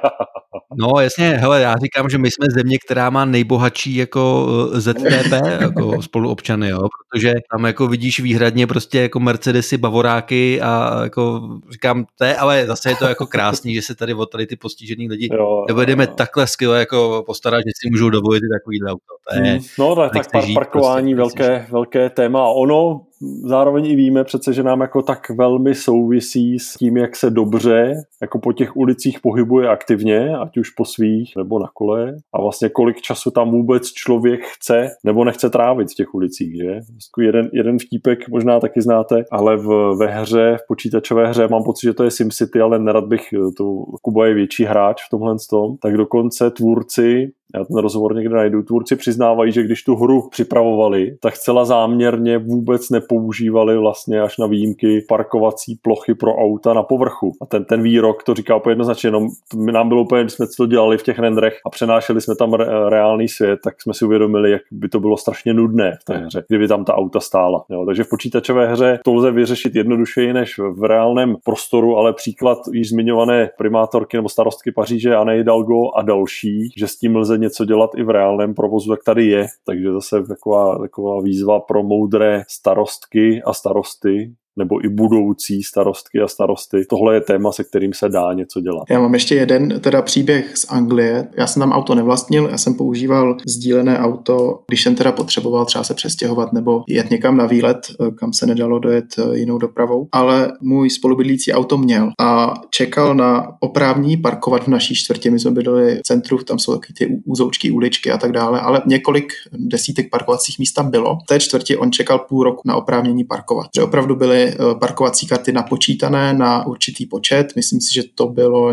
A: No jasně, hele, já říkám, že my jsme země, která má nejbohatší jako ZTP, jako spoluobčany, jo, protože tam jako vidíš výhradně prostě jako Mercedesy, Bavoráky a jako říkám, ale zase je to jako krásný, že se tady o tady ty postižený lidi dovedeme takhle skvěle jako postarat, že si můžou dovolit i takovýhle auto.
B: No tak parkování prostě, velké téma a ono zároveň i víme přece, že nám jako tak velmi souvisí s tím, jak se dobře jako po těch ulicích pohybuje aktivně, ať už po svých nebo na kole a vlastně kolik času tam vůbec člověk chce nebo nechce trávit v těch ulicích, že? Jeden vtípek možná taky znáte, ale ve hře, v počítačové hře mám pocit, že to je SimCity, ale nerad bych, Kuba je větší hráč v tomhle tom, tak dokonce tvůrci, já ten rozhovor někde najdu, tvůrci přiznávají, že když tu hru připravovali, tak zcela záměrně vůbec nepoužívali vlastně až na výjimky parkovací plochy pro auta na povrchu. A ten výrok to říká úplně jednoznačně, nám bylo úplně, když jsme to dělali v těch renderech a přenášeli jsme tam reálný svět, tak jsme si uvědomili, jak by to bylo strašně nudné v té hře, kdyby tam ta auta stála. Jo, takže v počítačové hře to lze vyřešit jednodušeji než v reálném prostoru, ale příklad již zmiňované primátorky nebo starostky Paříže Anne Hidalgo a další, že s tím lze něco dělat i v reálném provozu, tak tady je. Takže zase taková výzva pro moudré starostky a starosty, nebo i budoucí starostky a starosty. Tohle je téma, se kterým se dá něco dělat.
C: Já mám ještě jeden teda příběh z Anglie. Já jsem tam auto nevlastnil, já jsem používal sdílené auto, když jsem teda potřeboval třeba se přestěhovat nebo jet někam na výlet, kam se nedalo dojet jinou dopravou, ale můj spolubydlící auto měl a čekal na oprávnění parkovat v naší čtvrtě. My jsme bydleli v centru, tam jsou taky ty úzoučky, uličky a tak dále, ale několik desítek parkovacích míst tam bylo. V té čtvrti on čekal půl roku na oprávnění parkovat. Že opravdu byly parkovací karty napočítané na určitý počet. Myslím si, že to bylo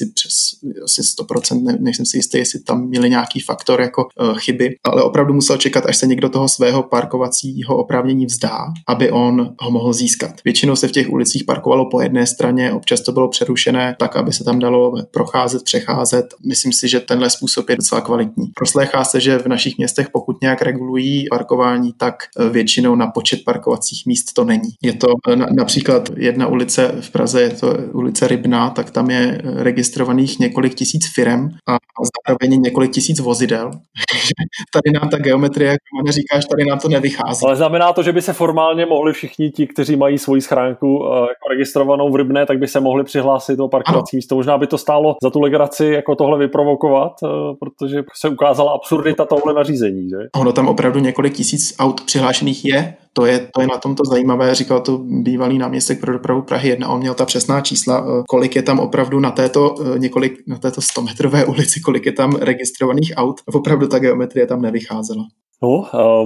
C: asi 100%, nejsem si jistý, jestli tam měli nějaký faktor jako chyby, ale opravdu musel čekat, až se někdo toho svého parkovacího oprávnění vzdá, aby on ho mohl získat. Většinou se v těch ulicích parkovalo po jedné straně, občas to bylo přerušené tak, aby se tam dalo procházet, přecházet. Myslím si, že tenhle způsob je docela kvalitní. Prosléchá se, že v našich městech, pokud nějak regulují parkování, tak většinou na počet parkovacích míst to není. Je to například jedna ulice v Praze, je to ulice Rybná, tak tam je registrovaných několik tisíc firem a zároveň několik tisíc vozidel. Tady nám ta geometrie, jak říkáš, tady nám to nevychází.
B: Ale znamená to, že by se formálně mohli všichni ti, kteří mají svoji schránku jako registrovanou v Rybné, tak by se mohli přihlásit o parkovací místo. Možná by to stálo za tu legraci jako tohle vyprovokovat, protože se ukázala absurdita tohle nařízení, že?
C: Ono tam opravdu několik tisíc aut přihlášených je. To je na tomto zajímavé, říkal to bývalý náměstek pro dopravu Prahy 1, on měl ta přesná čísla, kolik je tam opravdu na této 100metrové ulici, kolik je tam registrovaných aut. Opravdu ta geometrie tam nevycházela.
B: No,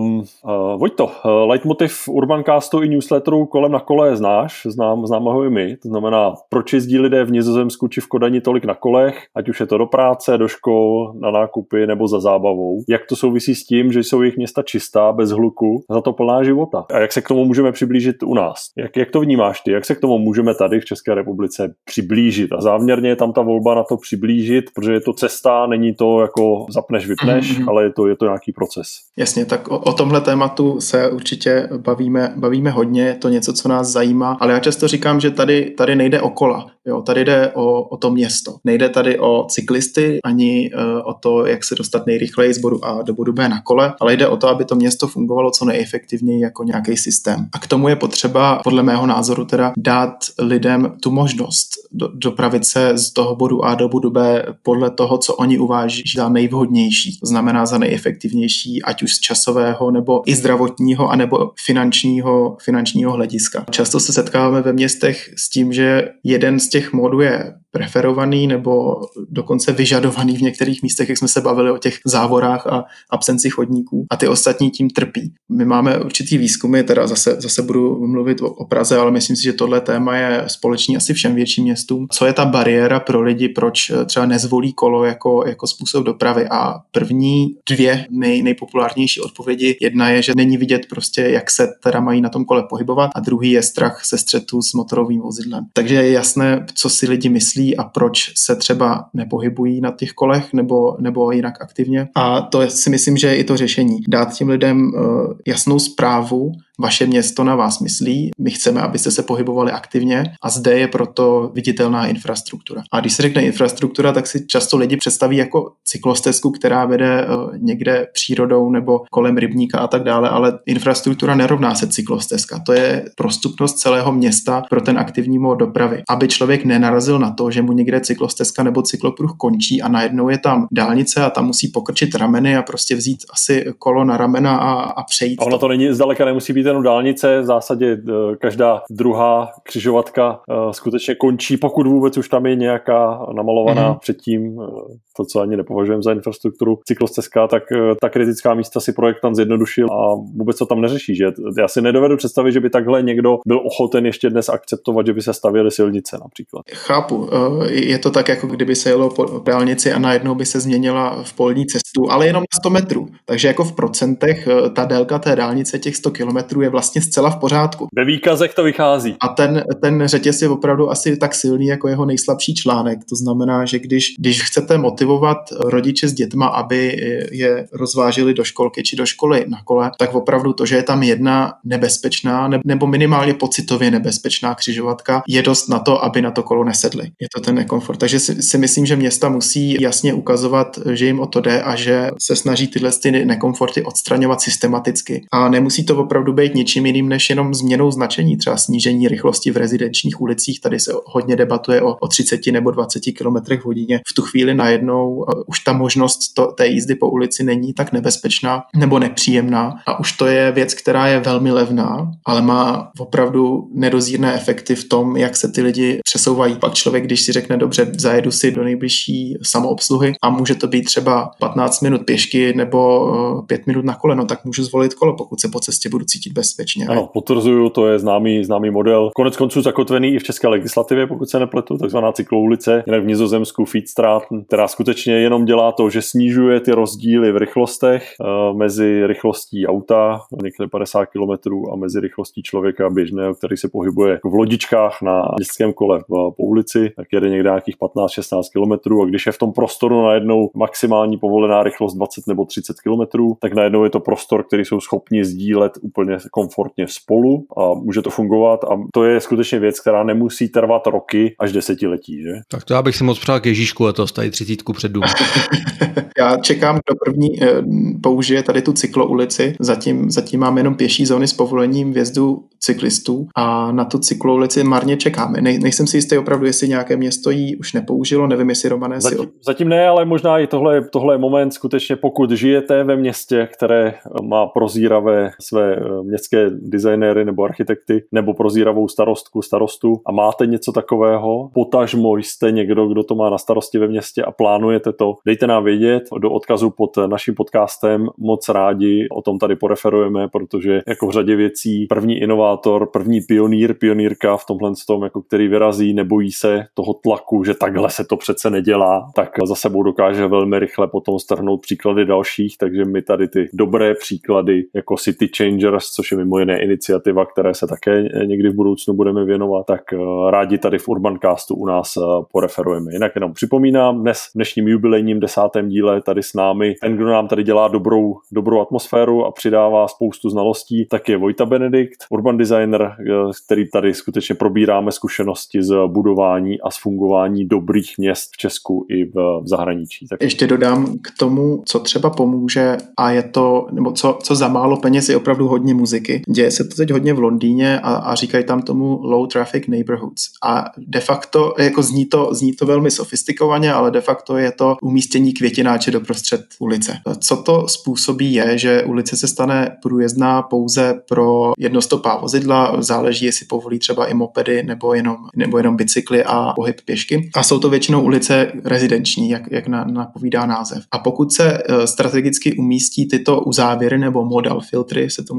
B: Vojto, leitmotiv Urbancastu i newsletteru Kolem na kole znáš, známe ho i my, to znamená, proč jezdí lidé v Nizozemsku či v Kodani tolik na kolech, ať už je to do práce, do škol, na nákupy nebo za zábavou. Jak to souvisí s tím, že jsou jejich města čistá, bez hluku, za to plná života? A jak se k tomu můžeme přiblížit u nás? Jak to vnímáš ty? Jak se k tomu můžeme tady v České republice přiblížit? A záměrně je tam ta volba na to přiblížit, protože je to cesta, není to jako zapneš, vypneš, ale je to nějaký proces.
C: Jasně, tak o tomhle tématu se určitě bavíme hodně, je to něco, co nás zajímá, ale já často říkám, že tady nejde o kola, jo, tady jde o to město. Nejde tady o cyklisty, ani o to, jak se dostat nejrychleji z bodu A do bodu B na kole, ale jde o to, aby to město fungovalo co nejefektivněji jako nějaký systém. A k tomu je potřeba, podle mého názoru, teda dát lidem tu možnost dopravit se z toho bodu A do bodu B podle toho, co oni uváží za nejvhodnější. To znamená za nejefektivnější, ať už z časového, nebo i zdravotního, anebo finančního hlediska. Často se setkáváme ve městech s tím, že jeden z těch modů je preferovaný nebo dokonce vyžadovaný v některých místech, jak jsme se bavili o těch závorách a absenci chodníků, a ty ostatní tím trpí. My máme určitý výzkumy, teda zase budu mluvit o Praze, ale myslím si, že tohle téma je společný asi všem větším městům. Co je ta bariéra pro lidi, proč třeba nezvolí kolo jako způsob dopravy? A první dvě nejpopulárnější odpovědi, jedna je, že není vidět prostě, jak se teda mají na tom kole pohybovat, a druhý je strach ze střetu s motorovým vozidlem. Takže je jasné, co si lidi myslí, myslí a proč se třeba nepohybují na těch kolech nebo jinak aktivně. A to si myslím, že je i to řešení. Dát těm lidem jasnou zprávu, vaše město na vás myslí, my chceme, abyste se pohybovali aktivně a zde je proto viditelná infrastruktura. A když se řekne infrastruktura, tak si často lidi představí jako cyklostezku, která vede někde přírodou nebo kolem rybníka a tak dále, ale infrastruktura nerovná se cyklostezka. To je prostupnost celého města pro ten aktivní mód dopravy. Aby člověk nenarazil na to, že mu někde cyklostezka nebo cyklopruh končí a najednou je tam dálnice a tam musí pokrčit rameny a prostě vzít asi kolo na ramena a přejít.
B: A ono to není, zdaleka nemusí být jenom dálnice, v zásadě každá druhá křižovatka skutečně končí, pokud vůbec už tam je nějaká namalovaná předtím, to, co ani nepovažujeme za infrastrukturu cyklostezka, tak ta kritická místa si projektant zjednodušil a vůbec to tam neřeší. Že? Já si nedovedu představit, že by takhle někdo byl ochoten ještě dnes akceptovat, že by se stavěly silnice například.
C: Chápu. Je to tak, jako kdyby se jelo po dálnici a najednou by se změnila v polní cestu, ale jenom na 100 metrů. Takže jako v procentech ta délka té dálnice těch 100 kilometrů je vlastně zcela v pořádku.
B: Ve výkazech to vychází.
C: A ten řetěz je opravdu asi tak silný jako jeho nejslabší článek. To znamená, že když chcete motivovat rodiče s dětma, aby je rozvážili do školky či do školy na kole, tak opravdu to, že je tam jedna nebezpečná nebo minimálně pocitově nebezpečná křižovatka, je dost na to, aby na to kolo nesedli. Je to ten nekomfort. Takže si myslím, že města musí jasně ukazovat, že jim o to jde a že se snaží tyhle nekomforty odstraňovat systematicky. A nemusí to opravdu být ničím jiným než jenom změnou značení, třeba snížení rychlosti v rezidenčních ulicích. Tady se hodně debatuje o 30 nebo 20 km v hodině. V tu chvíli najednou už ta možnost té jízdy po ulici není tak nebezpečná nebo nepříjemná. A už to je věc, která je velmi levná, ale má opravdu nedozírné efekty v tom, jak se ty lidi přesouvají. Pak člověk, když si řekne, dobře, zajedu si do nejbližší samoobsluhy a může to být třeba 15 minut pěšky nebo 5 minut na koleno, tak můžu zvolit kolo, pokud se po cestě budu cítit bezpečně.
B: Ano, potvrzuju, to je známý model. Konec konců zakotvený i v české legislativě, pokud se nepletu, takzvaná cykloulice, jinak v Nizozemsku Fietsstraat, která skutečně jenom dělá to, že snižuje ty rozdíly v rychlostech mezi rychlostí auta, někde 50 km a mezi rychlostí člověka běžného, který se pohybuje v lodičkách na městském kole po ulici, tak jede někde nějakých 15-16 km a když je v tom prostoru najednou maximální povolená rychlost 20 nebo 30 km, tak najednou je to prostor, který jsou schopni sdílet úplně komfortně spolu a může to fungovat a to je skutečně věc, která nemusí trvat roky až desetiletí, že?
A: Tak to já bych si moc přál k Ježíšku a to stají 30 před dům.
C: Já čekám, kdo první použije tady tu cykloulici. Zatím mám jenom pěší zóny s povolením vjezdu cyklistů a na tu cykloulici marně čekáme. Nejsem si jistý opravdu, jestli nějaké město ji už nepoužilo, nevím, jestli Romane si...
B: Zatím ne, ale možná i tohle je moment skutečně, pokud žijete ve městě, které má prozíravé své městské designéry nebo architekty, nebo prozíravou starostu a máte něco takového, potažmo jste někdo, kdo to má na starosti ve městě a plánujete to, dejte nám vědět do odkazu pod naším podcastem, moc rádi o tom tady poreferujeme, protože jako v řadě věcí první inovátor, první pionýrka v tomhle tom, jako který vyrazí, nebojí se toho tlaku, že takhle se to přece nedělá, tak za sebou dokáže velmi rychle potom strhnout příklady dalších, takže my tady ty dobré příklady jako City Changers, což je mimo jiné iniciativa, které se také někdy v budoucnu budeme věnovat, tak rádi tady v Urbancastu u nás poreferujeme. Jinak jenom připomínám, dnes v dnešním jubilejním 10. díle tady s námi, ten, kdo nám tady dělá dobrou atmosféru a přidává spoustu znalostí, tak je Vojta Benedikt, urban designer, který tady skutečně probíráme zkušenosti z budování a z fungování dobrých měst v Česku i v zahraničí. Tak...
C: Ještě dodám k tomu, co třeba pomůže a je to, nebo co za málo peněz je opravdu hodně muziky. Děje se to teď hodně v Londýně a říkají tam tomu low traffic neighborhoods. A de facto, jako zní to velmi sofistikovaně, ale de facto je to umístění květináče doprostřed ulice. Co to způsobí je, že ulice se stane průjezdná pouze pro jednostopá vozidla, záleží, jestli povolí třeba i mopedy nebo jenom bicykly a pohyb pěšky. A jsou to většinou ulice rezidenční, jak napovídá název. A pokud se strategicky umístí tyto uzávěry nebo modal filtry, se tomu taky může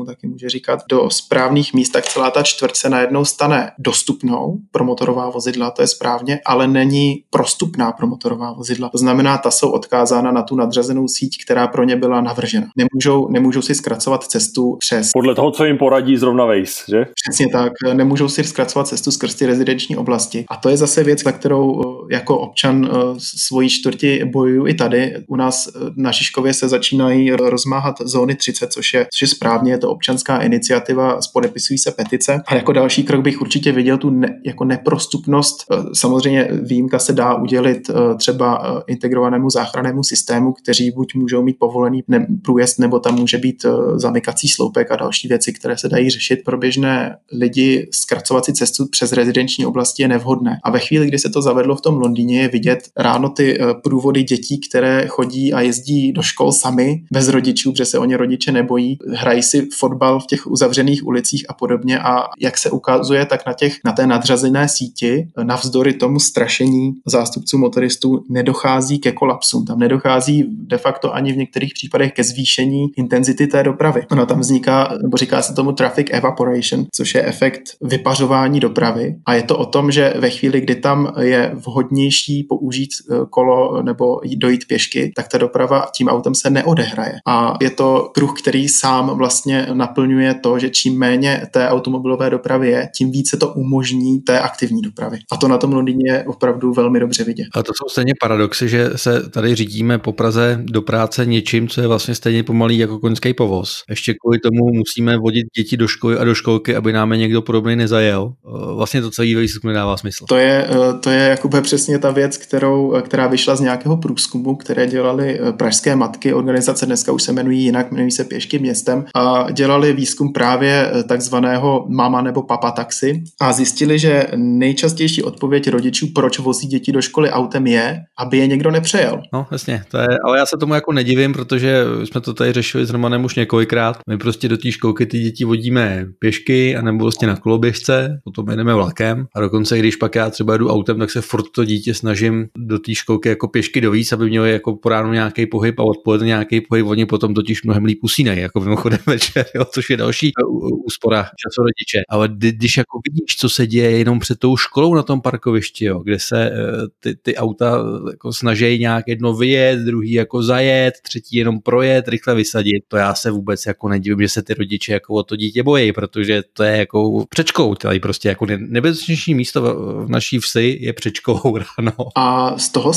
C: může říkat, do správných míst, tak celá ta čtvrť se najednou stane dostupnou pro motorová vozidla, to je správně, ale není prostupná pro motorová vozidla. To znamená, ta jsou odkázána na tu nadřazenou síť, která pro ně byla navržena. Nemůžou si zkracovat cestu přes...
B: Podle toho, co jim poradí zrovna Waze, že?
C: Přesně tak. Nemůžou si zkracovat cestu skrz ty rezidenční oblasti. A to je zase věc, za kterou jako občan svojí čtvrti bojuju i tady. U nás na Žižkově se začínají rozmáhat zóny 30, což je správně, je to občanská iniciativa, spodepisují se petice. A jako další krok bych určitě viděl tu jako neprostupnost. Samozřejmě výjimka se dá udělit třeba integrovanému záchrannému systému, kteří buď můžou mít povolený průjezd, nebo tam může být zamykací sloupek a další věci, které se dají řešit. Pro běžné lidi zkracovat si cestu přes rezidenční oblasti je nevhodné. A ve chvíli, kdy se to zavedlo v tom Londýně, je vidět ráno ty průvody dětí, které chodí a jezdí do škol sami, bez rodičů, protože se o ně rodiče nebojí, hrají si fotbal v těch uzavřených ulicích a podobně. A jak se ukazuje, tak na té nadřazené síti navzdory tomu strašení zástupců motoristů nedochází ke kolapsům. Tam nedochází de facto ani v některých případech ke zvýšení intenzity té dopravy. Ono tam vzniká, nebo říká se tomu traffic evaporation, což je efekt vypařování dopravy. A je to o tom, že ve chvíli, kdy tam je vhodnější použít kolo nebo dojít pěšky, tak ta doprava tím autem se neodehraje. A je to kruh, který sám vlastně naplňuje to, že čím méně té automobilové dopravy je, tím více to umožní té aktivní dopravy. A to na tom Londýně je opravdu velmi dobře vidět.
A: A to jsou stejně paradoxy, že se tady řídíme po Praze do práce něčím, co je vlastně stejně pomalý jako koňský povoz. Ještě kvůli tomu musíme vodit děti do školy a do školky, aby nám někdo podobný nezajel. Vlastně to celý výzkum nedává smysl.
C: To je jakoby přesně ta věc, která vyšla z nějakého průzkumu, které dělali pražské matky, organizace dneska už se jmenují jinak, jmenují se Pěšky městem a dělali výzkum právě takzvaného mama nebo papa taxi a zjistili, že nejčastější odpověď rodičů, proč vozí děti do školy autem je, aby je někdo nepřejel.
A: No jasně, ale já se tomu jako nedivím, protože jsme to tady řešili s Romanem už několikrát. My prostě do té školky ty děti vodíme pěšky anebo vlastně na koloběžce, potom jedeme vlakem a dokonce když pak já třeba jedu autem, tak se furt to dítě snažím do té školky jako pěšky dovíct, aby měli jako po ránu nějaký pohyb a odpoledne nějaký pohyb, oni potom totiž mnohem líp usínají, jako mimochodem večer, jo, což je další úspora času rodiče. Ale když jako vidíš, co se děje jenom před tou školou na tom parkovišti, jo, kde se ty auta jako snaží nějak jedno vyjet, druhý jako zajet, třetí jenom projet, rychle vysadit, to já se vůbec jako nedivím, že se ty rodiče jako o to dítě bojí, protože to je jako před školou, tady prostě jako nebezpečnější místo v naší vsi je před školou ráno.
C: A z toho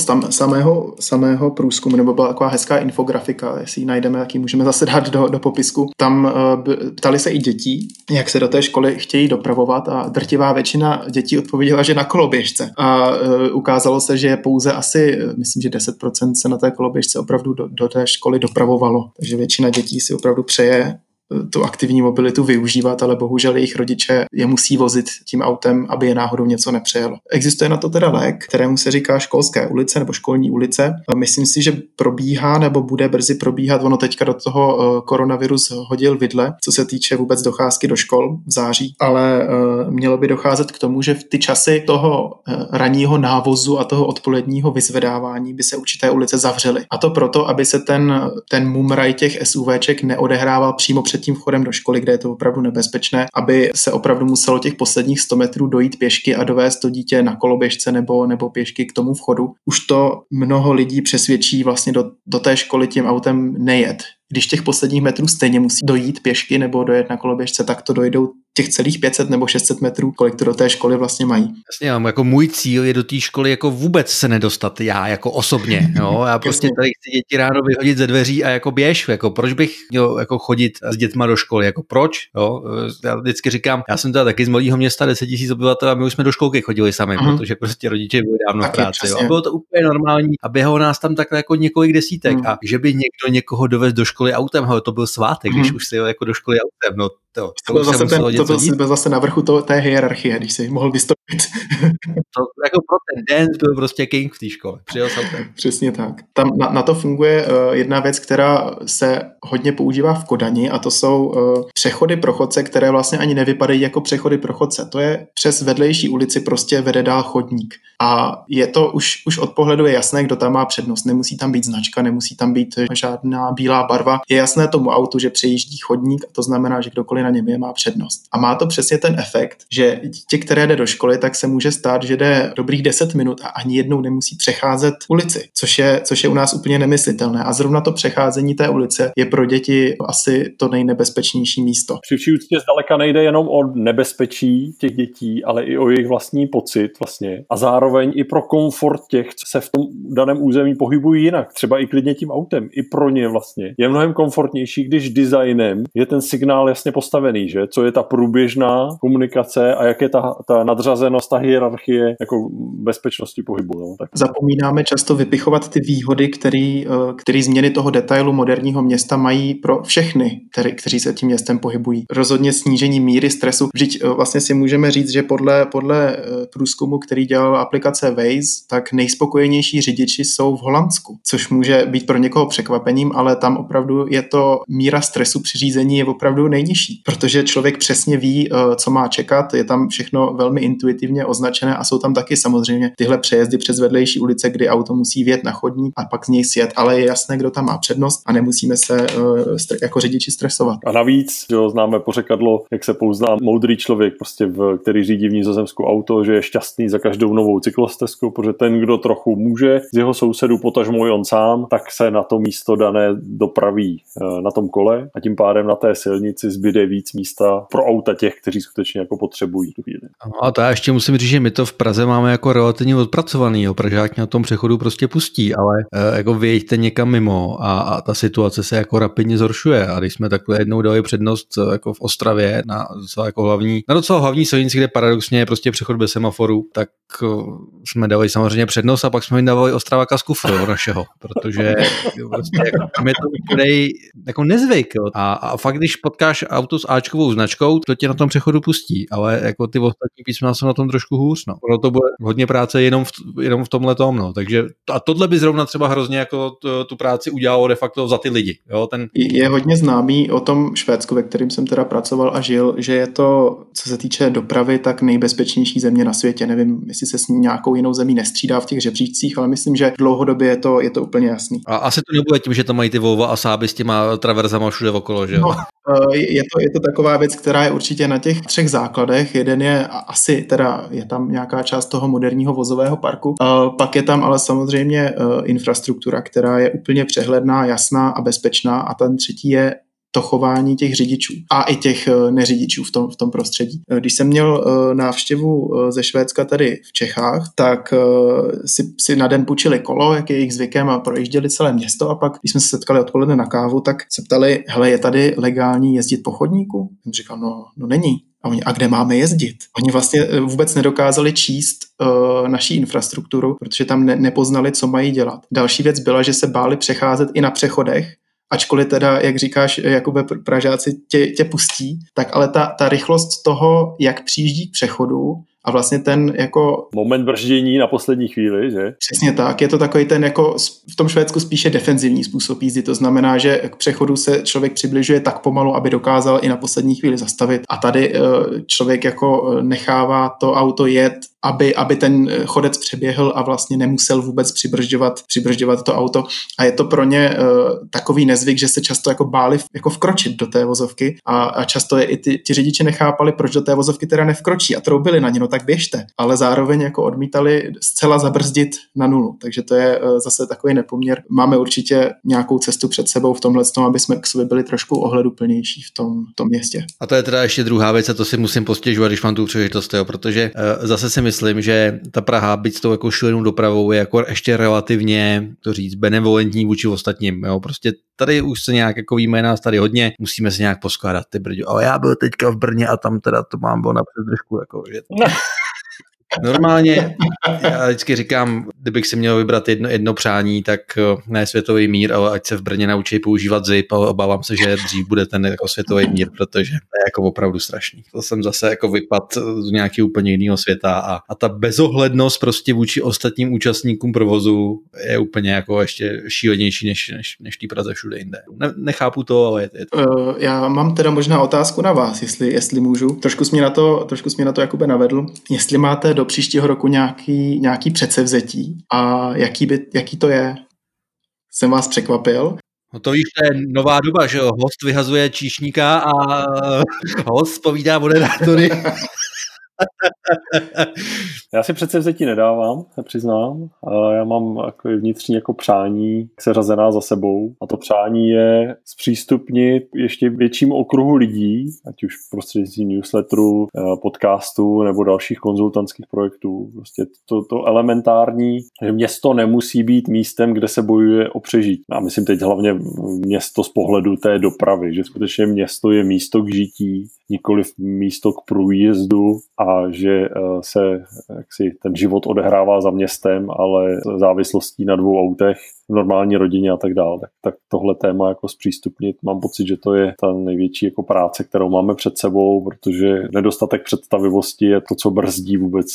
C: samého průzkumu, nebo byla taková hezká infografika, jestli ji najdeme, tak ji můžeme zase dát do popisku. Tam ptali se i dětí, jak se do té školy chtějí dopravovat a drtivá většina dětí odpověděla, že na koloběžce. A ukázalo se, že pouze asi, myslím, že 10% se na té koloběžce opravdu do té školy dopravovalo. Takže většina dětí si opravdu přeje tu aktivní mobilitu využívat, ale bohužel jejich rodiče je musí vozit tím autem, aby je náhodou něco nepřejelo. Existuje na to teda lék, kterému se říká školské ulice nebo školní ulice. Myslím si, že probíhá nebo bude brzy probíhat. Ono teďka do toho koronavirus hodil vidle, co se týče vůbec docházky do škol v září, ale mělo by docházet k tomu, že v ty časy toho ranního návozu a toho odpoledního vyzvedávání by se určité ulice zavřely. A to proto, aby se ten mumraj těch SUVček neodehrával přímo před tím vchodem do školy, kde je to opravdu nebezpečné, aby se opravdu muselo těch posledních 100 metrů dojít pěšky a dovést to dítě na koloběžce nebo pěšky k tomu vchodu. Už to mnoho lidí přesvědčí vlastně do té školy tím autem nejet. Když těch posledních metrů stejně musí dojít pěšky nebo dojet na koloběžce, tak to dojdou těch celých 500 nebo 600 metrů, kolik to do té školy vlastně mají.
A: Jasně, jako můj cíl je do té školy jako vůbec se nedostat já jako osobně. Jo? Já prostě tady chci děti ráno vyhodit ze dveří a jako běž, jako proč bych měl jako chodit s dětma do školy, jako proč? Jo? Já vždycky říkám, já jsem teda taky z malého města, 10 000 obyvatel a my už jsme do školky chodili sami, protože prostě rodiče byli dávno v práci. Jo? A bylo to úplně normální a běhalo nás tam takhle jako několik desítek a že by někdo někoho dovez do školy autem, hele, to byl svátek, když už si jel jako do školy autem, no to
C: byl zase na vrchu té hierarchie, když si mohl vystoupit.
A: To jako pro ten den byl prostě king v té škole. Přijel s autem.
C: Přesně tak. Tam na to funguje jedna věc, která se hodně používá v Kodani a to jsou přechody pro chodce, které vlastně ani nevypadají jako přechody pro chodce. To je přes vedlejší ulici prostě vede dál chodník. A je to už od pohledu je jasné, kdo tam má přednost. Nemusí tam být značka, nemusí tam být žádná bílá barva. Je jasné tomu autu, že přejíždí chodník a to znamená, že kdokoliv na něm má přednost. A má to přesně ten efekt, že dítě, které jde do školy, tak se může stát, že jde dobrých 10 minut a ani jednou nemusí přecházet ulici, což je u nás úplně nemyslitelné. A zrovna to přecházení té ulice je pro děti asi to nejnebezpečnější místo.
B: Při vší úctě zdaleka nejde jenom o nebezpečí těch dětí, ale i o jejich vlastní pocit vlastně. A zároveň i pro komfort těch, co se v tom daném území pohybují jinak. Třeba i klidně tím autem. I pro ně vlastně. Je mnohem komfortnější, když designem je ten signál jasně postavený, že? Co je ta průběžná komunikace a jak je ta nadřazenost, ta hierarchie jako bezpečnosti pohybu. No? Tak.
C: Zapomínáme často vypichovat ty výhody, které změny toho detailu moderního města mají pro všechny, kteří se tím městem pohybují. Rozhodně snížení míry stresu. Vždyť vlastně si můžeme říct, že podle průzkumu, který dělala aplikace Waze, tak nejspokojenější řidiči jsou v Holandsku, což může být pro někoho překvapením, ale tam opravdu je to míra stresu při řízení je opravdu nejnižší, protože člověk přesně ví, co má čekat, je tam všechno velmi intuitivně označené a jsou tam taky samozřejmě tyhle přejezdy přes vedlejší ulice, kdy auto musí vjet na chodník a pak z něj sjet, ale je jasné, kdo tam má přednost a nemusíme se jako řidiči stresovat.
B: A navíc, že známe pořekadlo, jak se pozná moudrý člověk, prostě který řídí v Nizozemsku auto, že je šťastný za každou novou cyklostezku, protože ten, kdo trochu může z jeho sousedů, potažmo i on sám, tak se na to místo dané dopraví na tom kole a tím pádem na té silnici zbyde víc místa pro auta těch, kteří skutečně jako potřebují tu chvíli.
A: A to já ještě musím říct, že my to v Praze máme jako relativně odpracovaný, Pražák na tom přechodu prostě pustí, ale jako vyjeďte někam mimo a ta situace se jako rapidně zhoršuje a když jsme takhle jednou dali přednost jako v Ostravě na docela hlavní silnici, kde paradoxně je prostě přechod bez semaforu, tak jsme dali samozřejmě přednost a pak jsme jim dávali Ostravaka z kufru našeho, protože prostě jako, tam je to úplnej jako nezvyk. Jo. A fakt, když potkáš auto s áčkovou značkou, to tě na tom přechodu pustí, ale jako ty ostatní písmena jsou na tom trošku hůř. No. Proto bude hodně práce jenom v tomhletom. No. Takže a tohle by zrovna třeba hrozně jako tu práci udělalo de facto za ty lidi. Jo.
C: Je hodně známý o tom Švédsku, ve kterém jsem teda pracoval a žil, že je to, co se týče dopravy, tak nejbezpečnější země na světě. Nevím, jestli se s nějakou jinou zemí nestřídá v těch žebříčcích, ale myslím, že dlouhodobě je to úplně jasný.
A: A asi to nebude tím, že to mají ty Volvo a Sáby s těma traverzama všude okolo, že jo?
C: No, je to taková věc, která je určitě na těch 3 základech. Jeden je asi, teda je tam nějaká část toho moderního vozového parku. Pak je tam ale samozřejmě infrastruktura, která je úplně přehledná, jasná a bezpečná. A ten třetí je to chování těch řidičů a i těch neřidičů v tom prostředí. Když jsem měl návštěvu ze Švédska tady v Čechách, tak si na den půjčili kolo, jak je jejich zvykem a projížděli celé město a pak, když jsme se setkali odpoledne na kávu, tak se ptali, hele, je tady legální jezdit po chodníku? Jsem říkal, no není. A kde máme jezdit? Oni vlastně vůbec nedokázali číst naší infrastrukturu, protože tam nepoznali, co mají dělat. Další věc byla, že se báli přecházet i na přechodech, ačkoliv teda, jak říkáš, Jakube, Pražáci tě pustí, tak ale ta rychlost toho, jak přijíždí k přechodu a vlastně ten jako...
B: moment brždění na poslední chvíli, že?
C: Přesně tak, je to takový ten jako v tom Švédsku spíše defenzivní způsob jízdy, to znamená, že k přechodu se člověk přibližuje tak pomalu, aby dokázal i na poslední chvíli zastavit a tady člověk jako nechává to auto jet, aby ten chodec přeběhl a vlastně nemusel vůbec přibržďovat to auto a je to pro ně takový nezvyk, že se často jako báli jako vkročit do té vozovky a často je i ti řidiči nechápali, proč do té vozovky teda nevkročí a troubili na ně, no tak běžte, ale zároveň jako odmítali zcela zabrzdit na nulu, takže to je zase takový nepoměr. Máme určitě nějakou cestu před sebou v tomhle tom, aby jsme k sobě byli trošku ohleduplnější v tom městě.
A: A to je teda ještě druhá věc a to si musím postěžovat, když mám tu příležitost, protože zase si myslím, že ta Praha, byť s tou jako šílenou dopravou, je jako ještě relativně, to říct, benevolentní vůči ostatním. Jo? Prostě tady už se nějak jako víme nás tady hodně, musíme se nějak poskládat, ty brďo. Ale já byl teďka v Brně a tam teda to mám bylo na přezdržku, jako, že... Normálně, já vždycky říkám, kdybych si měl vybrat jedno přání, tak ne světový mír, ale ať se v Brně naučí používat zip, ale obávám se, že dřív bude ten jako světový mír, protože to je jako opravdu strašný. To jsem zase jako vypad z nějakého úplně jiného světa a ta bezohlednost prostě vůči ostatním účastníkům provozu je úplně jako ještě šílenější než tý Praze všude jinde. Nechápu to, ale je to.
C: Já mám teda možná otázku na vás, jestli můžu. Trošku jsi mě na to Jakube navedl. Jestli máte do příštího roku nějaký předsevzetí a jaký to je? Jsem vás překvapil?
A: No to víš, to je nová doba, že jo? Host vyhazuje číšníka a host povídá moderátory.
B: Já si předsevzetí nedávám, se přiznám. Já mám jako vnitřní jako přání seřazená za sebou. A to přání je zpřístupnit ještě většímu okruhu lidí, ať už prostřednictvím newsletteru, podcastu nebo dalších konzultantských projektů. Prostě to elementární, že město nemusí být místem, kde se bojuje o přežití. A myslím teď hlavně město z pohledu té dopravy, že skutečně město je místo k žití, nikoliv místo k průjezdu a že se jaksi ten život odehrává za městem, ale závislostí na 2 autech v normální rodině a tak dále. Tak tohle téma jako zpřístupnit, mám pocit, že to je ta největší jako práce, kterou máme před sebou, protože nedostatek představivosti je to, co brzdí vůbec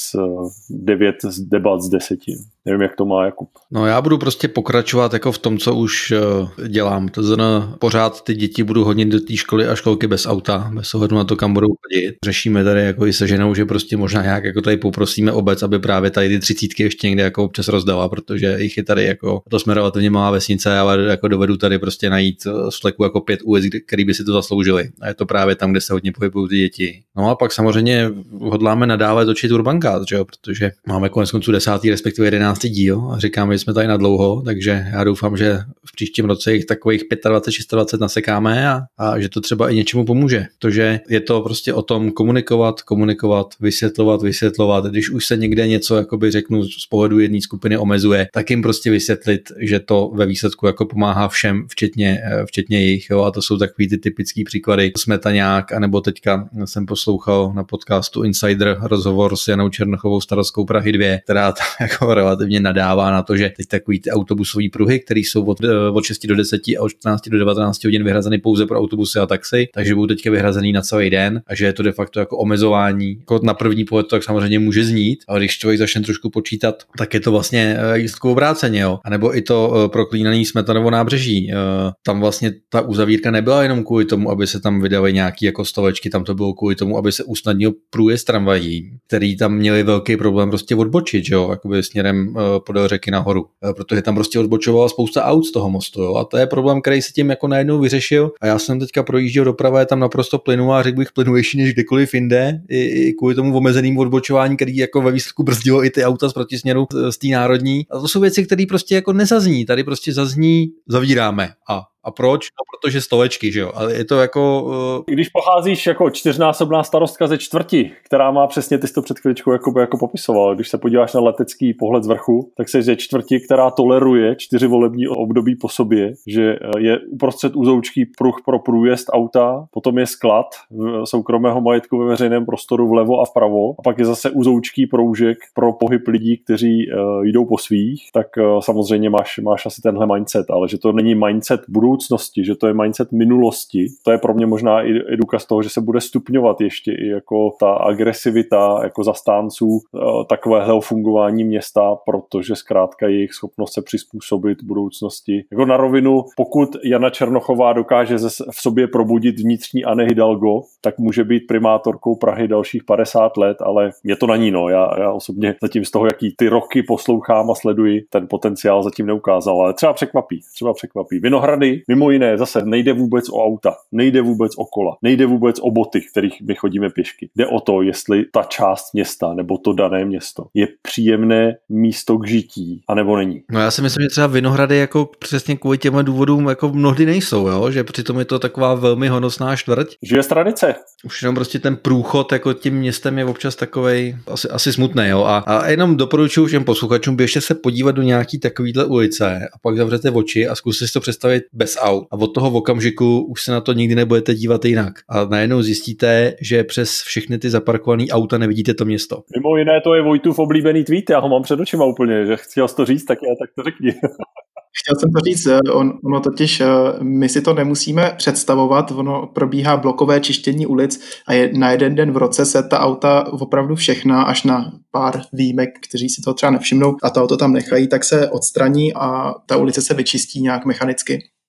B: 9 debat z 10. Nevím, jak to má Jakub.
A: No já budu prostě pokračovat jako v tom, co už dělám. To znamená, pořád ty děti budu hodit do té školy a školky bez auta, bez ohledu na to, kam budou chodit. Řešíme tady jako i se ženou, že prostě možná nějak jako tady poprosíme obec, aby právě tady ty 30 ještě někde jako občas rozdala, protože jich je tady jako, to jsme relativně malá vesnice, ale jako dovedu tady prostě najít z fleku jako 5 ulic, který by si to zasloužili. A je to právě tam, kde se hodně pohybují ty děti. No a pak samozřejmě hodláme nadále točit Urbancast, že jo, protože máme koneckonců 10. respektive 11. díl a říkáme, že jsme tady na dlouho, takže já doufám, že v příštím roce jich takových 25, 26 nasekáme a že to třeba i něčemu pomůže. Protože je to prostě o tom komunikovat, vysvětlovat. Když už se někde něco, jakoby řeknu, z pohledu jedné skupiny omezuje, tak jim prostě vysvětlit, že to ve výsledku jako pomáhá všem, včetně jich. Jo? A to jsou takový ty typický příklady. Smetaňák, anebo teďka jsem poslouchal na podcastu Insider rozhovor s Janou Černochovou, starostkou Prahy 2, která tam jako relativně nadává na to, že teď takový ty autobusové pruhy, které jsou od 6 do 10 a od 14 do 19 hodin vyhrazeny pouze pro autobusy a taxi, takže budou teďka vyhrazený na celý den a že je to de facto jako omezování. Jako na první pohled to tak samozřejmě může znít, ale když člověk začne trošku počítat, tak je to vlastně jistkou obráceně, jo. A nebo i to proklínaný Smetanovo nábřeží. Tam vlastně ta uzavírka nebyla jenom kvůli tomu, aby se tam vydaly nějaký jako stovečky, tam to bylo kvůli tomu, aby se usnadnil průjezd tramvají, který tam měli velký problém prostě odbočit, jo, jakoby směrem podél řeky nahoru, protože tam prostě odbočovala spousta aut z toho mostu, jo. A to je problém, který se tím jako najednou vyřešil. A já jsem teďka projížděl, doprava je tam naprosto plynulá, řekl bych plynulejší než kdekoliv jinde, i kvůli tomu omezenému odbočování, který jako ve výsledku brzdilo i ty auta z protisměru z té národní. A to jsou věci, které prostě jako nezazní. Tady prostě zazní, zavíráme. A proč? No, protože stovečky, že jo. Ale je to jako...
B: Když pocházíš jako 4násobná starostka ze čtvrti, která má přesně, ty jsi to před chvíličkou jako popisoval, když se podíváš na letecký pohled z vrchu, tak jsi ze čtvrti, která toleruje 4 volební období po sobě, že je uprostřed uzoučký pruh pro průjezd auta, potom je sklad soukromého majetku ve veřejném prostoru vlevo a vpravo, a pak je zase uzoučký proužek pro pohyb lidí, kteří jdou po svých, tak samozřejmě máš asi tenhle mindset, ale že to není mindset budoucnosti, že to je mindset minulosti. To je pro mě možná i důkaz toho, že se bude stupňovat ještě i jako ta agresivita jako zastánců takového fungování města, protože zkrátka jejich schopnost se přizpůsobit budoucnosti. Jako na rovinu, pokud Jana Černochová dokáže v sobě probudit vnitřní Anne Hidalgo, tak může být primátorkou Prahy dalších 50 let, ale je to na ní, no. Já osobně zatím z toho, jaký ty roky poslouchám a sleduji, ten potenciál zatím neukázal, ale třeba překvapí. Vinohrady, mimo jiné, zase nejde vůbec o auta, nejde vůbec o kola, nejde vůbec o boty, kterých my chodíme pěšky. Jde o to, jestli ta část města nebo to dané město je příjemné místo k žití, anebo není.
A: No já si myslím, že třeba Vinohrady jako přesně kvůli těmhle důvodům jako mnohdy nejsou, jo? Že přitom je to taková velmi honosná čtvrť.
B: Žije z tradice.
A: Už jenom prostě ten průchod jako tím městem je občas takovej asi smutný, jo. A jenom doporučuji všem posluchačům běžte se podívat do nějaký takovýhle ulice a pak zavřete oči a zkuste si to představit bez aut. A od toho okamžiku už se na to nikdy nebudete dívat jinak. A najednou zjistíte, že přes všechny ty zaparkované auta nevidíte to město.
B: Mimo jiné to je Vojtův oblíbený tweet, já ho mám před očima úplně, že chtěl jsi to říct, tak to řekni.
C: Chtěl jsem to říct, ono totiž, my si to nemusíme představovat, ono probíhá blokové čištění ulic a na jeden den v roce se ta auta opravdu všechna, až na pár výjimek, kteří si to třeba nevšimnou a to auto tam nechají, tak se odstraní a ta ulice se vyčistí nějak mechanicky.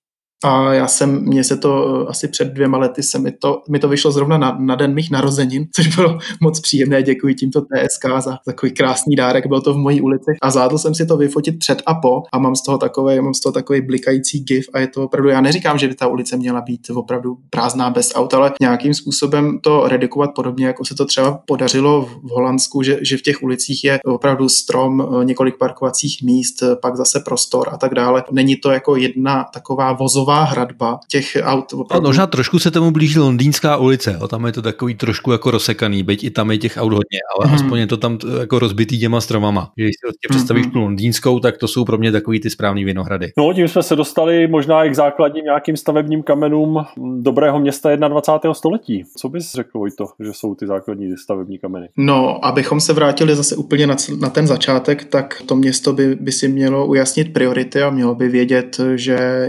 C: A mně se to asi před 2 lety mi to vyšlo zrovna na den mých narozenin, což bylo moc příjemné, děkuji tímto TSK za takový krásný dárek, bylo to v mojí ulici a zvládl jsem si to vyfotit před a po a mám z toho takový blikající gif a je to opravdu, já neříkám, že by ta ulice měla být opravdu prázdná bez aut, ale nějakým způsobem to redukovat podobně, jako se to třeba podařilo v Holandsku, že v těch ulicích je opravdu strom, několik parkovacích míst, pak zase prostor a tak dále. Není to jako jedna taková vozová hradba těch aut. Opravdu...
A: Možná trošku se tomu blíží Londýnská ulice, tam je to takový trošku jako rozsekaný, byť i tam je těch aut hodně, ale aspoň je to tam jako rozbitý těma stromama. Když si představíš tu londýnskou, tak to jsou pro mě takový ty správný vinohrady.
B: No, tím jsme se dostali možná i k základním nějakým stavebním kamenům dobrého města 21. století. Co bys řekl, Vojto, že jsou ty základní stavební kameny?
C: No, abychom se vrátili zase úplně na ten začátek, tak to město by si mělo ujasnit priority a mělo by vědět, že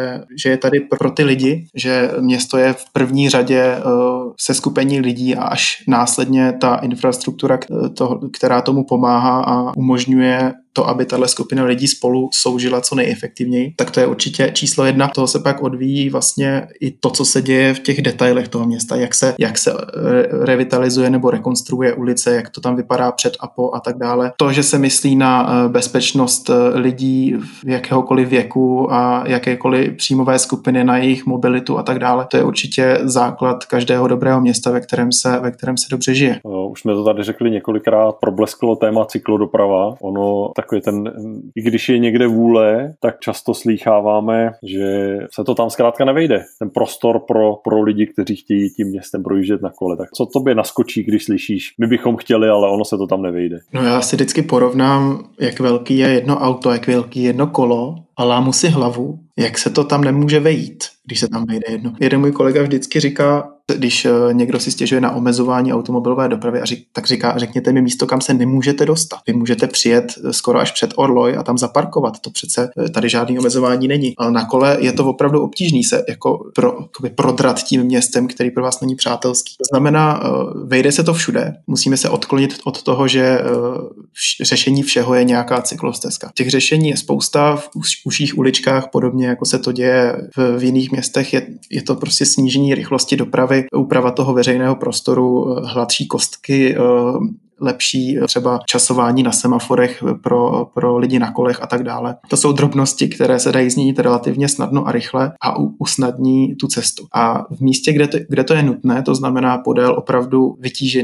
C: je tady pro ty lidi, že město je v první řadě seskupení lidí a až následně ta infrastruktura, která tomu pomáhá a umožňuje to, aby tahle skupina lidí spolu soužila co nejefektivněji, tak to je určitě číslo 1. Toho se pak odvíjí vlastně i to, co se děje v těch detailech toho města, jak se revitalizuje nebo rekonstruuje ulice, jak to tam vypadá před a po a tak dále. To, že se myslí na bezpečnost lidí v jakéhokoliv věku a jakékoliv příjmové skupiny, na jejich mobilitu a tak dále, to je určitě základ každého dobrého města, ve kterém se dobře žije.
B: Už jsme to tady řekli několikrát, problesklo téma cyklodoprava. Ono takový i když je někde vůle, tak často slýcháváme, že se to tam zkrátka nevejde. Ten prostor pro lidi, kteří chtějí tím městem projíždět na kole. Tak co tobě naskočí, když slyšíš, my bychom chtěli, ale ono se to tam nevejde?
C: No já si vždycky porovnám, jak velký je jedno auto, jak velký je jedno kolo a lámu si hlavu, jak se to tam nemůže vejít, když se tam vejde jedno. Jeden můj kolega vždycky říká, když někdo si stěžuje na omezování automobilové dopravy, tak říká, řekněte mi místo, kam se nemůžete dostat. Vy můžete přijet skoro až před Orloj a tam zaparkovat. To přece tady žádný omezování není. Ale na kole je to opravdu obtížný se prodrat tím městem, který pro vás není přátelský. To znamená, vejde se to všude. Musíme se odklonit od toho, že řešení všeho je nějaká cyklostezka. Těch řešení je spousta v užších uličkách, podobně jako se to děje v jiných městech. Je to prostě snížení rychlosti dopravy, úprava toho veřejného prostoru, hladší kostky, lepší třeba časování na semaforech pro lidi na kolech a tak dále. To jsou drobnosti, které se dají změnit relativně snadno a rychle a usnadní tu cestu. A v místě, kde to je nutné, to znamená podél opravdu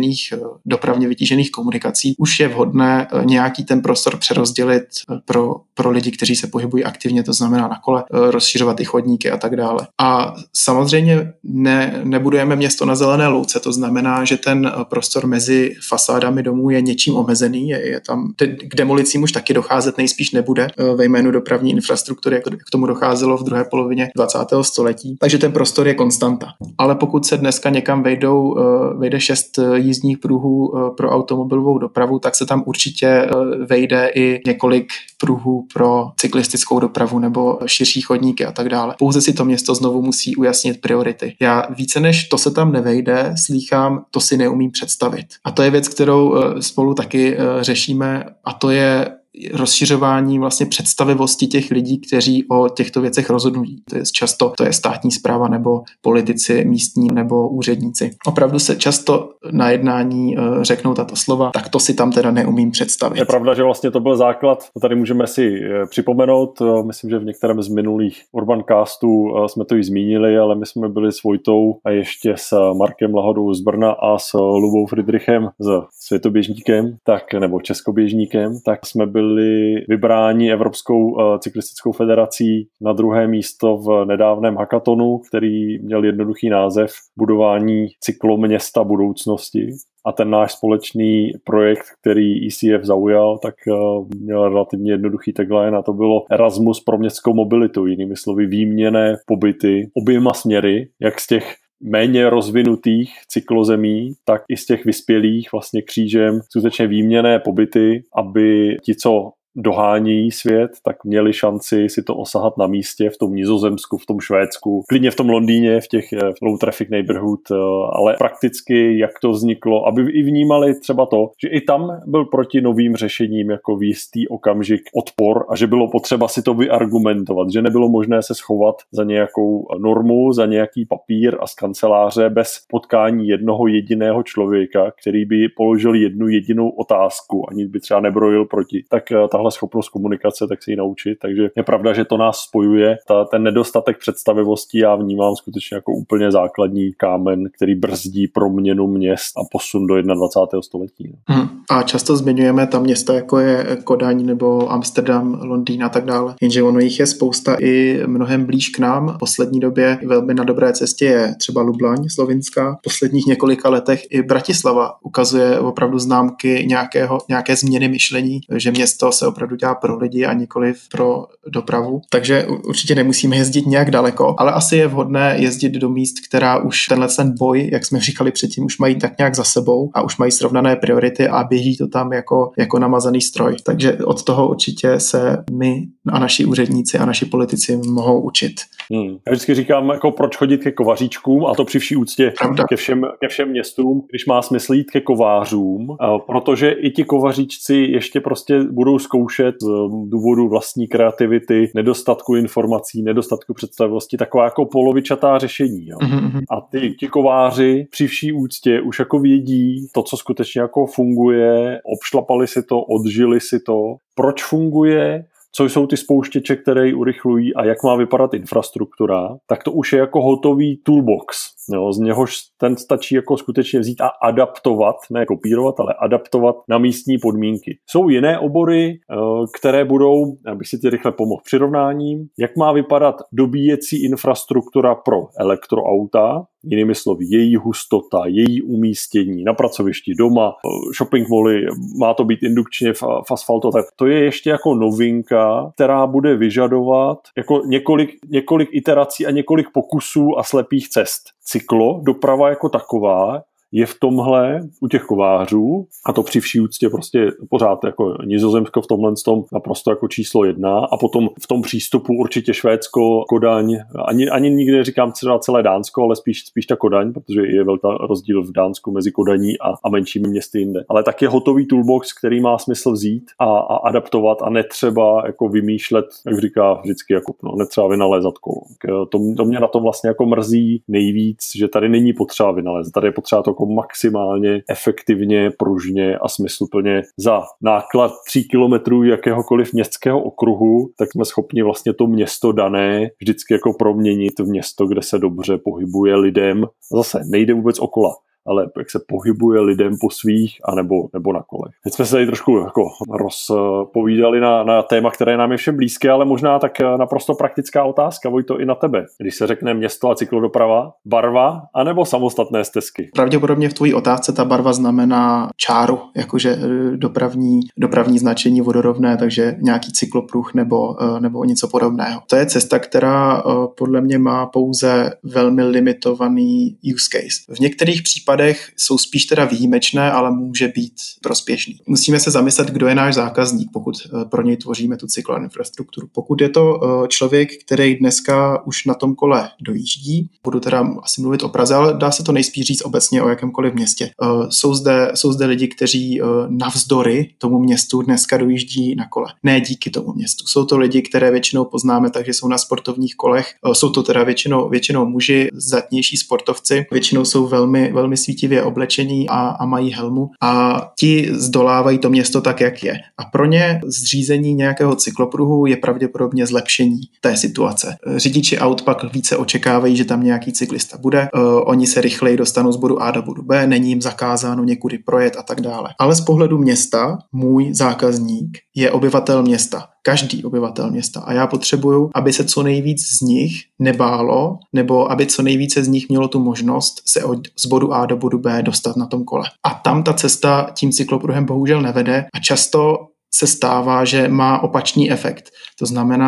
C: dopravně vytížených komunikací, už je vhodné nějaký ten prostor přerozdělit pro lidi, kteří se pohybují aktivně, to znamená na kole, rozšiřovat i chodníky a tak dále. A samozřejmě nebudujeme město na zelené louce, to znamená, že ten prostor mezi fasádami domů je něčím omezený, je tam k demolicím už taky docházet nejspíš nebude ve jménu dopravní infrastruktury, jak k tomu docházelo v druhé polovině 20. století. Takže ten prostor je konstanta. Ale pokud se dneska někam vejde 6 jízdních pruhů pro automobilovou dopravu, tak se tam určitě vejde i několik pruhů pro cyklistickou dopravu nebo širší chodníky a tak dále. Pouze si to město znovu musí ujasnit priority. Já více než to se tam nevejde, slýchám, to si neumím představit. A to je věc, kterou spolu taky řešíme, a to je rozšiřování vlastně představivosti těch lidí, kteří o těchto věcech rozhodují. To je státní správa nebo politici místní nebo úředníci. Opravdu se často na jednání řeknou tato slova, tak to si tam teda neumím představit.
B: Je pravda, že vlastně to byl základ, to tady můžeme si připomenout, myslím, že v některém z minulých Urbancastů jsme to již zmínili, ale my jsme byli s Vojtou a ještě s Markem Lahodou z Brna a s Lubou Friedrichem z Světoběžníkem, nebo Českoběžníkem, tak jsme byli vybráni Evropskou cyklistickou federací na 2. místo v nedávném hackathonu, který měl jednoduchý název Budování cykloměsta budoucnosti. A ten náš společný projekt, který ECF zaujal, tak měl relativně jednoduchý tagline a to bylo Erasmus pro městskou mobilitu, jinými slovy výměnné pobyty oběma směry, jak z těch méně rozvinutých cyklozemí, tak i z těch vyspělých vlastně křížem skutečně výměnné pobyty, aby ti, co dohánějí svět, tak měli šanci si to osahat na místě v tom Nizozemsku, v tom Švédsku, klidně v tom Londýně, v těch low traffic neighborhood, ale prakticky jak to vzniklo, aby i vnímali třeba to, že i tam byl proti novým řešením jako v jistý okamžik odpor a že bylo potřeba si to vyargumentovat, že nebylo možné se schovat za nějakou normu, za nějaký papír a z kanceláře bez potkání jednoho jediného člověka, který by položil jednu jedinou otázku, ani by třeba nebrojil proti. Tak tahle schopnost komunikace, tak si ji naučit. Takže je pravda, že to nás spojuje. Ten nedostatek představivosti já vnímám skutečně jako úplně základní kámen, který brzdí proměnu měst a posun do 21. století.
C: A často zmiňujeme tam města, jako je Kodaň nebo Amsterdam, Londýn a tak dále. Jenže ono jich je spousta i mnohem blíž k nám. V poslední době velmi na dobré cestě je třeba Lublaň, Slovinská. V posledních několika letech i Bratislava ukazuje opravdu známky nějaké změny myšlení, že město se opravdu dělá pro lidi a nikoli pro dopravu. Takže určitě nemusíme jezdit nějak daleko, ale asi je vhodné jezdit do míst, která už ten boj, jak jsme říkali předtím, už mají tak nějak za sebou a už mají srovnané priority a běží to tam jako namazaný stroj. Takže od toho určitě se my a naši úředníci a naši politici mohou učit.
B: Já vždycky říkám, jako proč chodit ke kovaříčkům, a to při vší úctě ke všem městům, když má smysl jít ke kovářům, protože i ti kovaříčci ještě prostě budou zkoušet z důvodu vlastní kreativity, nedostatku informací, nedostatku představivosti, taková jako polovičatá řešení. Jo. A ti kováři při vší úctě už jako vědí to, co skutečně jako funguje, obšlapali si to, odžili si to, proč funguje, co jsou ty spouštěče, které ji urychlují a jak má vypadat infrastruktura, tak to už je jako hotový toolbox. Jo, z něhož ten stačí jako skutečně vzít a adaptovat, ne kopírovat, ale adaptovat na místní podmínky. Jsou jiné obory, které budou, abych si ti rychle pomohl přirovnáním, jak má vypadat dobíjecí infrastruktura pro elektroauta, jinými slovy, její hustota, její umístění na pracovišti, doma, shopping moly, má to být indukčně v asfaltu, tak to je ještě jako novinka, která bude vyžadovat jako několik iterací a několik pokusů a slepých cest. Doprava jako taková je v tomhle u těch kovářů, a to při vší úctě prostě pořád jako Nizozemsko v tomhle tom naprosto jako číslo 1 a potom v tom přístupu určitě Švédsko, Kodaň, ani nikdy neříkám celé Dánsko, ale spíš ta Kodaň, protože je velký rozdíl v Dánsku mezi Kodaní a menšími městy jinde. Ale tak je hotový toolbox, který má smysl vzít a adaptovat a netřeba jako vymýšlet, jak říká vždycky jako netřeba vynalézat kolo. To mě na tom vlastně jako mrzí nejvíc, že tady není potřeba vynalézat, tady je potřeba to maximálně efektivně, pružně a smysluplně za náklad 3 kilometrů jakéhokoliv městského okruhu, tak jsme schopni vlastně to město dané vždycky jako proměnit v město, kde se dobře pohybuje lidem. Zase nejde vůbec o kola, ale jak se pohybuje lidem po svých nebo na kolech. Teď jsme se tady trošku jako rozpovídali na téma, které nám je všem blízké, ale možná tak naprosto praktická otázka, Vojto, i na tebe. Když se řekne město a cyklodoprava, barva anebo samostatné stezky?
C: Pravděpodobně v tvojí otázce ta barva znamená čáru, jakože dopravní značení vodorovné, takže nějaký cyklopruh nebo něco podobného. To je cesta, která podle mě má pouze velmi limitovaný use case. V některých případech jsou spíš teda výjimečné, ale může být prospěšný. Musíme se zamyslet, kdo je náš zákazník, pokud pro něj tvoříme tu cykloinfrastrukturu. Pokud je to člověk, který dneska už na tom kole dojíždí, budu teda asi mluvit o Praze, ale dá se to nejspíš říct obecně o jakémkoliv městě. Jsou zde lidi, kteří navzdory tomu městu dneska dojíždí na kole. Ne díky tomu městu. Jsou to lidi, které většinou poznáme, takže jsou na sportovních kolech. Jsou to teda většinou muži, zdatnější sportovci. Většinou jsou velmi svítivě oblečení a mají helmu a ti zdolávají to město tak, jak je. A pro ně zřízení nějakého cyklopruhu je pravděpodobně zlepšení té situace. Řidiči aut pak více očekávají, že tam nějaký cyklista bude, oni se rychleji dostanou z bodu A do bodu B, není jim zakázáno někudy projet a tak dále. Ale z pohledu města můj zákazník je obyvatel města. Každý obyvatel města. A já potřebuju, aby se co nejvíc z nich nebálo, nebo aby co nejvíce z nich mělo tu možnost se z bodu A do bodu B dostat na tom kole. A tam ta cesta tím cyklopruhem bohužel nevede a často se stává, že má opačný efekt. To znamená,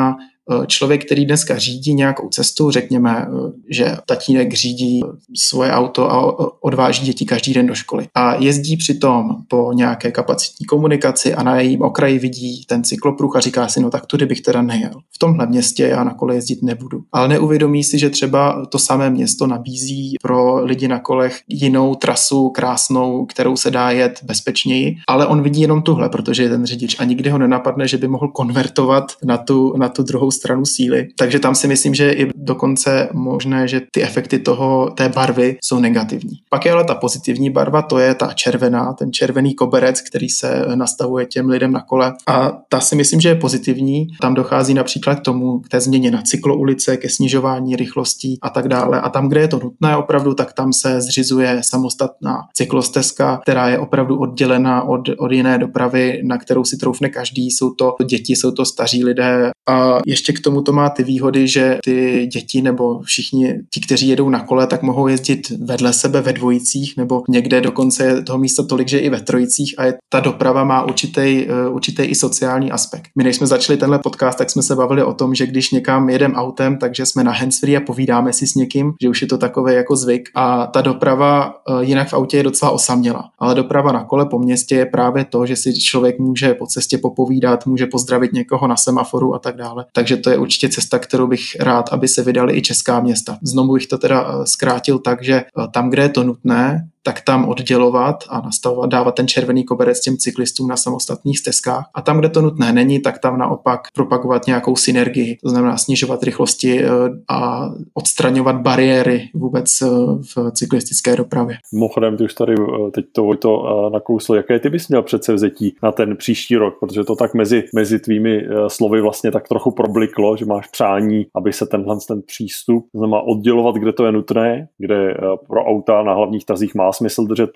C: člověk, který dneska řídí nějakou cestu, řekněme, že tatínek řídí svoje auto a odváží děti každý den do školy a jezdí přitom po nějaké kapacitní komunikaci a na jejím okraji vidí ten cyklopruh a říká si, no tak tudy bych teda nejel. V tomhle městě já na kole jezdit nebudu. Ale neuvědomí si, že třeba to samé město nabízí pro lidi na kolech jinou trasu, krásnou, kterou se dá jet bezpečněji, ale on vidí jenom tuhle, protože je ten řidič a nikdy ho nenapadne, že by mohl konvertovat na tu druhou stranu síly. Takže tam si myslím, že je dokonce možné, že ty efekty té barvy jsou negativní. Pak je ale ta pozitivní barva, to je ta červená, ten červený koberec, který se nastavuje těm lidem na kole a ta si myslím, že je pozitivní. Tam dochází například k té změně na cykloulice, ke snižování rychlostí a tak dále. A tam, kde je to nutné opravdu, tak tam se zřizuje samostatná cyklostezka, která je opravdu oddělena od jiné dopravy, na kterou si troufne každý. Jsou to děti, jsou to staří lidé a ještě k tomu to má ty výhody, že ty děti nebo všichni ti, kteří jedou na kole, tak mohou jezdit vedle sebe ve dvojicích nebo někde dokonce je toho místa tolik, že i ve trojicích a ta doprava má určitý i sociální aspekt. My než jsme začali tenhle podcast, tak jsme se bavili o tom, že když někam jedem autem, takže jsme na handsfree a povídáme si s někým, že už je to takový jako zvyk a ta doprava jinak v autě je docela osamělá. Ale doprava na kole po městě je právě to, že si člověk může po cestě popovídat, může pozdravit někoho na semaforu a tak dále. Takže to je určitě cesta, kterou bych rád, aby se vydali i česká města. Znovu bych to teda zkrátil tak, že tam, kde je to nutné, tak tam oddělovat a nastavovat, dávat ten červený koberec těm cyklistům na samostatných stezkách. A tam, kde to nutné není, tak tam naopak propagovat nějakou synergii, to znamená snižovat rychlosti a odstraňovat bariéry vůbec v cyklistické dopravě.
B: Mimochodem, ty už tady teď to nakousl, jaké ty bys měl předsevzetí na ten příští rok, protože to tak mezi tvými slovy vlastně tak trochu probliklo, že máš přání, aby se ten přístup, to znamená oddělovat, kde to je nutné, kde pro auta na hlavních tazích má smysl držet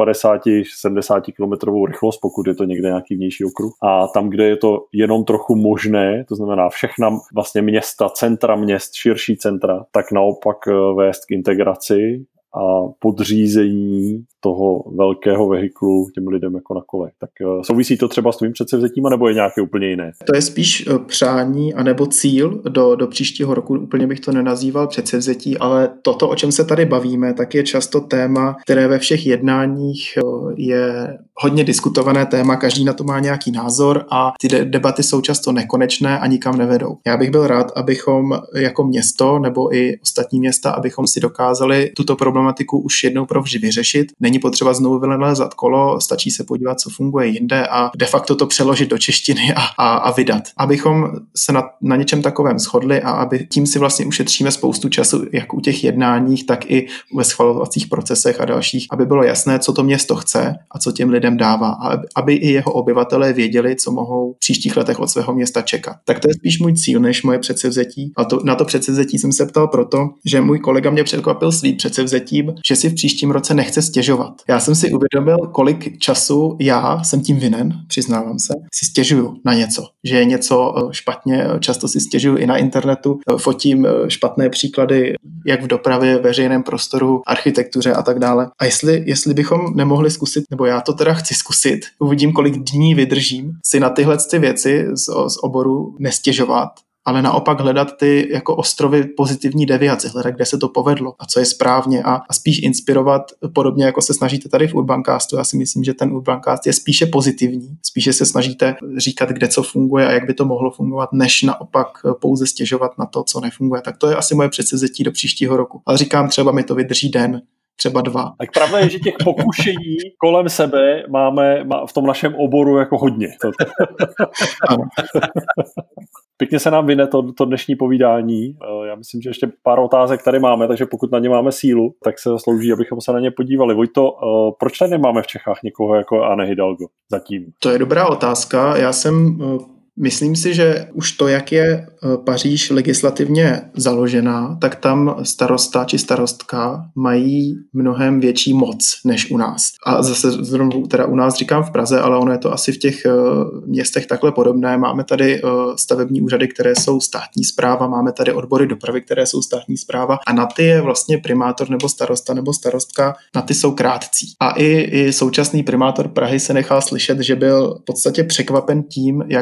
B: 50-70 km rychlost, pokud je to někde nějaký vnější okruh. A tam, kde je to jenom trochu možné, to znamená všechna vlastně města, centra měst, širší centra, tak naopak vést k integraci a podřízení toho velkého vehiklu těm lidem jako na kole. Tak souvisí to třeba s tvým předsevzetím, nebo je nějaké úplně jiné?
C: To je spíš přání anebo cíl do příštího roku. Úplně bych to nenazýval předsevzetí, ale toto, o čem se tady bavíme, tak je často téma, které ve všech jednáních je hodně diskutované téma, každý na to má nějaký názor a ty debaty jsou často nekonečné a nikam nevedou. Já bych byl rád, abychom jako město nebo i ostatní města, abychom si dokázali tuto problematiku už jednou provždy vyřešit. Není potřeba znovu vylézat kolo, stačí se podívat, co funguje jinde a de facto to přeložit do češtiny a vydat. Abychom se na něčem takovém shodli a aby tím si vlastně ušetříme spoustu času, jak u těch jednáních, tak i ve schvalovacích procesech a dalších, aby bylo jasné, co to město chce a co těm lidem dává a aby i jeho obyvatelé věděli, co mohou v příštích letech od svého města čekat. Tak to je spíš můj cíl, než moje předsevzetí. A na to předsevzetí jsem se ptal proto, že můj kolega mě překvapil svým předsevzetím, že si v příštím roce nechce stěžovat. Já jsem si uvědomil, kolik času já jsem tím vinen, přiznávám se, si stěžuju na něco, že je něco špatně, často si stěžuju i na internetu, fotím špatné příklady, jak v dopravě, veřejném prostoru, architektuře a tak dále. A jestli bychom nemohli zkusit, nebo já to teda chci zkusit, uvidím, kolik dní vydržím, si na tyhle věci z oboru nestěžovat, ale naopak hledat ty jako ostrovy pozitivní deviace, hledat, kde se to povedlo a co je správně a spíš inspirovat podobně, jako se snažíte tady v Urbancastu. Já si myslím, že ten Urbancast je spíše pozitivní, spíše se snažíte říkat, kde co funguje a jak by to mohlo fungovat, než naopak pouze stěžovat na to, co nefunguje. Tak to je asi moje předsevzetí do příštího roku. Ale říkám, třeba mi to vydrží den, třeba 2.
B: Tak pravda je, že těch pokušení kolem sebe máme v tom našem oboru jako hodně. Pěkně se nám vyne to dnešní povídání. Já myslím, že ještě pár otázek tady máme, takže pokud na ně máme sílu, tak se zaslouží, abychom se na ně podívali. Vojto, proč tady nemáme v Čechách někoho jako Anne Hidalgo zatím?
C: To je dobrá otázka. Myslím si, že už to, jak je Paříž legislativně založená, tak tam starosta či starostka mají mnohem větší moc než u nás. A zase zrovna teda u nás říkám v Praze, ale ono je to asi v těch městech takhle podobné. Máme tady stavební úřady, které jsou státní správa, máme tady odbory dopravy, které jsou státní správa a na ty je vlastně primátor nebo starosta nebo starostka, na ty jsou krátcí. A i současný primátor Prahy se nechal slyšet, že byl v podstatě překvapen tím, jak málo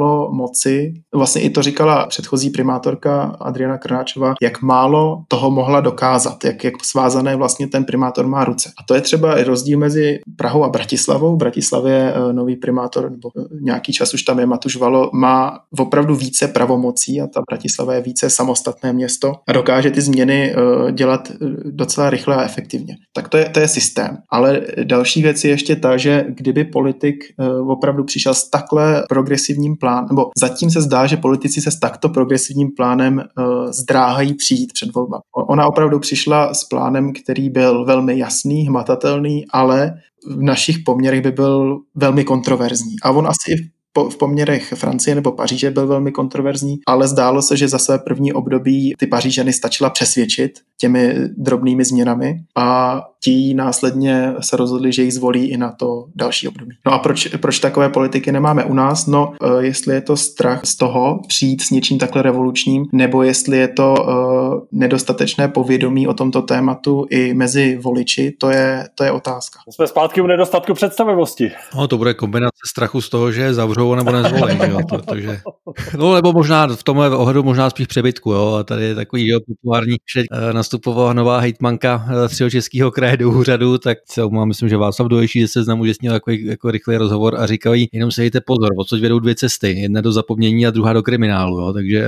C: pravomoci. Vlastně i to říkala předchozí primátorka Adriana Krnáčová, jak málo toho mohla dokázat, jak svázané vlastně ten primátor má ruce. A to je třeba i rozdíl mezi Prahou a Bratislavou. V Bratislavě nový primátor, nebo nějaký čas už tam je Matuš Valo, má opravdu více pravomocí a ta Bratislava je více samostatné město a dokáže ty změny dělat docela rychle a efektivně. Tak to je systém. Ale další věc je ještě ta, že kdyby politik opravdu přišel s takhle progresivním plánem, nebo zatím se zdá, že politici se s takto progresivním plánem zdráhají přijít před volbami. Ona opravdu přišla s plánem, který byl velmi jasný, hmatatelný, ale v našich poměrech by byl velmi kontroverzní. A on asi v poměrech Francie nebo Paříže byl velmi kontroverzní, ale zdálo se, že za své první období ty Pařížany stačila přesvědčit těmi drobnými změnami a ti následně se rozhodli, že ji zvolí i na to další období. No a proč takové politiky nemáme u nás? No, jestli je to strach z toho přijít s něčím takhle revolučním, nebo jestli je to nedostatečné povědomí o tomto tématu i mezi voliči, to je otázka.
B: Jsme zpátky u nedostatku představivosti.
A: No, to bude kombinace strachu z toho, že zavřou nebo nezvolí, že jo, takže... No, nebo možná v tomhle ohledu možná spíš přebytku, jo, a tady je takový, že populární, že nastupovala nová hejtmanka Středočeského kraje do úřadu, tak myslím, že Václav Dolejší ze Seznamu, že sněl jako rychlý rozhovor a říkají, jenom se dejte pozor, odsud vedou dvě cesty, jedna do zapomnění a druhá do kriminálu, jo, takže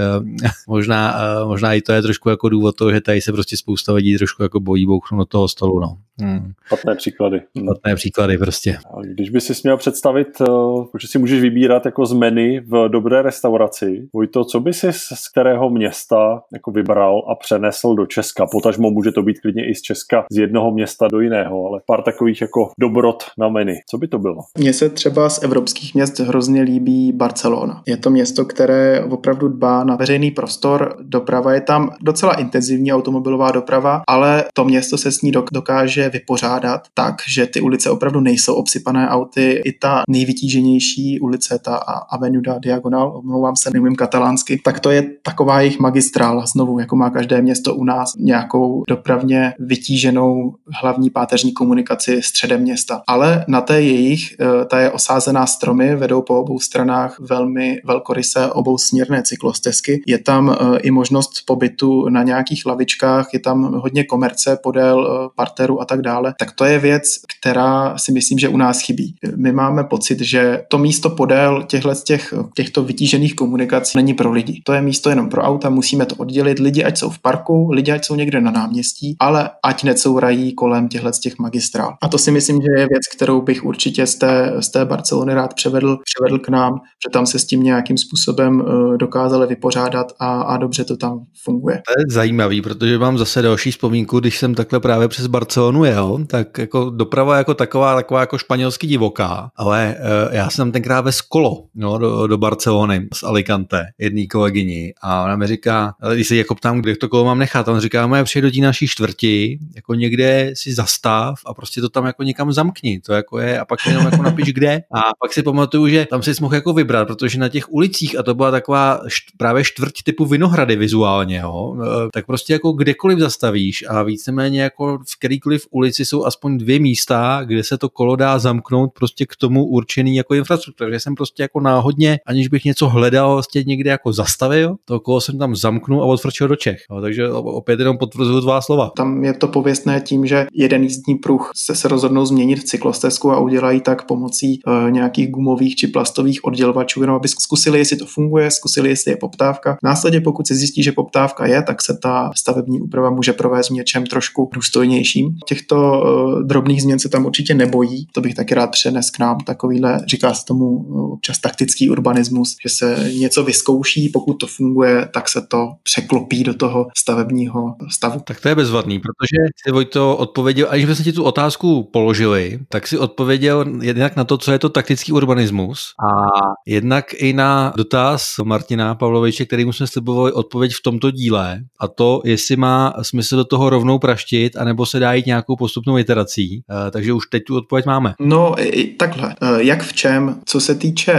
A: možná i to je trošku jako důvod toho, že tady se prostě spousta lidí trošku jako bojí bouchnout do toho stolu, no.
B: Špatné
A: příklady prostě.
B: A když by si měl představit, že si můžeš vybírat jako z menu v dobré restauraci, Vojto, co by si z kterého města jako vybral a přenesl do Česka? Potažmo může to být klidně i z Česka, z jednoho města do jiného, ale pár takových jako dobrot na menu. Co by to bylo?
C: Mně se třeba z evropských měst hrozně líbí Barcelona. Je to město, které opravdu dbá na veřejný prostor, doprava je tam docela intenzivní automobilová doprava, ale to město se s ní dokáže vypořádat tak, že ty ulice opravdu nejsou obsypané auty. I ta nejvytíženější ulice, ta Avenida Diagonal, omlouvám se, neumím katalánsky, tak to je taková jejich magistrála, znovu, jako má každé město u nás, nějakou dopravně vytíženou hlavní páteřní komunikaci středem města. Ale na té jejich, ta je osázená stromy, vedou po obou stranách velmi velkorysé obousměrné cyklostezky. Je tam i možnost pobytu na nějakých lavičkách, je tam hodně komerce podél parteru a tak dále. Tak to je věc, která si myslím, že u nás chybí. My máme pocit, že to místo podél těchto vytížených komunikací není pro lidi. To je místo jenom pro auta, musíme to oddělit. Lidi ať jsou v parku, lidi ať jsou někde na náměstí, ale ať necourají kolem těch magistrál. A to si myslím, že je věc, kterou bych určitě z té Barcelony rád převedl k nám, že tam se s tím nějakým způsobem dokázali vypořádat a dobře to tam funguje.
A: To je zajímavý, protože mám zase další vzpomínku, když jsem takhle právě přes Barcelonu jel, tak jako doprava jako taková jako španělsky divoká, ale já jsem tenkrát vez kolo do Barcelony z Alicante, jedný kolegyni a ona mi říká, když se jako ptám, kde to kolo mám nechat, on říká, já přijedu do naší čtvrti, jako někde si zastav a prostě to tam jako někam zamkni, to jako je a pak jenom jako napiš kde a pak si pamatuju, že tam si mohl jako vybrat, protože na těch ulicích a to byla taková právě čtvrť typu Vinohrady vizuálně, jo, tak prostě jako kdekoliv zastavíš a víceméně jako v kterýkoliv ulici jsou aspoň dvě místa, kde se to kolo dá zamknout prostě k tomu určený jako infrastruktura, takže jsem prostě jako náhodně, aniž bych něco hledal, vlastně někde jako zastavil, to kolo jsem tam zamknul a odfrčil do Čech, jo, takže opět jenom potvrzuju tvá slova.
C: Tam je to pověstné tím, že jeden jízdní pruh se rozhodnou změnit v cyklostezku a udělají tak pomocí nějakých gumových či plastových oddělovačů, jenom aby zkusili, jestli to funguje, zkusili, jestli je poptávka. Následně, pokud se zjistí, že poptávka je, tak se ta stavební úprava může provést v něčem trošku důstojnějším. Těchto drobných změn se tam určitě nebojí, to bych taky rád přenes k nám, takovýhle, říká se tomu občas taktický urbanismus, že se něco vyzkouší, pokud to funguje, tak se to překlopí do toho stavebního stavu.
A: Tak to je bezvadný, protože si Vojto odpověděl, a když jsme si ti tu otázku položili, tak si odpověděl jednak na to, co je to taktický urbanismus a jednak i na dotaz Martina Pavloviče, kterýmu jsme slibovali odpověď v tomto díle a to, jestli má smysl do toho rovnou praštit, anebo se dá jít nějakou postupnou iterací, takže už teď tu odpověď máme.
C: No takhle, jak v čem, co se týče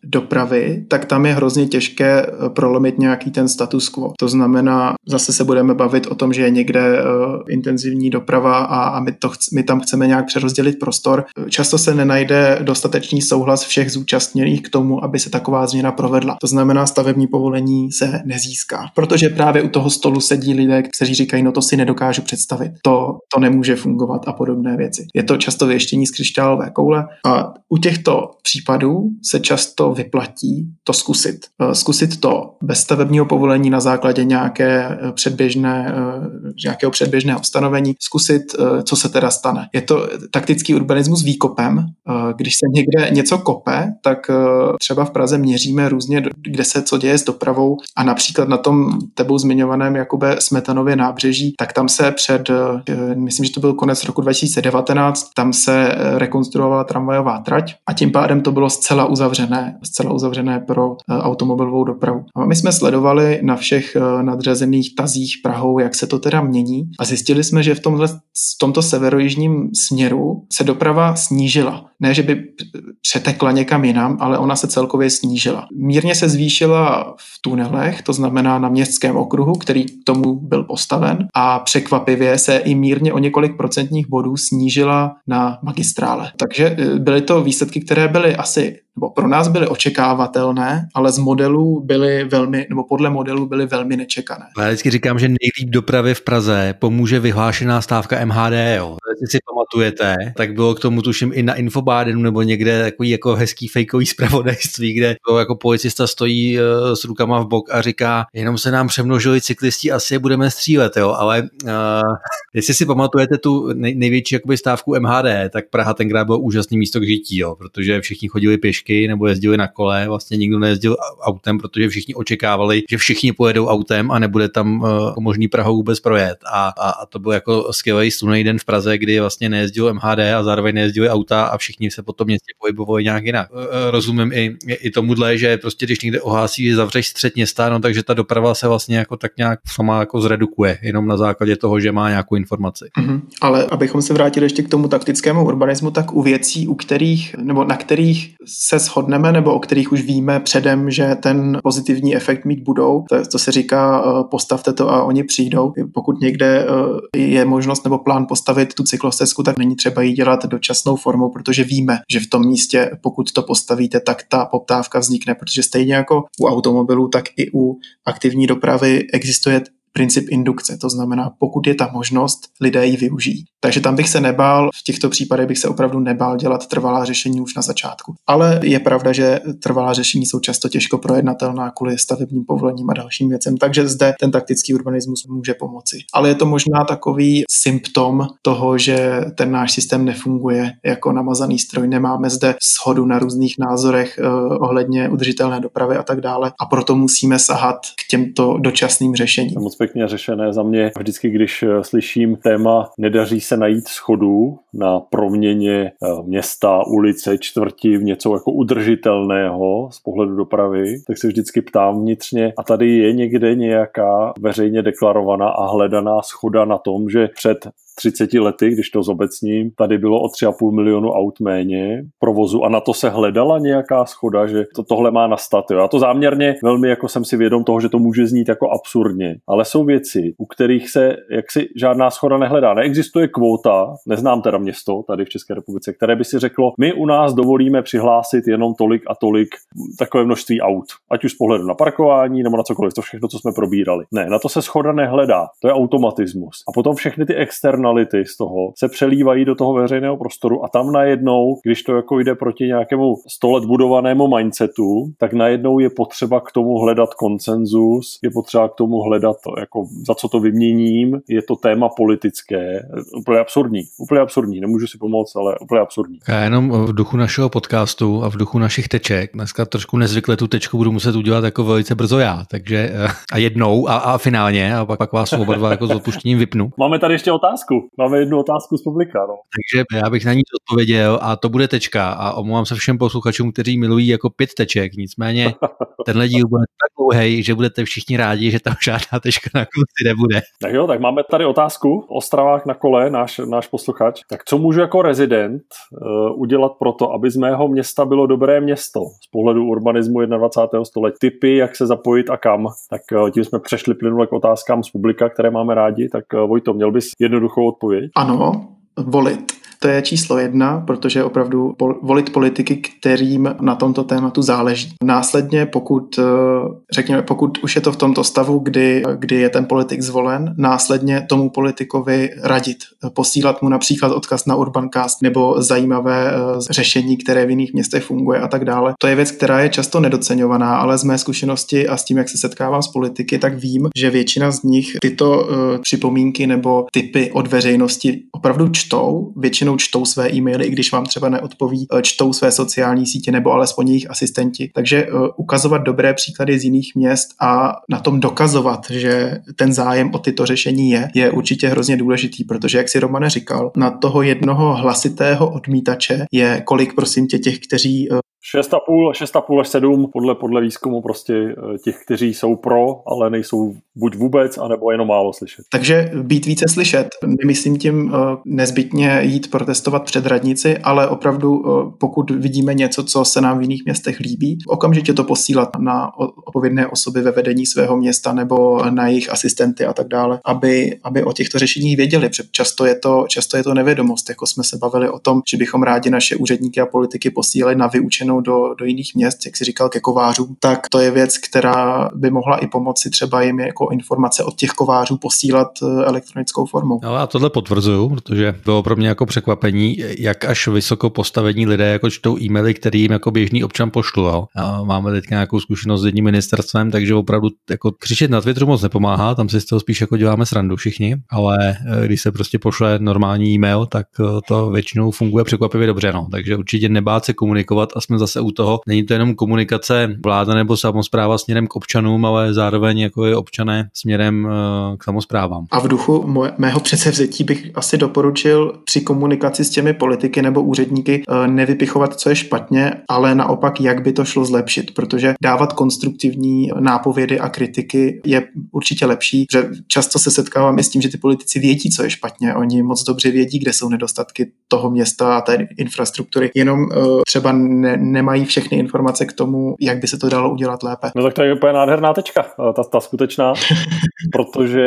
C: dopravy, tak tam je hrozně těžké prolomit nějaký ten status quo. To znamená, zase se budeme bavit o tom, že je někde intenzivní doprava a my tam chceme nějak přerozdělit prostor. Často se nenajde dostatečný souhlas všech zúčastněných k tomu, aby se taková změna provedla. To znamená, stavební povolení se nezíská. Protože právě u toho stolu sedí lidé, kteří říkají, no to si nedokážu představit. To nemůže fungovat a podobné věci. Je to často věštění z křišťálové koule a u těchto případů se často vyplatí to zkusit. Zkusit to bez stavebního povolení na základě nějakého předběžného ustanovení, zkusit, co se teda stane. Je to taktický urbanismus výkopem. Když se někde něco kope, tak třeba v Praze měříme různě, kde se co děje s dopravou a například na tom tebou zmiňovaném Jakube Smetanově nábřeží, tak tam se myslím, že to byl konec roku 2019, tam se rekonstruovala tramvajová trať a tím pádem to bylo zcela uzavřené pro automobilovou dopravu. A my jsme sledovali na všech nadřazených tazích Prahou, jak se to teda mění a zjistili jsme, že v tomto severojižním směru se doprava snížila. Ne, že by přetekla někam jinam, ale ona se celkově snížila. Mírně se zvýšila v tunelech, to znamená na městském okruhu, který k tomu byl postaven a překvapivě se i mírně o několik procentních bodů snížila na magistrále. Takže byly to výsledky, které byly nebo pro nás byly očekávatelné, ale podle modelů byly velmi nečekané.
A: Já vždycky říkám, že nejlíp dopravě v Praze pomůže vyhlášená stávka MHD. Jo. Jestli si pamatujete, tak bylo k tomu tuším i na Infobádenu nebo někde takový jako hezký fejkový zpravodajství, kde jako policista stojí s rukama v bok a říká, jenom se nám přemnožili cyklisti, asi je budeme střílet, jo, ale jestli si pamatujete tu největší jakoby stávku MHD, tak Praha tenkrát bylo úžasný místo k žití, jo, protože všichni chodili pěšky nebo jezdili na kole, vlastně nikdo nejezdil autem, protože všichni očekávali, že všichni pojedou autem a nebude tam možný Prahou vůbec projet. A to byl jako skvělý slunný den v Praze, kdy vlastně nejezdilo MHD a zároveň nejezdili auta a všichni se po tom městě pohybovali nějak jinak. Rozumím i tomuhle, že prostě když někde ohlásí, že zavřeš střed města, no takže ta doprava se vlastně jako tak nějak sama jako zredukuje, jenom na základě toho, že má nějakou informaci.
C: Ale abychom se vrátili ještě k tomu taktickému urbanismu, tak u věcí, na kterých se shodneme, nebo o kterých už víme předem, že ten pozitivní efekt mít budou, to se říká postavte to a oni přijdou. Pokud někde je možnost nebo plán postavit tu cyklostezku, tak není třeba ji dělat dočasnou formou, protože víme, že v tom místě, pokud to postavíte, tak ta poptávka vznikne, protože stejně jako u automobilů, tak i u aktivní dopravy existuje princip indukce, to znamená, pokud je ta možnost, lidé ji využijí. Takže tam bych se nebál, v těchto případech bych se opravdu nebál dělat trvalá řešení už na začátku. Ale je pravda, že trvalá řešení jsou často těžko projednatelná kvůli stavebním povolením a dalším věcem, takže zde ten taktický urbanismus může pomoci. Ale je to možná takový symptom toho, že ten náš systém nefunguje jako namazaný stroj. Nemáme zde shodu na různých názorech ohledně udržitelné dopravy a tak dále a proto musíme sahat k těmto dočasným řešením.
B: Pěkně řešené za mě. Vždycky, když slyším téma nedaří se najít shodu na proměně města, ulice, čtvrti v něco jako udržitelného z pohledu dopravy, tak se vždycky ptám vnitřně, a tady je někde nějaká veřejně deklarovaná a hledaná shoda na tom, že před 30 lety, když to zobecním, tady bylo o 3,5 milionu aut méně provozu a na to se hledala nějaká shoda, že tohle má nastat. Jo. Já to záměrně velmi jako jsem si vědom toho, že to může znít jako absurdně, ale jsou věci, u kterých se jaksi žádná shoda nehledá. Neexistuje kvóta, neznám teda město tady v České republice, které by si řeklo, my u nás dovolíme přihlásit jenom tolik a tolik takové množství aut, ať už z pohledu na parkování nebo na cokoliv, to všechno, co jsme probírali. Ne, na to se shoda nehledá, to je automatismus. A potom všechny ty externality z toho se přelívají do toho veřejného prostoru a tam najednou, když to jako jde proti nějakému 100 let budovanému mindsetu, tak najednou je potřeba k tomu hledat konsenzus, je potřeba k tomu hledat jako za co to vyměním, je to téma politické, úplně absurdní, nemůžu si pomoct, ale úplně absurdní.
A: Já jenom v duchu našeho podcastu a v duchu našich teček, dneska trošku nezvykle tu tečku budu muset udělat jako velice brzo já, takže a jednou a finálně a pak vás oba dva jako s odpuštěním vypnu.
B: Máme tady ještě otázku. Máme jednu otázku z publika. No.
A: Takže já bych na ní odpověděl a to bude tečka a omlouvám se všem posluchačům, kteří milují jako 5 teček, nicméně tenhle díl bude tak dlouhý, že budete všichni rádi, že tam žádná tečka na konci nebude.
B: Tak jo, tak máme tady otázku. Ostravák na kole, náš posluchač. Tak co můžu jako rezident udělat pro to, aby z mého města bylo dobré město z pohledu urbanismu 21. století? Tipy, jak se zapojit a kam? Tak tím jsme přešli plynule k otázkám z publika, které máme rádi. Tak Vojto, měl bys jednoduchou odpověď?
C: Ano, volit. To je číslo 1, protože opravdu volit politiky, kterým na tomto tématu záleží. Následně, pokud už je to v tomto stavu, kdy je ten politik zvolen, následně tomu politikovi radit, posílat mu například odkaz na Urbancast nebo zajímavé řešení, které v jiných městech funguje a tak dále. To je věc, která je často nedoceňovaná, ale z mé zkušenosti a s tím, jak se setkávám s politiky, tak vím, že většina z nich tyto připomínky nebo tipy od veřejnosti opravdu čtou, většinou čtou své e-maily, i když vám třeba neodpoví, čtou své sociální sítě nebo alespoň jejich asistenti. Takže ukazovat dobré příklady z jiných měst a na tom dokazovat, že ten zájem o tyto řešení je určitě hrozně důležitý, protože jak si Romane říkal, na toho jednoho hlasitého odmítače je kolik, prosím tě, těch, kteří
B: 6,5 až 7 podle výzkumu prostě těch, kteří jsou pro, ale nejsou buď vůbec, anebo jenom málo slyšet.
C: Takže být více slyšet. Nemyslím tím nezbytně jít protestovat před radnici, ale opravdu pokud vidíme něco, co se nám v jiných městech líbí, okamžitě to posílat na odpovědné osoby ve vedení svého města nebo na jejich asistenty a tak dále, aby o těchto řešeních věděli. Často je to nevědomost, jako jsme se bavili o tom, že bychom rádi naše úředníky a politiky posílali na vyučenou do jiných měst, jak si říkal, ke kovářům, tak to je věc, která by mohla i pomoci třeba jim jako informace od těch kovářů posílat elektronickou formou.
A: No a tohle potvrzuju, protože bylo pro mě jako překvapení, jak až vysoko postavení lidé jako čtou e-maily, který jim jako běžný občan pošlu. Jo. A máme teď nějakou zkušenost s jedním ministerstvem, takže opravdu jako křičet na Twitteru moc nepomáhá, tam si z toho spíš jako děláme srandu všichni, ale když se prostě pošle normální e-mail, tak to většinou funguje překvapivě dobře. No. Takže určitě nebát se komunikovat a jsme zase u toho. Není to jenom komunikace vláda nebo samospráva směrem k občanům, ale zároveň jako je občané směrem k samosprávám.
C: A v duchu mého předsevzetí bych asi doporučil při komunikaci s těmi politiky nebo úředníky nevypichovat, co je špatně, ale naopak, jak by to šlo zlepšit, protože dávat konstruktivní nápovědy a kritiky je určitě lepší, že často se setkávám i s tím, že ty politici vědí, co je špatně, oni moc dobře vědí, kde jsou nedostatky toho města a té infrastruktury, jenom třeba nemají všechny informace k tomu, jak by se to dalo udělat lépe.
B: No tak to je úplně nádherná tečka, ta skutečná, protože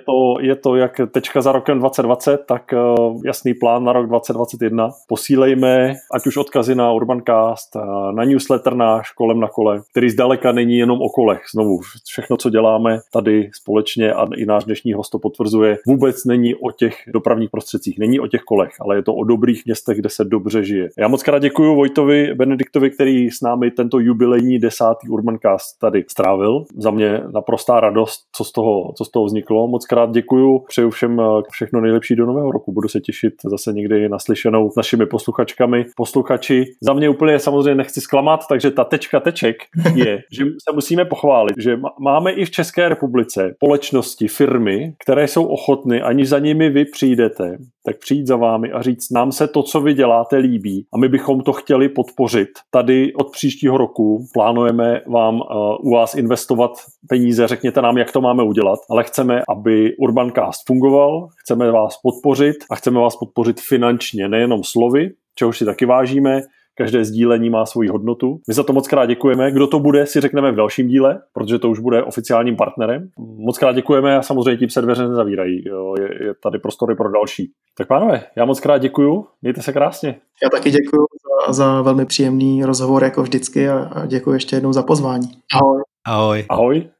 B: je to jak tečka za rokem 2020, tak jasný plán na rok 2021. Posílejme ať už odkazy na Urbancast, na newsletter náš Kolem na kole, který zdaleka není jenom o kolech. Znovu, všechno, co děláme tady společně a i náš dnešní host to potvrzuje, vůbec není o těch dopravních prostředcích, není o těch kolech, ale je to o dobrých městech, kde se dobře žije. Já moc krát děkuju Vojtovi Benediktovi, který s námi tento jubilejní 10. Urbancast tady strávil. Za mě naprostá radost, co z toho vzniklo. Moc krát děkuju, přeju všem všechno nejlepší do nového roku. Budu se těšit zase někdy naslyšenou s našimi posluchači. Za mě úplně samozřejmě nechci zklamat, takže ta teček je, že se musíme pochválit, že máme i v České republice společnosti, firmy, které jsou ochotny, aniž za nimi vy přijdete, tak přijít za vámi a říct, nám se to, co vy děláte, líbí a my bychom to chtěli podpořit. Tady od příštího roku plánujeme vám u vás investovat peníze, řekněte nám, jak to máme udělat, ale chceme, aby Urbancast fungoval, chceme vás podpořit a chceme vás podpořit finančně, nejenom slovy, čehož si taky vážíme. Každé sdílení má svoji hodnotu. My za to moc krát děkujeme. Kdo to bude, si řekneme v dalším díle, protože to už bude oficiálním partnerem. Moc krát děkujeme a samozřejmě tím se dveře nezavírají. Je tady prostory pro další. Tak pánové, já moc krát děkuju. Mějte se krásně.
C: Já taky děkuju za velmi příjemný rozhovor jako vždycky a děkuji ještě jednou za pozvání. Ahoj.
A: Ahoj.
B: Ahoj.